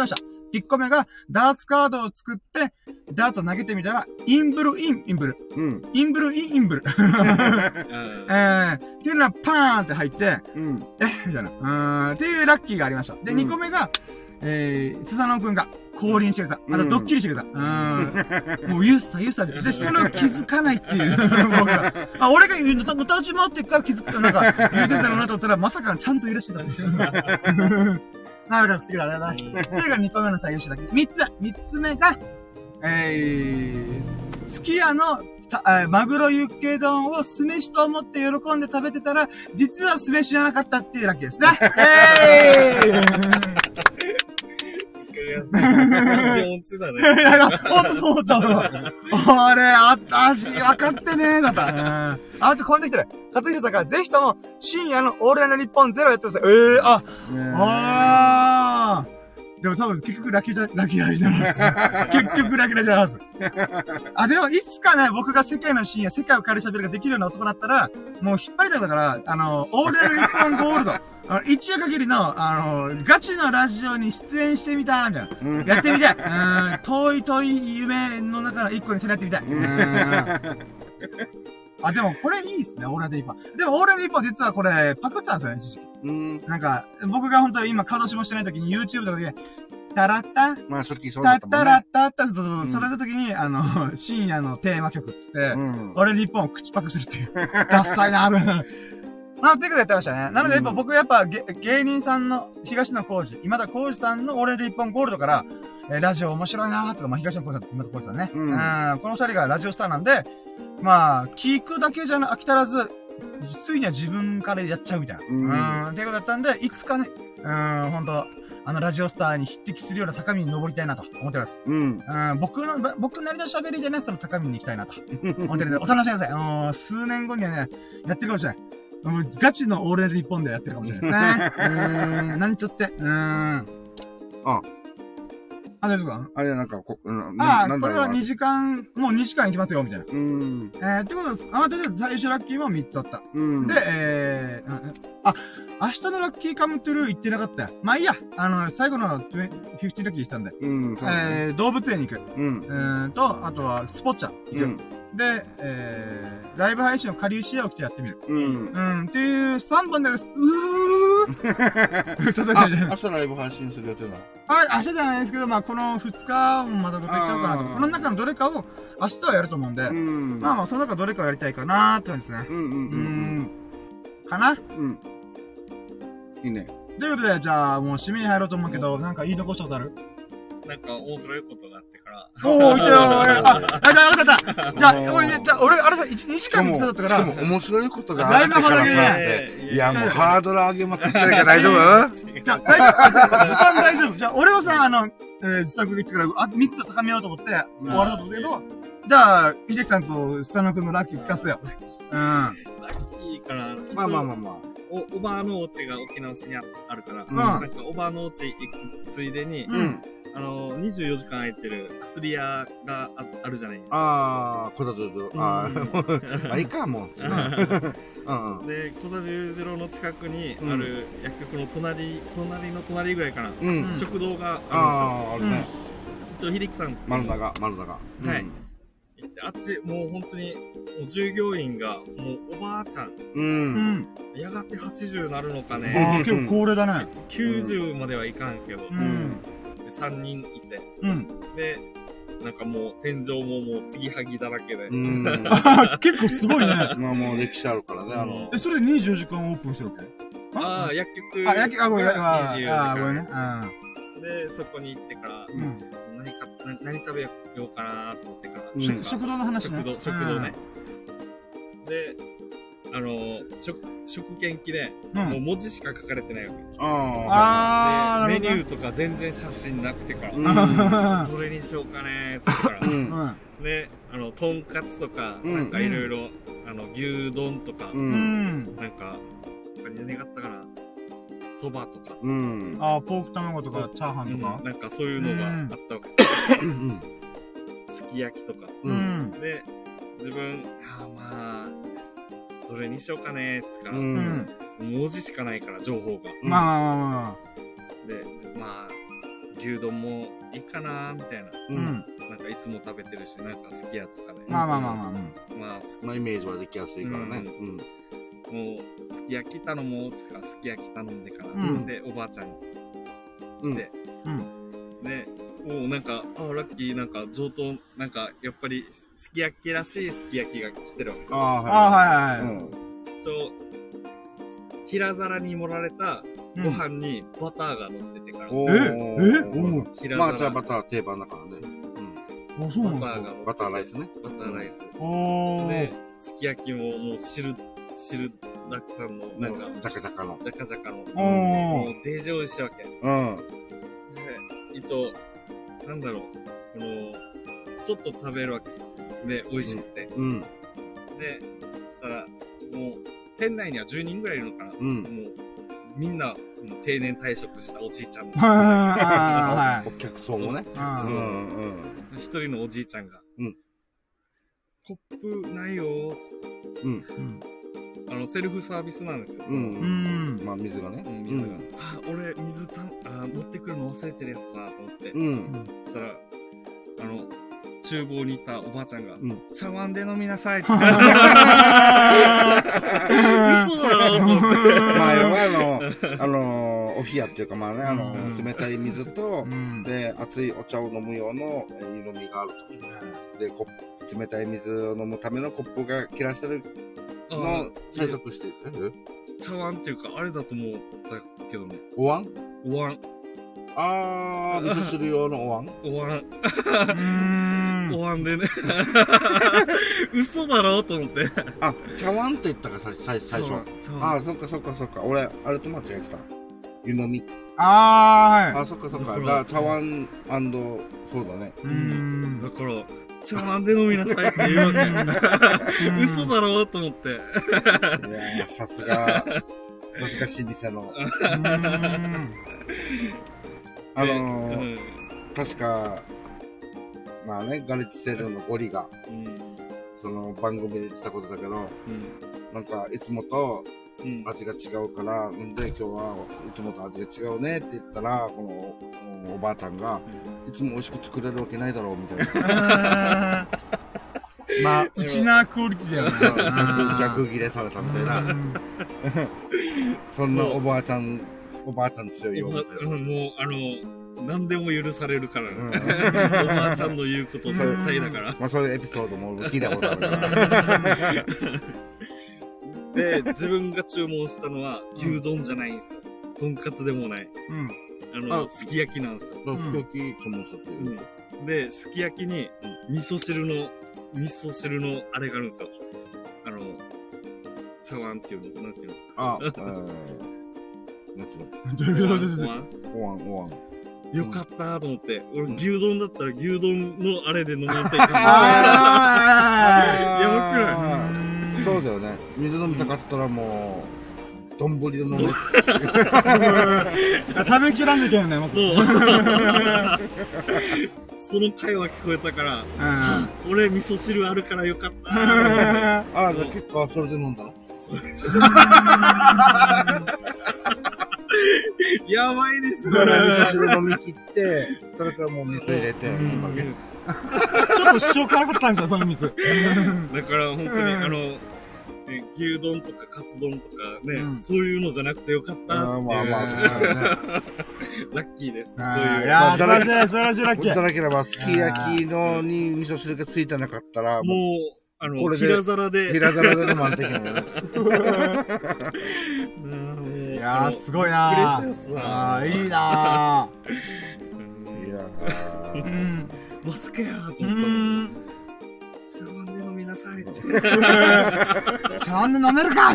いっこめが、ダーツカードを作って、ダーツを投げてみたら、インブル、イン、インブル。うん。インブル、イン、インブル。えー、っていうのは、パーンって入って、うん。えみたいな。うん。っていうラッキーがありました。で、にこめが、えー、スサノオくんが降臨してくれた。あと、ドッキリしてくれた。うん。もう、ユッサ、ユッサで。それを気づかないっていう。僕が。あ、俺が言うの、のたうち回ってから気づくと、なんか、言うてたのなと思ったら、まさかちゃんと許してたっていう。なんか、不思議だね。それがにこめの採用しただけ。みっつめ。みっつ目が、えー、すき家の、たマグロユッケ丼を酢飯と思って喜んで食べてたら、実は酢飯じゃなかったっていうラッキーですね。えー味音痴だね。 いや、ほんとそうだろ。あれ、あ、味、分かってねーだった。うん。あと、この時来てる。勝弘さんから、ぜひとも、深夜のオールナイトニッポンゼロやってください。ええー、あ、あー。でも多分、結局ラッキーだ、ラッキーラジじゃないです。結局ラッキーラジじゃないです。あ、でも、いつかね、僕が世界の深夜、世界を変える喋りができるような男だったら、もう引っ張りたいだから、あの、オールナイトニッポンゴールド。あの、一夜限りの、あの、ガチのラジオに出演してみた、みたいな。うん、やってみたい。うん、遠い遠い夢の中の一個にそれやってみたい。うん。あ、でもこれいいっすね、オールナイトニッポン。でもオールナイトニッポン実はこれ、パクってたんですよね、知識。うん。なんか、僕が本当に今、稼働しもしてない時に YouTube とかで、タラッタまあ、初期そうだったもんね。 タッタラッタッタ、そうそうそう。それの時に、あの、深夜のテーマ曲っつって、うん、俺日本を口パクするっていう。ダッサいなぁ。まあ、ということでやってましたね。なので、やっぱ僕やっぱ芸人さんの、東野幸治、今田幸治さんの俺で一本ゴールドから、えー、ラジオ面白いなーとか、まあ、東野幸治さんと今田幸治さんね。うん。うんこの二人がラジオスターなんで、まあ、聞くだけじゃ飽き足らず、ついには自分からやっちゃうみたいな。うん。うんっていうことだったんで、いつかね、うん、ほんと、あのラジオスターに匹敵するような高みに登りたいなと思ってます。うん。うん、僕の、僕なりの喋りでね、その高みに行きたいなと思ってるんで、お楽しみください。あのー、数年後にはね、やってるかもしれない。もうガチのオールナイトニッポンでやってるかもしれないですね。うーん、なんちゃって。うーん。あ。あ、大丈夫かあ、いや、なんか、こ、うん、 ああ、これはにじかん、もうにじかんいきますよ、みたいな。うーん。えー、ってことです。あ、とりあえず最初ラッキーもみっつあった。うん。で、えー、あ、明日のラッキーカムトゥルー行ってなかったよ。まあいいや。あの、最後のフィフティーラッキー行ったんで。うん。ね、えー、動物園に行く。うん。えーと、あとは、スポッチャ行く。うん。で、えー、ライブ配信を仮しを着てやってみる。うん。うん。っていうさんぼんです。うー明日ライブ配信する予定なの？ あ、明日じゃないですけど、まあこのふつかもまたどっか行っちゃおうかなと。この中のどれかを明日はやると思うんで、うん、まあまあその中どれかをやりたいかなーって感じですね。うんうんうん。うんかな？うん。 いいね。 ということで、じゃあもう締めに入ろうと思うけど、なんか言い残したことある？ なんか面白いことがあってから。 おー、いたよ、俺。あ、あ、じゃあ、わかった。じゃあ、俺、じゃあ、俺、あれさ、にじかんも来ただったから。 しかも面白いことがあってからさって。いや、もうハードル上げまくってるから大丈夫？ じゃあ、大丈夫。時間大丈夫。じゃあ、俺をさ、あの、えー、自作で言ってから、あ、みっつ高めようと思って、終わると思ったけど、じゃあ、ひじきさんとスタノ君のラッキー聞かせよ。うん。 ラッキーから、 まあまあまあまあ。 お、おばあのお家が沖縄市にあるから、なんかおばあのお家行くついでに、うん。あの、にじゅうよじかん空いてる薬屋が あ, あるじゃないですか。 ああ、小田十字路。ああ、あ、いいか、もう。 うん、で、小田十字路の近くにある薬局の隣、隣の隣ぐらいかな、うん、食堂があるんですよ。ああ、あるね。一応、秀樹さん。 丸長、丸長。 はい。行って、あっち、もう本当に、もう従業員が、もうおばあちゃん。うん。やがてはちじゅうなるのかね。 ああ、結構高齢だね。 きゅうじゅうまではいかんけど。うん。さんにんいて、うん、で、なんかもう天井ももう継ぎはぎだらけで。 結構すごいね。 まあもう歴史あるからね、あの。 え、それにじゅうよじかんオープンしてるわけ？ ああ、薬局。 あ、薬局、あ、ごめん、あ、 にじゅうよじかん。 あ、ごめんね。 で、そこに行ってから、うん、何か、何食べようかなと思ってから。 うん、食堂の話ね。 食堂、食堂ね。で、あの、食、食券機で、うん、もう文字しか書かれてないわけ。ああ。で、メニューとか全然写真なくてから、うん、どれにしようかねーって言ってから、うん、で、あの、とんかつとか、うん、なんかいろいろ、あの、牛丼とか、うん、なんか、何があったかな、そばとか。 うん、ああ、ポーク卵とか、チャーハンとか、 うん、なんかそういうのがあったわけですよ。すき焼きとか。うん、で、自分、ああまあ、どれにしようかねーっつから、うん、文字しかないから情報が。 まあまあまあまあ。で、まあ、牛丼もいいかなーみたいな。うん。なんかいつも食べてるし、なんかすき家とかね。 まあまあまあまあ。 まあ、まあイメージはできやすいからね。うん。 もう、すき焼き頼もうっつから、すき焼き頼んでから、で、おばあちゃんに来て、で、もうなんか、あ、ラッキー、なんか上等、なんか、やっぱり、すき焼きらしいすき焼きが来てるわけですよ。 ああ、はいはいはい。 ちょ、平皿に盛られたご飯にバターが乗っててから。 ええ平皿。まあ、じゃあバター定番だからね。 うん。あ、そうなんですか。 バターライスね。 バターライス。 おー。 で、すき焼きももう汁、汁だくさんの、なんか、 ジャカジャカの。 ジャカジャカの。 もう、デージ美味しいわけ。 うん。 で、一応、なんだろう、この、ちょっと食べるわけですよ。で、美味しくて。 うん。 で、そしたら、もう、店内にはじゅうにんぐらいいるのかな。うん。もう、みんな、定年退職したおじいちゃんの。 お客さんもね。 そう。一人のおじいちゃんが。うん。コップないよーつって。うん。あの、セルフサービスなんですよ。 うん。まあ、水がね。 うん、水が。あ、俺、水た、あ、持ってくるの忘れてるやつさ、と思って。うん。そしたら、あの、厨房にいたおばあちゃんが、茶碗で飲みなさいって。嘘だろと思って。 まあ、要はあの、あの、お冷やっていうかまあね、あの、冷たい水と、で、熱いお茶を飲む用の湯飲みがあると。で、コップ、冷たい水を飲むためのコップが切らしてるの、接続してる。 茶碗っていうか、あれだと思ったけどね。 お椀お椀。 あー、味噌汁用のお椀お椀。お椀でね。嘘だろと思って。 あ、茶碗って言ったか、最初。ああ、そっかそっかそっか。俺、あれと間違えてた。湯飲み。 あー、はい。 あ、そっかそっか。だ茶碗&そうだね。 うん。だから、茶碗で飲みなさいって言うわけ。嘘だろと思って。いやー、さすが、さすが老舗の。あのー、うん、確か、まあね、ガレッジセルのゴリが、うん、その番組で言ってたことだけど、うん、なんかいつもと味が違うから、うん、んで今日はいつもと味が違うねって言ったら、このおばあちゃんが、うん、いつも美味しく作れるわけないだろうみたいな。 まあ、うちなクオリティだよね。 逆、逆ギレされたみたいな。そんなおばあちゃん、おばあちゃん強いよみたいな。 もう、あの、何でも許されるからね。うん、おばあちゃんの言うこと絶対だから。 まあそういうエピソードも聞いたことあるから。 で、自分が注文したのは牛丼じゃないんですよ。とんかつでもない。うん、あの、すき焼きなんですよ。 すき焼き注文したっていう。 うん、で、すき焼きに味噌汁の、味噌汁のあれがあるんですよ。あの、茶碗っていうの、なんていうの。 あ、えー、なんていうの。 どういうことですか？ お椀、お椀。 よかったーと思って。俺、牛丼だったら牛丼のあれで飲みたいって言うんですよ。 やばくない？そうだよね。水飲みたかったらもう、丼で飲む。食べきらんなきゃいけない、もう。 そう。その会話聞こえたから、俺味噌汁あるからよかったー。 ああ、結構それで飲んだの？ やばいですこれ。味噌汁飲み切って、それからもう水入れて、飲むわけ。 ちょっと主張辛かったんじゃん、その水。 だから本当に、あの、ね、牛丼とかカツ丼とかね、うん、そういうのじゃなくてよかったっていう。あまあまあ、確かにね。ラッキーです。そういう。 いやー、素晴らしい、素晴らしいラッキー。 じゃなければ、すき焼きのに味噌汁がついてなかったら、 もう、あの、平皿で。 平皿で満点だよね。 いやー、すごいなー。あー、いいなー。いやー。マスクやーと思ったもん。茶碗で飲みなさいって。 茶碗で飲めるか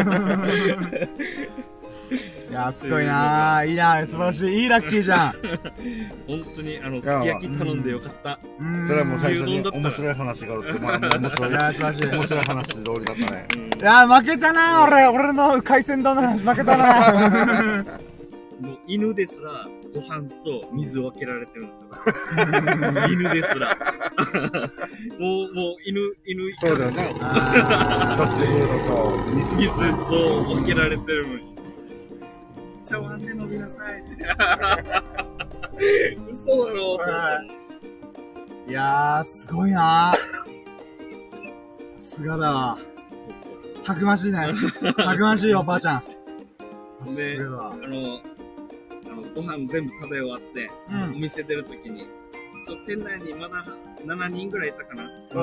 いやー、すごいなー。いいなー、素晴らしい。いいラッキーじゃん。 本当に、あの、すき焼き頼んでよかった。 それはもう最初に面白い話があるって、まあ、面白い。 いやー、素晴らしい。 面白い話通りだったね。 いやー、負けたなー、俺。俺の海鮮丼の話負けたなー。 もう犬ですら、ご飯と水を分けられてるんですよ。犬ですら。もう、もう、犬、犬。 そうだよね。ドッグフードと水。 水と分けられてるのに。茶碗で飲みなさいって。 嘘だろ、 いやー、すごいなー。さすがだわ。 そうそうそう。 たくましいね。たくましいよ、おばあちゃん。 で、あの、あの、ご飯全部食べ終わって、うん、お店出るときに、ちょ、店内にまだしちにんぐらいいたかな。うん。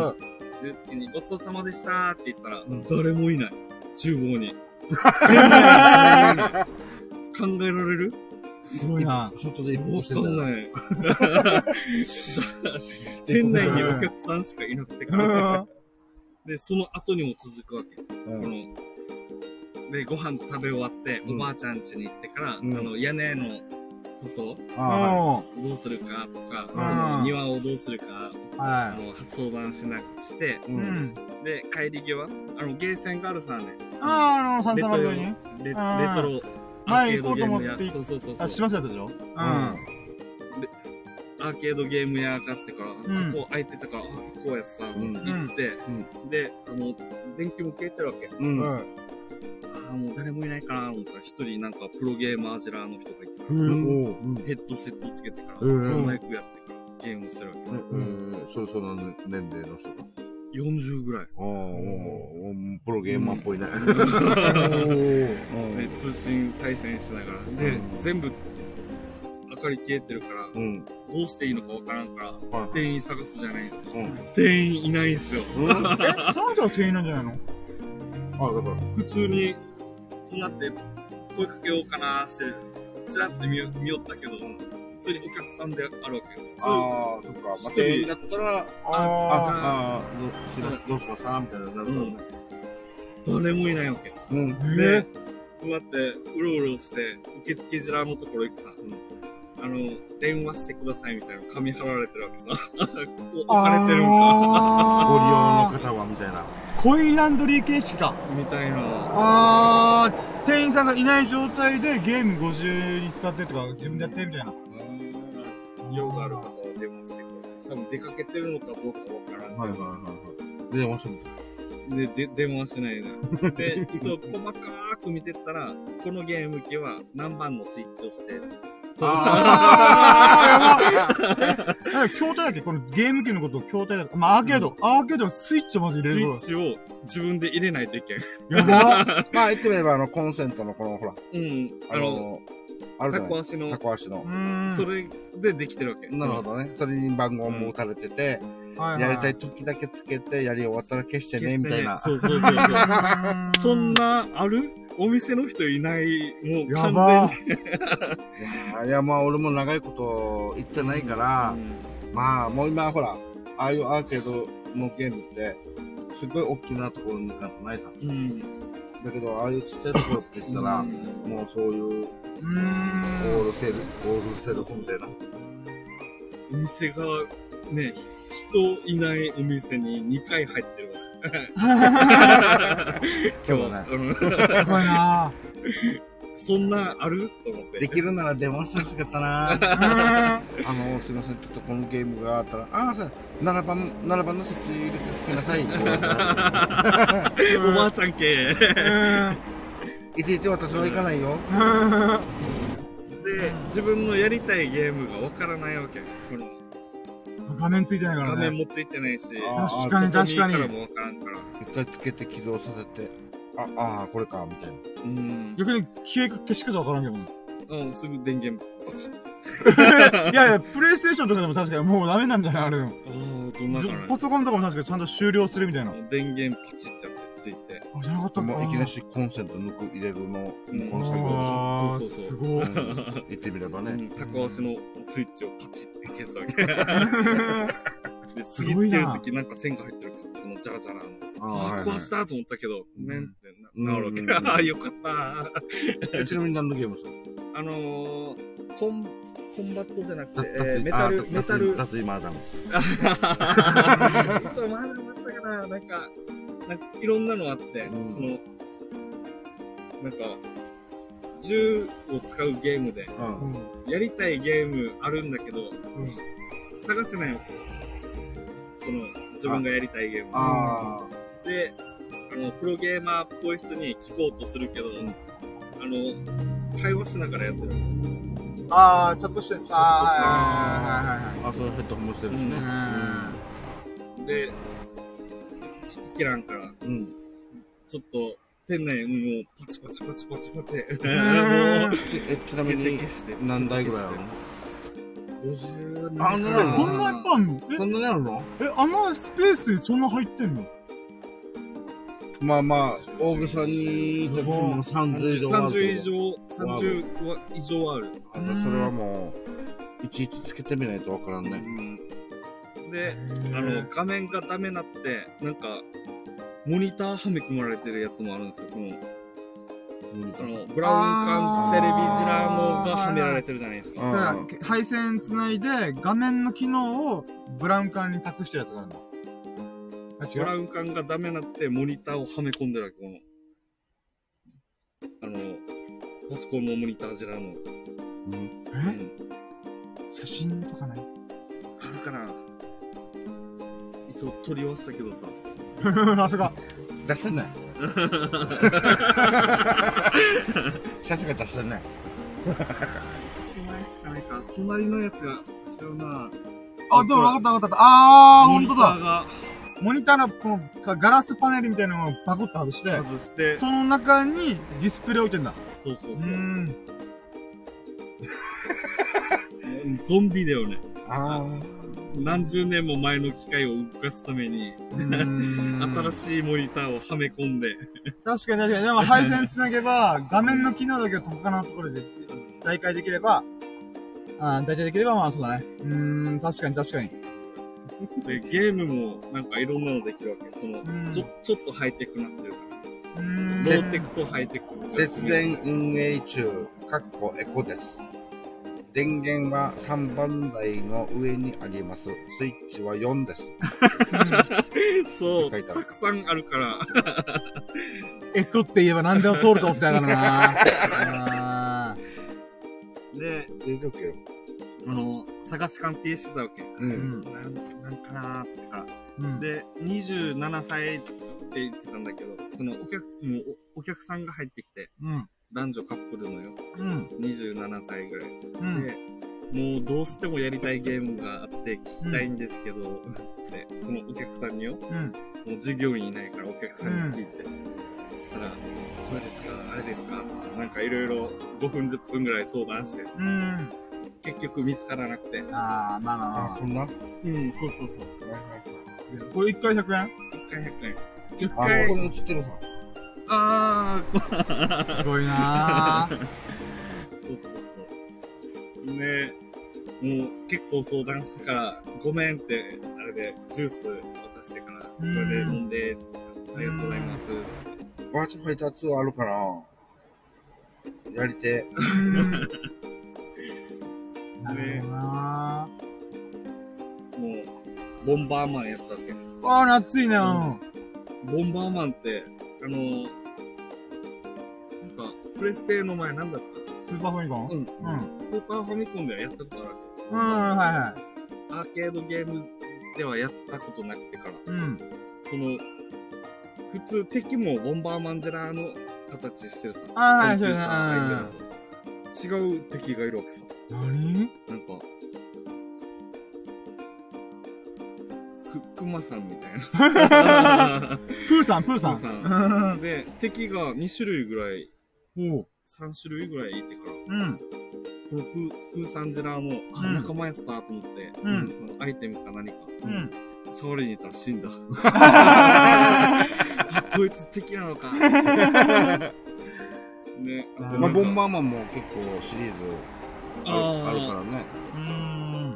出るときに、ごちそうさまでしたーって言ったら、うん、誰もいない。厨房に。考えられる？ すごいな。 外で一歩してた。 わかんない。店内にお客さんしかいなくてから。で、その後にも続くわけ。うん、こので、ご飯食べ終わって、うん、おばあちゃん家に行ってから、うん、あの、屋根の塗装どうするかとか、その庭をどうするか、あの、相談しな、して、うん、で、帰り際、あの、ゲーセンがあるさね。 ああ、あの、サンサマルにレレトロ、アーケードゲーム屋。そうそうそう。 あ、しますやつでしょ？うん。 アーケードゲーム屋があってから、そこ空いてたから、あ、こうやつさ、行って、で、あの、電気も消えてるわけ。うん。ああ、もう誰もいないかなと思ったら、一人なんかプロゲーマージラーの人がいてから、ヘッドセットつけてから、マイクやってからゲームしてるわけ。 うん。そろそろ年齢の人が。 よんじゅうぐらい。ああ、 プロゲーマーっぽいね。 通信対戦しながら。で、全部、明かり消えてるから、どうしていいのかわからんから、店員探すじゃないですか。店員いないんすよ。 え、その人は店員なんじゃないの？ あ、だから。 普通に、こうなって声かけようかなしてる。ちらって見よったけど、普通にお客さんであるわけ。普通。 ああ、そっか。まあ、店員だったら、ああ、どうしますかみたいな、なるほどね。 誰もいないわけ。うん。で、こうやって、うろうろして、受付ジラのところ行くさ、あの、電話してくださいみたいな紙貼られてるわけさ。置かれてるんか。ご利用の方は、みたいな。 コインランドリー形式か。 みたいな。 あー、店員さんがいない状態でゲームごじゅうに使ってとか自分でやってるみたいな。 用がある方は電話してくる。多分出かけてるのかどうかわからん。はいはいはいはい。 電話しない。 で、で、電話しないね。で、一応細かく見てったら、このゲーム機は何番のスイッチをして、 ああ、やばい。筐体だっけこのゲーム機のことを筐体だっけまあ、アーケード。うん、アーケードのスイッチをまず入れる。 スイッチを自分で入れないといけん。 やばまあ、言ってみれば、あの、コンセントのこの、ほら。 うん。 あの、あるじゃない。 タコ足の。 タコ足の。 それでできてるわけ。 なるほどね。それに番号も打たれてて、やりたい時だけつけて、やり終わったら消してね、みたいな。 そうそうそうそう。そんな、あるお店の人いない、もう完全に。 いや、いやまあ俺も長いこと行ってないから、うん、まあもう今ほら、ああいうアーケードのゲームって、すごい大きなところになんかないさ。うん、だけど、ああいうちっちゃいところって言ったら、うん、もうそういう、オールセル、オールセルフみたいな。 お店が、ね、人いないお店ににかい入ってるわ。 今日はね。すごいなそんなあると思って。 できるなら電話してほしかったなあの、すいません、ちょっとこのゲームがあったら、ああ、さ、ななばん、ななばんのスイッチ入れてつけなさい。 おばあちゃん系。 いちいち私は行かないよ。 で、自分のやりたいゲームがわからないわけ。この画面ついてないからね。 画面もついてないし。 確かに確かに。 からもわからんから。 一回つけて起動させて、あ、ああ、これか、みたいな。 うん。 逆に消えか消し方わからんけどね。 うん、すぐ電源パシッて。いやいや、プレイステーションとかでも確かにもうダメなんだよね、あれ。ああ、 どんなかな。 パソコンとかも確かちゃんと終了するみたいな。 電源パチってやってついて。 あ、じゃなかったか。 もういきなりコンセント抜く入れるの、コンセントそうそうそう。すごい。 言ってみればね。 タコ足のスイッチをパチって消すわけ。で、次つけるときなんか線が入ってるから、そのジャラジャラの。ああ、壊したと思ったけど、ごめんってなるわけ。ああ、よかったちなみに何のゲームするあのー、コン、コンバットじゃなくて、えー、メタル、メタル。 脱衣麻雀。 ちょっと麻雀だったかななんか、なんかいろんなのあって、うん、その、なんか、銃を使うゲームで、うん、やりたいゲームあるんだけど、うん、探せないわけですよ。その、自分がやりたいゲームあで、あの、プロゲーマーっぽい人に聞こうとするけど、うん、あの、会話しながらやってる。 あー、ちょっとして、あー、 あ、そういうヘッドホンもしてるしね。 で、キキキランから、ちょっと、店内もうパチパチパチパチパチ。え、 ちなみに何台ぐらいあるの？ ごじゅうなな。そんなやっぱあんの？ そんなにあるの？ え、あのスペースにそんな入ってんの？ まあまあ、大げさに、もさんじゅう以上ある。 さんじゅう以上、さんじゅう以上ある。 あとそれはもう、いちいちつけてみないとわからんね。 で、あの、画面がダメなって、なんか、モニターはめ込まれてるやつもあるんですよ。この、あの、ブラウン管テレビジラーのがはめられてるじゃないですか。 配線つないで、画面の機能をブラウン管に託したやつがあるんだ。 ブラウン管がダメになって、モニターをはめ込んでるわけ、この。あの、パソコンのモニタージラーの。 うん、え、うん、写真とかない？ あるかな？一応撮りはしたけどさ。 あそこ。 出してんね。写真が出してんね。 一枚しかないか。隣のやつが違うな。 あ、でも分かった分かった。あー、ほんとだ。モニターのこのガラスパネルみたいなのをパコッと外して、 外して、 その中にディスプレイ置いてんだ。 そうそうそう。うん。ゾンビだよね。ああ。何十年も前の機械を動かすために、新しいモニターをはめ込んで。 確かに確かに。でも配線つなげば、画面の機能だけを他のところで代替できれば、あ代替できればまあそうだね。うーん、確かに確かに。 で、ゲームもなんかいろんなのできるわけ。その、ちょ、ちょっとハイテクになってるから。ローテクとハイテク。 節電運営中、かっこエコです。電源はさんばん台の上にあります。スイッチはよんです。 そう、たくさんあるから。 エコって言えば何でも通ると思ったからな。 で、 出ておけよ。 あの、探し鑑定してたわけ。うん。なん、なんかなーってから。うん、で、にじゅうななさいって言ってたんだけど、そのお客、もうお客さんが入ってきて、うん、男女カップルのよ。うん、にじゅうななさいぐらい。うん、で、もうどうしてもやりたいゲームがあって聞きたいんですけど、うん、つって、そのお客さんによ、うん、もう従業員いないからお客さんに聞いて、うん、そしたら、これですかあれですかつって、なんかいろいろごふんじゅっぷんぐらい相談して、うん、結局見つからなくて。 あー、まあまあまあ。 こんなうん、そうそうそう。 これいっかいひゃくえん ?いっ 回ひゃくえん。 いっかい。あ、ここに映ってるさ。 あー、 すごいなー。 そうそうそう。ね、もう結構相談してから、ごめんって、あれでジュース渡してから、これで飲んで、ありがとうございます。 バーチャファイターツーあるかなやりて。 なるほどなー。もう、ボンバーマンやったわけ。 あー、夏いな、 うん、ボンバーマンって、あのー、なんか、プレステの前なんだったスーパーファミコン？うん。うん。 スーパーファミコンではやったことあるわけ。 うん、はいはい。 アーケードゲームではやったことなくてから。うん。その、普通敵もボンバーマンジェラーの形してるさ。 あー、はい、そうだね。違う敵がいるわけさ。 何？ なんか、く、クマさんみたいな。 プーさん、プーさん。 プーさん。で、敵がに種類ぐらい、 おさん種類ぐらいいてから、 うん。 このプー、プーさんジェラーの、あ、仲間やつさと思って、うん。アイテムか何か、うん。触りに行ったら死んだ。あ、こいつ敵なのか。ね。 まあ、ボンバーマンも結構シリーズあるからね。 うん。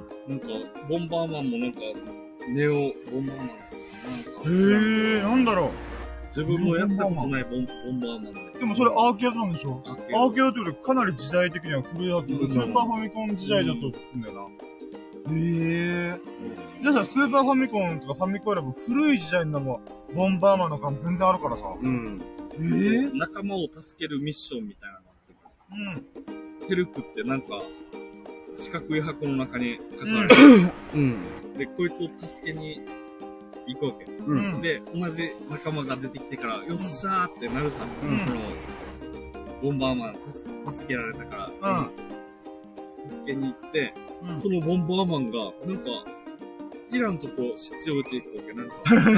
なんか、ボンバーマンもなんか、ネオ、ボンバーマン。なんか、 へー、なんだろう。 自分もやったことないボン、ボンバーマンで。 でもそれアーケードなんでしょ？アーケードってことでかなり時代的には古いやつで、スーパーファミコン時代だと思うんだよな。へー。じゃあさ、スーパーファミコンとかファミコンよりも古い時代のもボンバーマンの感全然あるからさ。 うん。 えー、仲間を助けるミッションみたいなのがあって。うん。ヘルプってなんか、四角い箱の中に書かれてる。うん。で、こいつを助けに行くわけ。うん。で、同じ仲間が出てきてから、よっしゃーってなるさ。うん。この、ボンバーマン助けられたから。うん。 助けに行って、うん、そのボンバーマンが、なんか、イランとこう、湿地を打っていくわけ、なんか。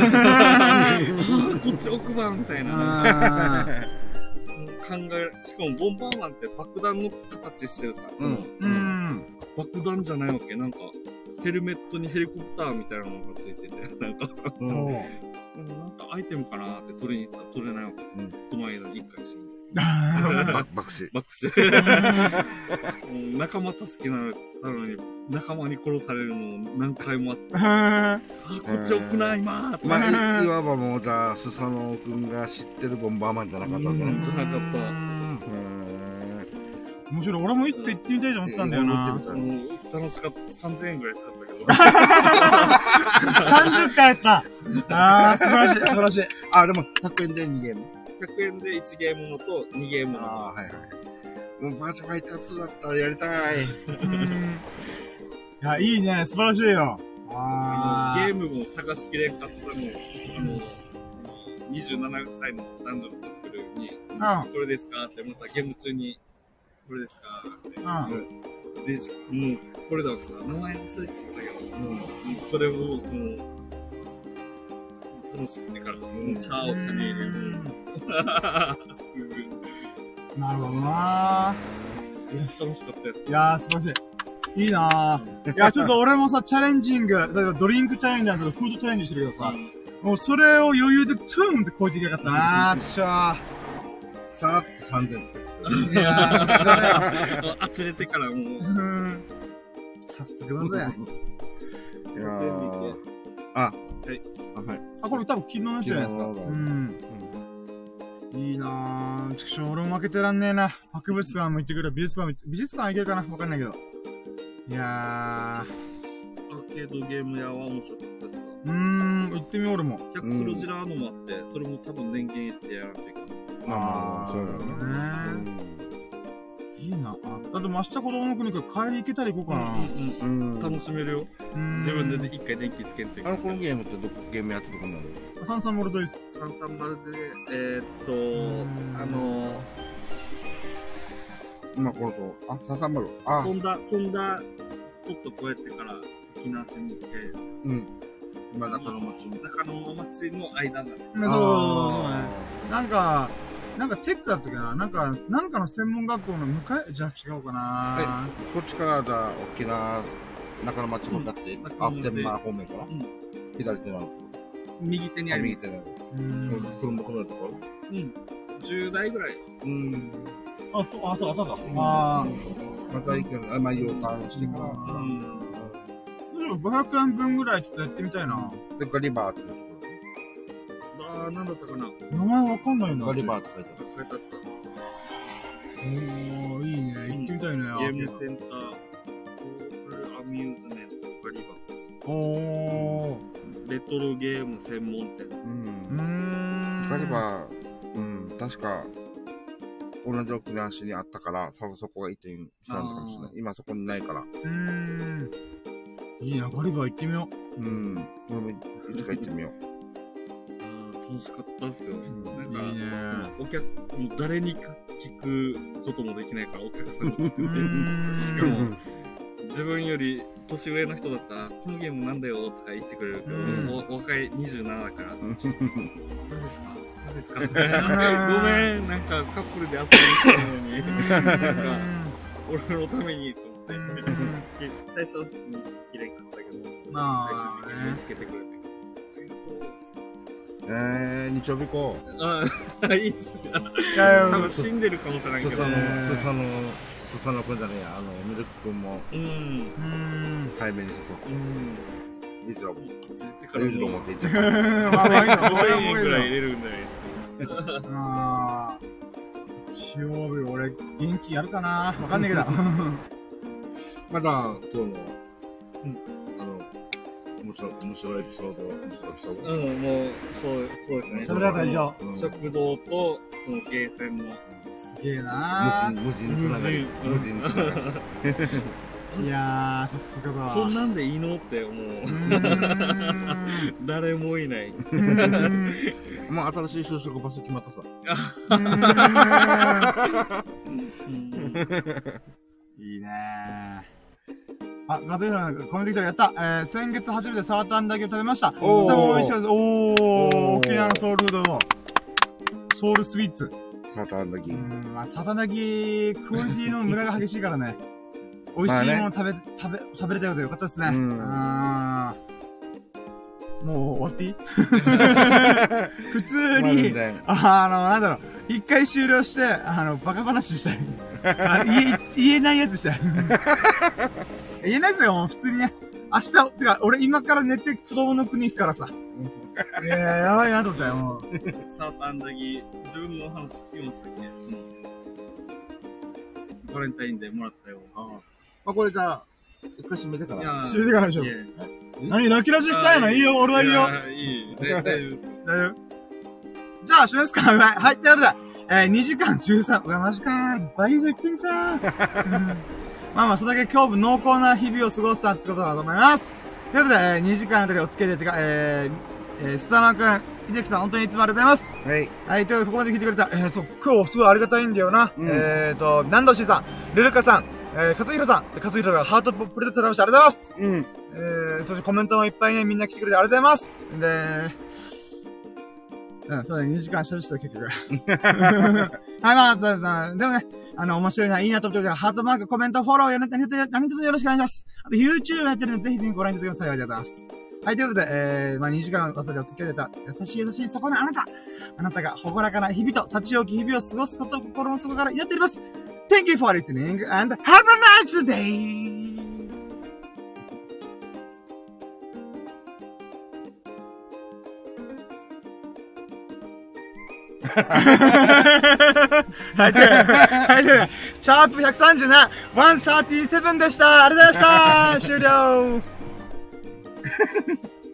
こっち奥歯みたいな。考え、しかもボンバーマンって爆弾の形してるさ。うん。うん、爆弾じゃないわけ。なんか、ヘルメットにヘリコプターみたいなのがついてて、なんか、うん、なんかアイテムかなって取りに行ったら取れないわけ。うん、その間に一回死んで。 爆死。 爆死。仲間助けなのに、仲間に殺されるの何回もあって。あ、こっち奥な、今まあ、いわばもう、じゃあ、スサノオくんが知ってるボンバーマンじゃなかったわけね。 じゃなかった。 むしろ俺もいつか行ってみたいと思ってたんだよな。 楽しかった。さんぜんえんぐらい使ったけど。 さんじゅっかいやった。あー、素晴らしい、素晴らしい。 あ、でも、ひゃくえんでにゲーム。 ひゃくえんでいちゲームのとにゲームの。 あー、はいはい。もうバーチャファイターツーだったらやりたい。いや、いいね、素晴らしいよ。 あのゲームも探しきれんかったの、あの、にじゅうななさいのランドのカップルに、これですかってまたゲーム中に、これですかって。で、もう、これだわけさ、名前忘れちゃったけど、うん、それを、もう、楽しくてから、もう、チャーを食べる。すぐ。 なるほどなぁ。楽しかったです。 いやー、素晴らしい。いいなぁ。いや、ちょっと俺もさ、チャレンジング、例えばドリンクチャレンジャーとかフードチャレンジしてるけどさ、うん、もうそれを余裕でトゥーンって超えていけなかったなぁ、ちょー。 さーっとさんてんつけていやー、知らないよ。あつれてからもう。 さすがだぜ。 いやー。あ、はい。 あ、はい。あ、これ多分昨日のやつじゃないですか。うん。いいなぁ。ちくしょう、俺も負けてらんねえな。博物館も行ってくる。美術館も行って、美術館行けるかなわかんないけど。いやー。アーケードゲーム屋は面白かったですか？ うーん、行ってみよう、俺も。 ひゃくクロジラーのもあって、それも多分電源入れてやらんといけない。 ああ、そうだよね。 いいな。あ、でも明日子供の国から帰り行けたら行こうかな。 うん。楽しめるよ。自分で一回電気つけんといけない。 あの、このゲームってどこゲームやったとこなの？ さんさん丸です。 さんさん丸で、えーっと、あの、 今このと、あ、さんさん丸。あ、 そんだ、そんだ、ちょっとこうやってから沖縄市に行って、 うん。今中野町中野町の間だね。 そう、そうね。なんか、なんかテックだったっけな、なんか、なんかの専門学校の向かい、じゃあ違うかな。 はい。こっちからじゃあ、沖縄、中野町向かって、アフテンマー方面から、左手なの。 右手にあります。 右手なの。うん。車来ないところ？ うん。じゅうだいぐらい。 うん。 あ、あ、そう、あ、そうだ。ああ。また行くの、まあ、Uターンしてから。うん。 ごひゃくえんぶんぐらいちょっとやってみたいな。 で、ガリバーっていうところ。あー、なんだったかな。 名前わかんないな。 ガリバーって書いてある。 書いてあった。 おー、いいね。行ってみたいね。 ゲームセンター、ローカルアミューズメント、ガリバー。 おー。 レトロゲーム専門店。うん。 ガリバー、うん、確か、同じ沖縄市にあったから、多分そこが移転したのかもしれない。今そこにないから。うーん。 いいな、ガリバー行ってみよう。うん。俺もいつか行ってみよう。 ああ、楽しかったっすよ。うん、なんか、いいね、お客、もう誰に聞くこともできないから、お客さんに聞くって。しかも、自分より年上の人だったら、このゲームなんだよとか言ってくれるけど、お若いにじゅうななだから。何ですか何ですかごめん、なんかカップルで遊びに来たのに、なんか、俺のためにと思って。最初は見きれんかったけど、まあ、最終的に見つけてくれて。 えー、日曜日行こう。ああ、いいっすよ。多分死んでるかもしれないけど。スサノ、 スサノ、スサノくんじゃねえや、あの、ミルクくんも、うん。早めに誘って。うん。ユージロも。ユージロ持って行っちゃった。 ごせんえんぐらい入れるんじゃないですか。 ああ。日曜日、俺、元気やるかなわかんないけど。 まだ、今日の、うん、あの、面白い、面白いエピソード、面白いエピソード。 うん、もう、そう、そうですね。 それだから以上。 食堂と、そのゲーセンの。 すげえなー。無人、無人つながり。無人つながり。いやー、さすがだわ。 こんなんでいいのって思う。誰もいない。 もう新しい就職場所決まったさ。 いいいねー。あ、ガズイさん、コメント来たらやった。えー、先月初めてサーターアンダギーを食べました。とても美味しかったです。おー、沖縄のソウルフードの、ソウルスイーツ。 サーターアンダギー。 うん、まあ、サーターアンダギー、クオリティのムラが激しいからね。美味しいもの食べ、食べ、食べれたことよかったですね。うん。あもう終わっていい普通に、あの、なんだろう、一回終了して、あの、バカ話したい。あ言え、言えないやつしたい。言えないですよ、もう普通にね。明日、てか、俺今から寝て子供の国行くからさ。いややばいなと思ったよ、もう。 サーターアンダギー、自分の話聞きましたっけその、バレンタインでもらったよ。ああ。 まあ、これじゃあ、一回閉めてから。 閉めてからでしょ。何、泣き出ししたいのいいよ、俺はいいよ。 いい、大丈夫です。 大丈夫じゃあ、閉めますかはい、ということで、えー、にじかんじゅうさん、うわ、マジかー。倍以上いってんじゃん。まあまあ、それだけ今日濃厚な日々を過ごしたってことだと思います。ということで、えー、にじかんあたりお付き合いでてか、えー、えー、スサノくん、秀樹さん、本当にいつもありがとうございます。 はい。 はい、ということで、ここまで聞いてくれた、えー、そう、今日すごいありがたいんだよな。うん、えーと、ナンドシーさん、ルルカさん、えー、カツヒロさん、カツヒロがハートプレゼント食べました。ありがとうございます。うん。えー、そしてコメントもいっぱいね、みんな来てくれてありがとうございます。で、うん、そうだね、にじかん喋ってた、結局。はい、まあ、そうだでもね、あの、面白いな、いいなと思ってくれたら、ハートマーク、コメント、フォロー、や何卒何卒よろしくお願いします。あと、YouTube やってるので、ぜひぜひご覧いただけます。幸いでございます。はい、ということで、えー、まあ、にじかんわたりお付き合いでた、優しい優しいそこのあなた。あなたが誇らかな日々と、幸多き日々を過ごすことを心の底から祈っております。Thank you for listening and have a nice day! はい、はい、はい、シャープひゃくさんじゅうなな、ひゃくさんじゅうななでした。ありがとうございました。終了